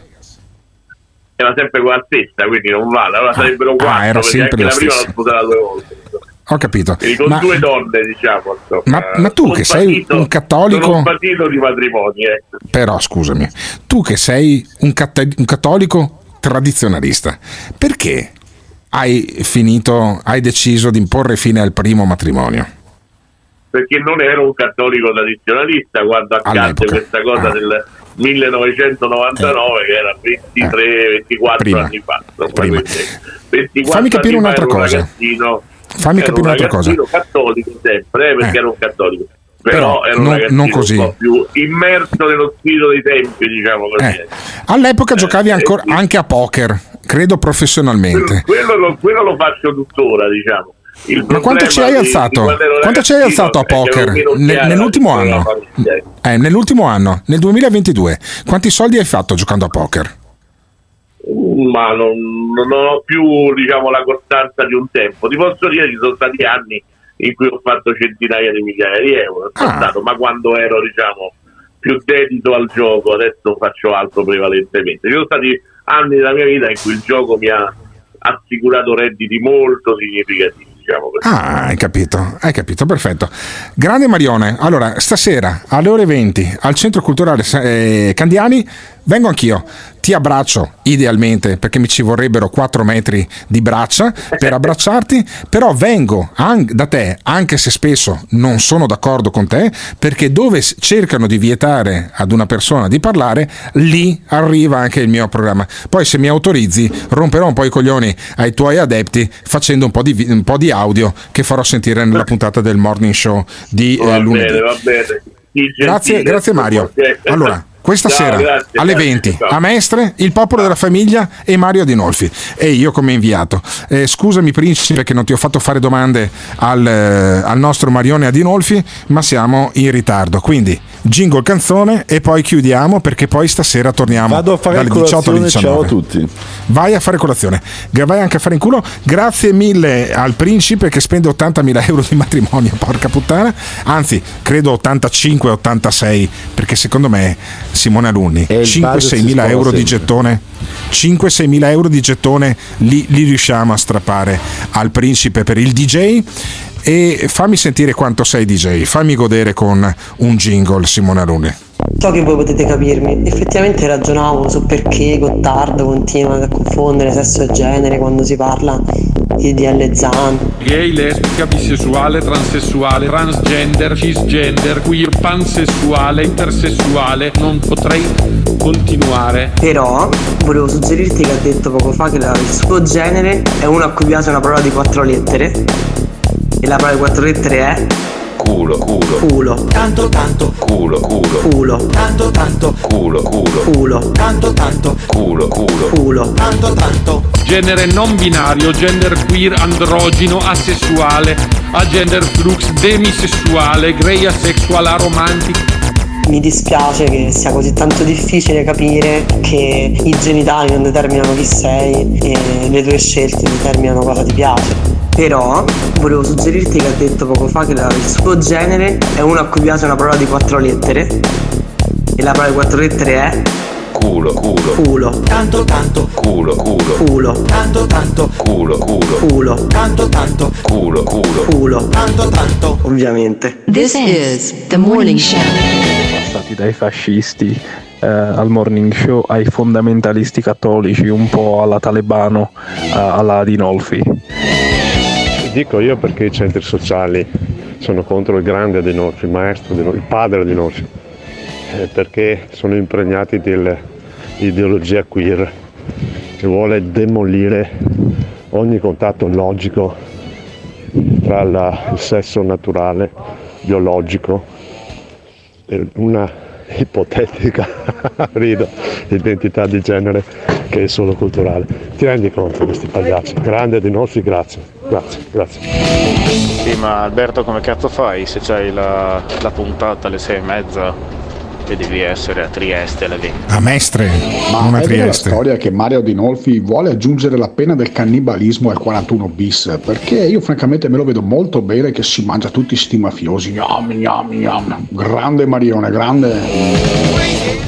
Era sempre quella stessa, quindi non vale. Allora sarebbero quattro. Ah, era sempre la la prima stessa. l'ho sposata due volte. Ho capito. Quindi con ma, due donne, diciamo. Ma, ma tu che sei un cattolico. Sono un partito di matrimoni, eh. Però scusami, tu che sei un, cat- un cattolico tradizionalista, perché hai finito, hai deciso di imporre fine al primo matrimonio? Perché non ero un cattolico tradizionalista quando accadde All'epoca. questa cosa Ah. del millenovecentonovantanove, Eh. che era ventitré ventiquattro Prima. anni fa. insomma, Prima. quindi ventiquattro Fammi capire anni fa un'altra ero un cosa. ragazzino, Fammi ero capire un un'altra cosa. ragazzino cattolico sempre, eh, perché Eh. ero un cattolico. Però, Però ero un non- ragazzino non così. un po' più immerso nello spirito dei tempi, diciamo così. Eh. All'epoca giocavi ancora anche a poker, credo professionalmente. Quello, lo, quello lo faccio tuttora, diciamo. Il Ma quanto problema ci hai di- alzato? di quando ero Quanto ci hai ragazzino alzato a è che poker avevo meno Ne- chiara nell'ultimo la anno? famiglia. Eh, nell'ultimo anno, nel duemilaventidue, quanti soldi hai fatto giocando a poker? Ma non, non ho più, diciamo, la costanza di un tempo. Ti posso dire che ci sono stati anni in cui ho fatto centinaia di migliaia di euro, è Ah. stato, ma quando ero, diciamo, più dedito al gioco, adesso faccio altro prevalentemente. Ci sono stati anni della mia vita in cui il gioco mi ha assicurato redditi molto significativi, diciamo così. Ah, hai capito, hai capito, perfetto. Grande Marione, allora stasera alle ore venti al Centro Culturale eh, Candiani vengo anch'io, ti abbraccio idealmente perché mi ci vorrebbero quattro metri di braccia per abbracciarti, però vengo an- da te anche se spesso non sono d'accordo con te, perché dove s- cercano di vietare ad una persona di parlare, lì arriva anche il mio programma. Poi se mi autorizzi romperò un po' i coglioni ai tuoi adepti facendo un po' di, vi- un po' di audio che farò sentire nella puntata del morning show di eh, Va lunedì. bene, va bene. Sì, Grazie, gentile. grazie Mario. Ok. Allora, questa Ciao, sera grazie, alle grazie, venti ciao. a Mestre, il popolo della famiglia e Mario Adinolfi e io come inviato. Eh, scusami Principe che non ti ho fatto fare domande al, eh, al nostro Marione Adinolfi, ma siamo in ritardo, quindi jingle canzone e poi chiudiamo perché poi stasera torniamo Vado a fare dalle diciotto alle colazione, ciao a diciannove. tutti. Vai a fare colazione, vai anche a fare in culo. Grazie mille al Principe che spende ottantamila euro di matrimonio, porca puttana, anzi credo ottantacinque ottantasei, perché secondo me Simone Alunni il cinque budget sei si mila sposa euro di sempre. gettone cinque sei mila euro di gettone li, li riusciamo a strappare al Principe per il D J. E fammi sentire quanto sei D J, fammi godere con un jingle Simone Alunni. So che voi potete capirmi, effettivamente ragionavo su perché Gottardo continua a confondere sesso e genere quando si parla di D L Zan. Gay, lesbica, bisessuale, transessuale, transgender, cisgender, queer, pansessuale, intersessuale, non potrei continuare. Però volevo suggerirti che ha detto poco fa che la- il suo genere è uno a cui piace una parola di quattro lettere e la parola di quattro lettere è Culo, culo, culo. tanto, tanto, culo, culo, Culo. tanto, tanto, culo, culo, Culo. tanto, tanto, culo, culo, Culo. tanto, tanto. Genere non binario, gender queer, androgino, asessuale, agender flux, demisessuale, grey asexual, aromantic. Mi dispiace che sia così tanto difficile capire che i genitali non determinano chi sei e le tue scelte determinano cosa ti piace. Però volevo suggerirti che ha detto poco fa che la- il suo genere è uno a cui piace una parola di quattro lettere e la parola di quattro lettere è Culo, culo, culo. tanto, tanto, culo, culo, Culo. tanto, tanto, culo, culo, Culo. tanto, tanto, culo, culo, Culo. tanto, tanto. Ovviamente. This is the morning show. Passati dai fascisti eh, al morning show ai fondamentalisti cattolici, un po' alla Talebano, eh, alla Adinolfi. Dico io perché i centri sociali sono contro il grande Adinolfi, il maestro Adinolfi, il padre Adinolfi, eh, perché sono impregnati dell'ideologia queer che vuole demolire ogni contatto logico tra la- il sesso naturale, biologico e una ipotetica rido, identità di genere che è solo culturale. Ti rendi conto di questi pagliacci? Grande Adinolfi, grazie, grazie, grazie. Sì, ma Alberto come cazzo fai se c'hai la, la puntata alle sei e mezza e devi essere a Trieste alle venti? A Mestre, Ma non a è vera la Trieste. storia che Mario Adinolfi vuole aggiungere la pena del cannibalismo al quarantuno bis, perché io francamente me lo vedo molto bene che si mangia tutti sti mafiosi. Gnam, gnam, gnam. Grande Marione, grande.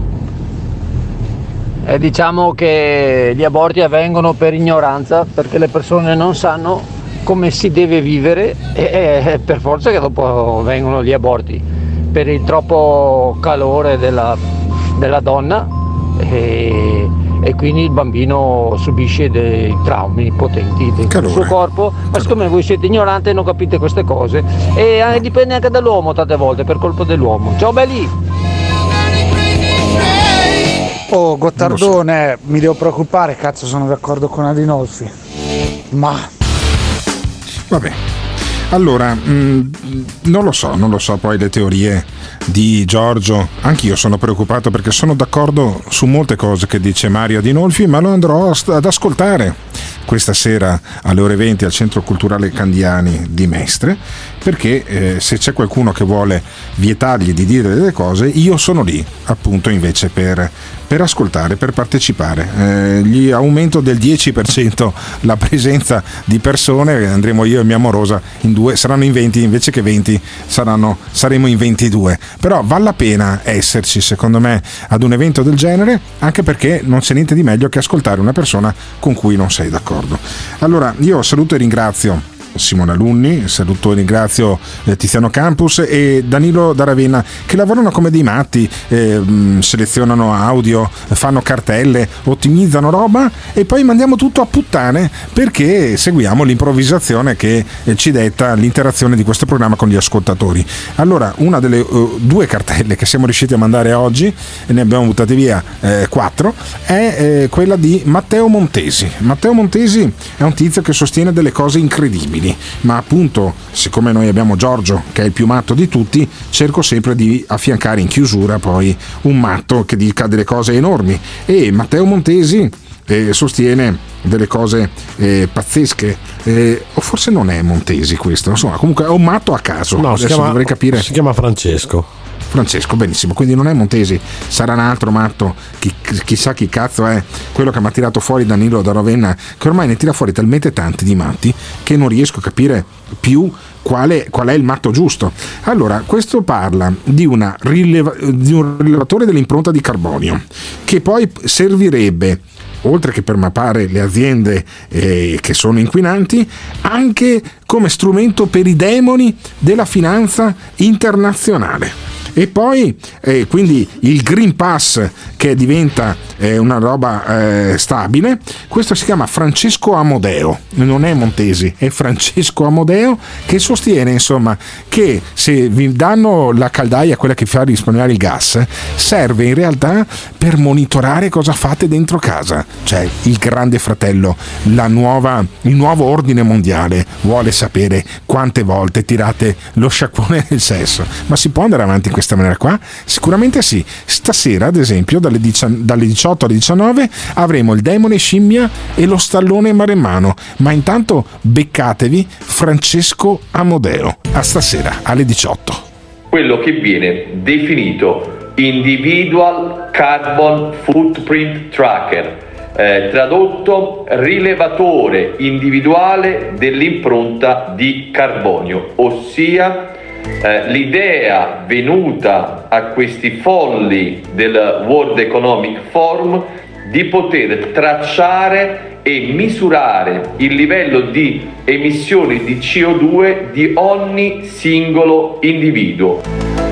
E diciamo che gli aborti avvengono per ignoranza, perché le persone non sanno come si deve vivere e, e per forza che dopo vengono gli aborti, per il troppo calore della, della donna e, e quindi il bambino subisce dei traumi potenti dentro il suo corpo, ma siccome voi siete ignoranti e non capite queste cose, e eh, dipende anche dall'uomo tante volte, per colpa dell'uomo. Ciao belli! Oh Gottardone, so. Mi devo preoccupare, cazzo, sono d'accordo con Adinolfi, ma vabbè. Allora, mh, non lo so, non lo so poi le teorie di Giorgio, anch'io sono preoccupato perché sono d'accordo su molte cose che dice Mario Adinolfi, ma lo andrò ad ascoltare questa sera alle ore venti al Centro Culturale Candiani di Mestre, perché eh, se c'è qualcuno che vuole vietargli di dire delle cose, io sono lì appunto invece per, per ascoltare, per partecipare. Eh, gli aumento del dieci per cento la presenza di persone, andremo io e mia amorosa in due, saranno in venti invece che venti, saranno, saremo in ventidue, però vale la pena esserci secondo me ad un evento del genere, anche perché non c'è niente di meglio che ascoltare una persona con cui non sei d'accordo. Allora io saluto e ringrazio Simone Alunni, saluto e ringrazio eh, Tiziano Campus e Danilo da Ravenna, che lavorano come dei matti, eh, mh, selezionano audio, fanno cartelle, ottimizzano roba e poi mandiamo tutto a puttane perché seguiamo l'improvvisazione che eh, ci detta l'interazione di questo programma con gli ascoltatori. Allora, una delle uh, due cartelle che siamo riusciti a mandare oggi, e ne abbiamo buttate via eh, quattro, è eh, quella di Matteo Montesi. Matteo Montesi è un tizio che sostiene delle cose incredibili, ma appunto siccome noi abbiamo Giorgio che è il più matto di tutti, cerco sempre di affiancare in chiusura poi un matto che dica delle cose enormi, e Matteo Montesi eh, sostiene delle cose eh, pazzesche, eh, o forse non è Montesi questo, insomma comunque è un matto a caso. No, adesso si chiama, dovrei capire. Si chiama Francesco. Francesco, benissimo, quindi non è Montesi, sarà un altro matto, chi, chissà chi cazzo è quello che mi ha tirato fuori Danilo da Ravenna, che ormai ne tira fuori talmente tanti di matti che non riesco a capire più quale, qual è il matto giusto. Allora, questo parla di, una rileva, di un rilevatore dell'impronta di carbonio che poi servirebbe, oltre che per mappare le aziende eh, che sono inquinanti, anche come strumento per i demoni della finanza internazionale. E poi eh, quindi il Green Pass che diventa eh, una roba eh, stabile. Questo si chiama Francesco Amodeo, non è Montesi, è Francesco Amodeo, che sostiene insomma che se vi danno la caldaia, quella che fa risparmiare il gas, serve in realtà per monitorare cosa fate dentro casa, cioè il grande fratello, la nuova, il nuovo ordine mondiale vuole sapere quante volte tirate lo sciacquone nel sesso. Ma si può andare avanti in questa maniera qua? Sicuramente sì. Stasera ad esempio dalle, dalle diciotto alle diciannove avremo il demone scimmia e lo stallone maremmano, ma intanto beccatevi Francesco Amodeo. A stasera alle diciotto. Quello che viene definito Individual Carbon Footprint Tracker, eh, tradotto rilevatore individuale dell'impronta di carbonio, ossia Eh, l'idea venuta a questi folli del World Economic Forum di poter tracciare e misurare il livello di emissioni di C O due di ogni singolo individuo.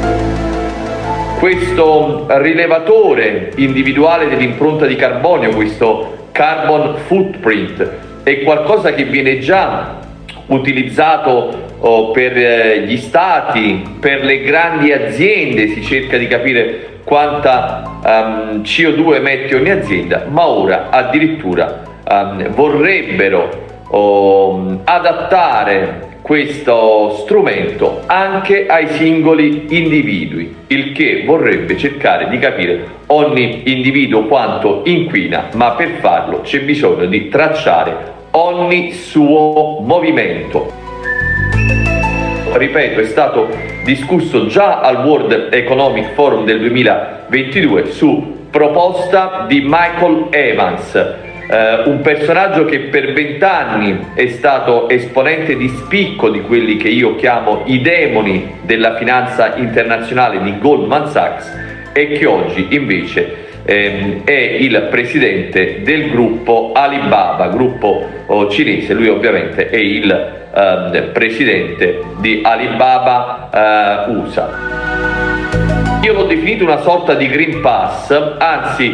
Questo rilevatore individuale dell'impronta di carbonio, questo carbon footprint, è qualcosa che viene già utilizzato oh, per eh, gli stati, per le grandi aziende, si cerca di capire quanta um, C O due emette ogni azienda, ma ora addirittura um, vorrebbero oh, adattare questo strumento anche ai singoli individui, il che vorrebbe cercare di capire ogni individuo quanto inquina, ma per farlo c'è bisogno di tracciare ogni suo movimento. Ripeto, è stato discusso già al World Economic Forum del duemilaventidue su proposta di Michael Evans, eh, un personaggio che per vent'anni è stato esponente di spicco di quelli che io chiamo i demoni della finanza internazionale di Goldman Sachs, e che oggi invece ehm, è il presidente del gruppo Alibaba, gruppo oh, cinese. Lui ovviamente è il eh, presidente di Alibaba eh, U S A. Io l'ho definito una sorta di Green Pass, anzi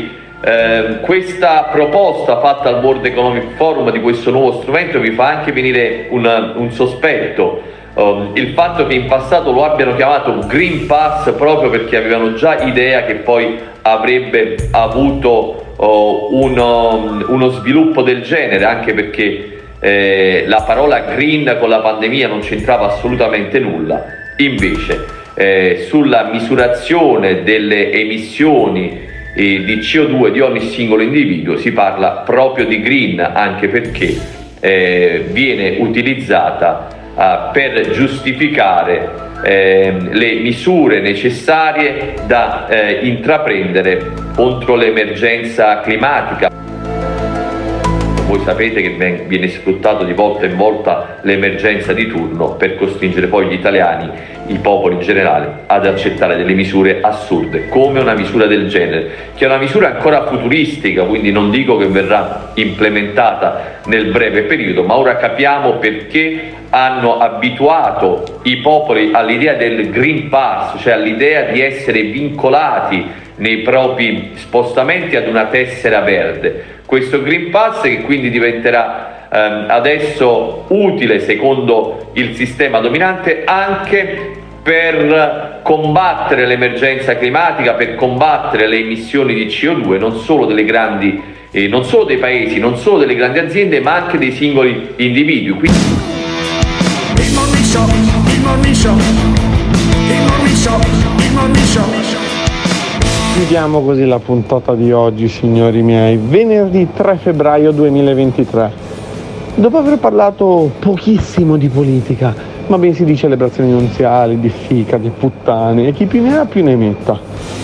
eh, questa proposta fatta al World Economic Forum di questo nuovo strumento mi fa anche venire un, un sospetto. Um, il fatto che in passato lo abbiano chiamato Green Pass proprio perché avevano già idea che poi avrebbe avuto uh, uno, uno sviluppo del genere, anche perché eh, la parola green con la pandemia non c'entrava assolutamente nulla. Invece eh, sulla misurazione delle emissioni eh, di C O due di ogni singolo individuo si parla proprio di green, anche perché eh, viene utilizzata Uh, per giustificare eh, le misure necessarie da eh, intraprendere contro l'emergenza climatica. Voi sapete che viene sfruttato di volta in volta l'emergenza di turno per costringere poi gli italiani, i popoli in generale, ad accettare delle misure assurde, come una misura del genere, che è una misura ancora futuristica, quindi non dico che verrà implementata nel breve periodo, ma ora capiamo perché hanno abituato i popoli all'idea del Green Pass, cioè all'idea di essere vincolati nei propri spostamenti ad una tessera verde. Questo Green Pass che quindi diventerà ehm, adesso utile secondo il sistema dominante anche per combattere l'emergenza climatica, per combattere le emissioni di C O due non solo delle grandi, eh, non solo dei paesi, non solo delle grandi aziende, ma anche dei singoli individui. Quindi... Il Morning Show, il Morning Show, il Morning Show, il Morning Show. Chiudiamo così la puntata di oggi, signori miei, venerdì tre febbraio duemilaventitré. Dopo aver parlato pochissimo di politica, ma bensì di celebrazioni nunziali, di fica, di puttane, e chi più ne ha più ne metta,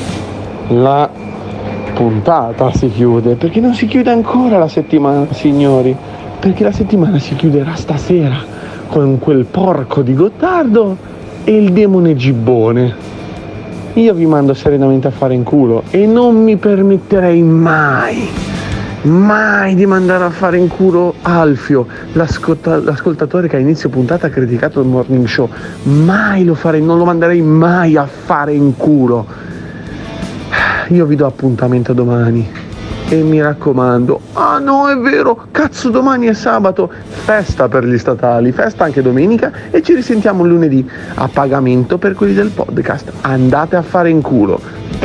la puntata si chiude, perché non si chiude ancora la settimana, signori, perché la settimana si chiuderà stasera con quel porco di Gottardo e il demone Gibbone. Io vi mando serenamente a fare in culo e non mi permetterei mai, mai di mandare a fare in culo Alfio, l'ascolta- l'ascoltatore che a inizio puntata ha criticato il Morning Show. Mai lo farei, non lo manderei mai a fare in culo. Io vi do appuntamento domani. E mi raccomando, ah no è vero, cazzo domani è sabato, festa per gli statali, festa anche domenica e ci risentiamo lunedì a pagamento per quelli del podcast. Andate a fare in culo.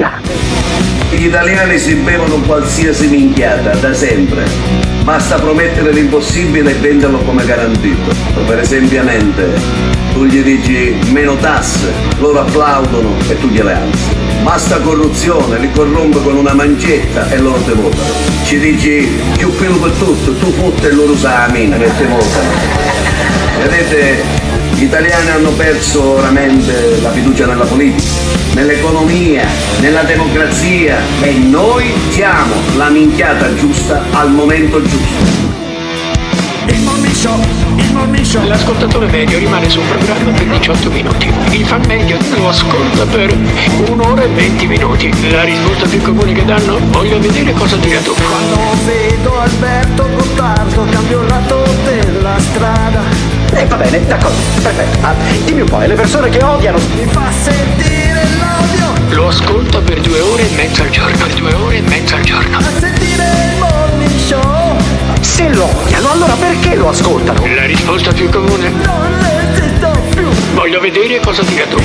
Gli italiani si bevono qualsiasi minchiata da sempre, basta promettere l'impossibile e venderlo come garantito. Per esempiamente tu gli dici meno tasse, loro applaudono e tu gliele alzi. Basta corruzione, li corrompe con una mancetta e loro te votano. Ci dici più pelo per tutto, tu fotte e loro usa la mina che te votano. Vedete, gli italiani hanno perso veramente la fiducia nella politica, nell'economia, nella democrazia e noi siamo la minchiata giusta al momento giusto. Il Morning Show, il Morning Show. L'ascoltatore medio rimane sul programma per diciotto minuti. Il fan medio lo ascolta per un'ora e venti minuti. La risposta più comune che danno: voglio vedere cosa dirà dopo. Quando vedo Alberto Gottardo cambio il lato della strada. E eh, va bene, d'accordo, perfetto. Ah, dimmi un po', e le persone che odiano? Mi fa sentire l'odio. Lo ascolta per due ore e mezza al giorno. Per due ore e mezza al giorno. A sentire il Morning Show. Se lo odiano, allora perché lo ascoltano? La risposta più comune: non esisto più. Voglio vedere cosa dirà dopo.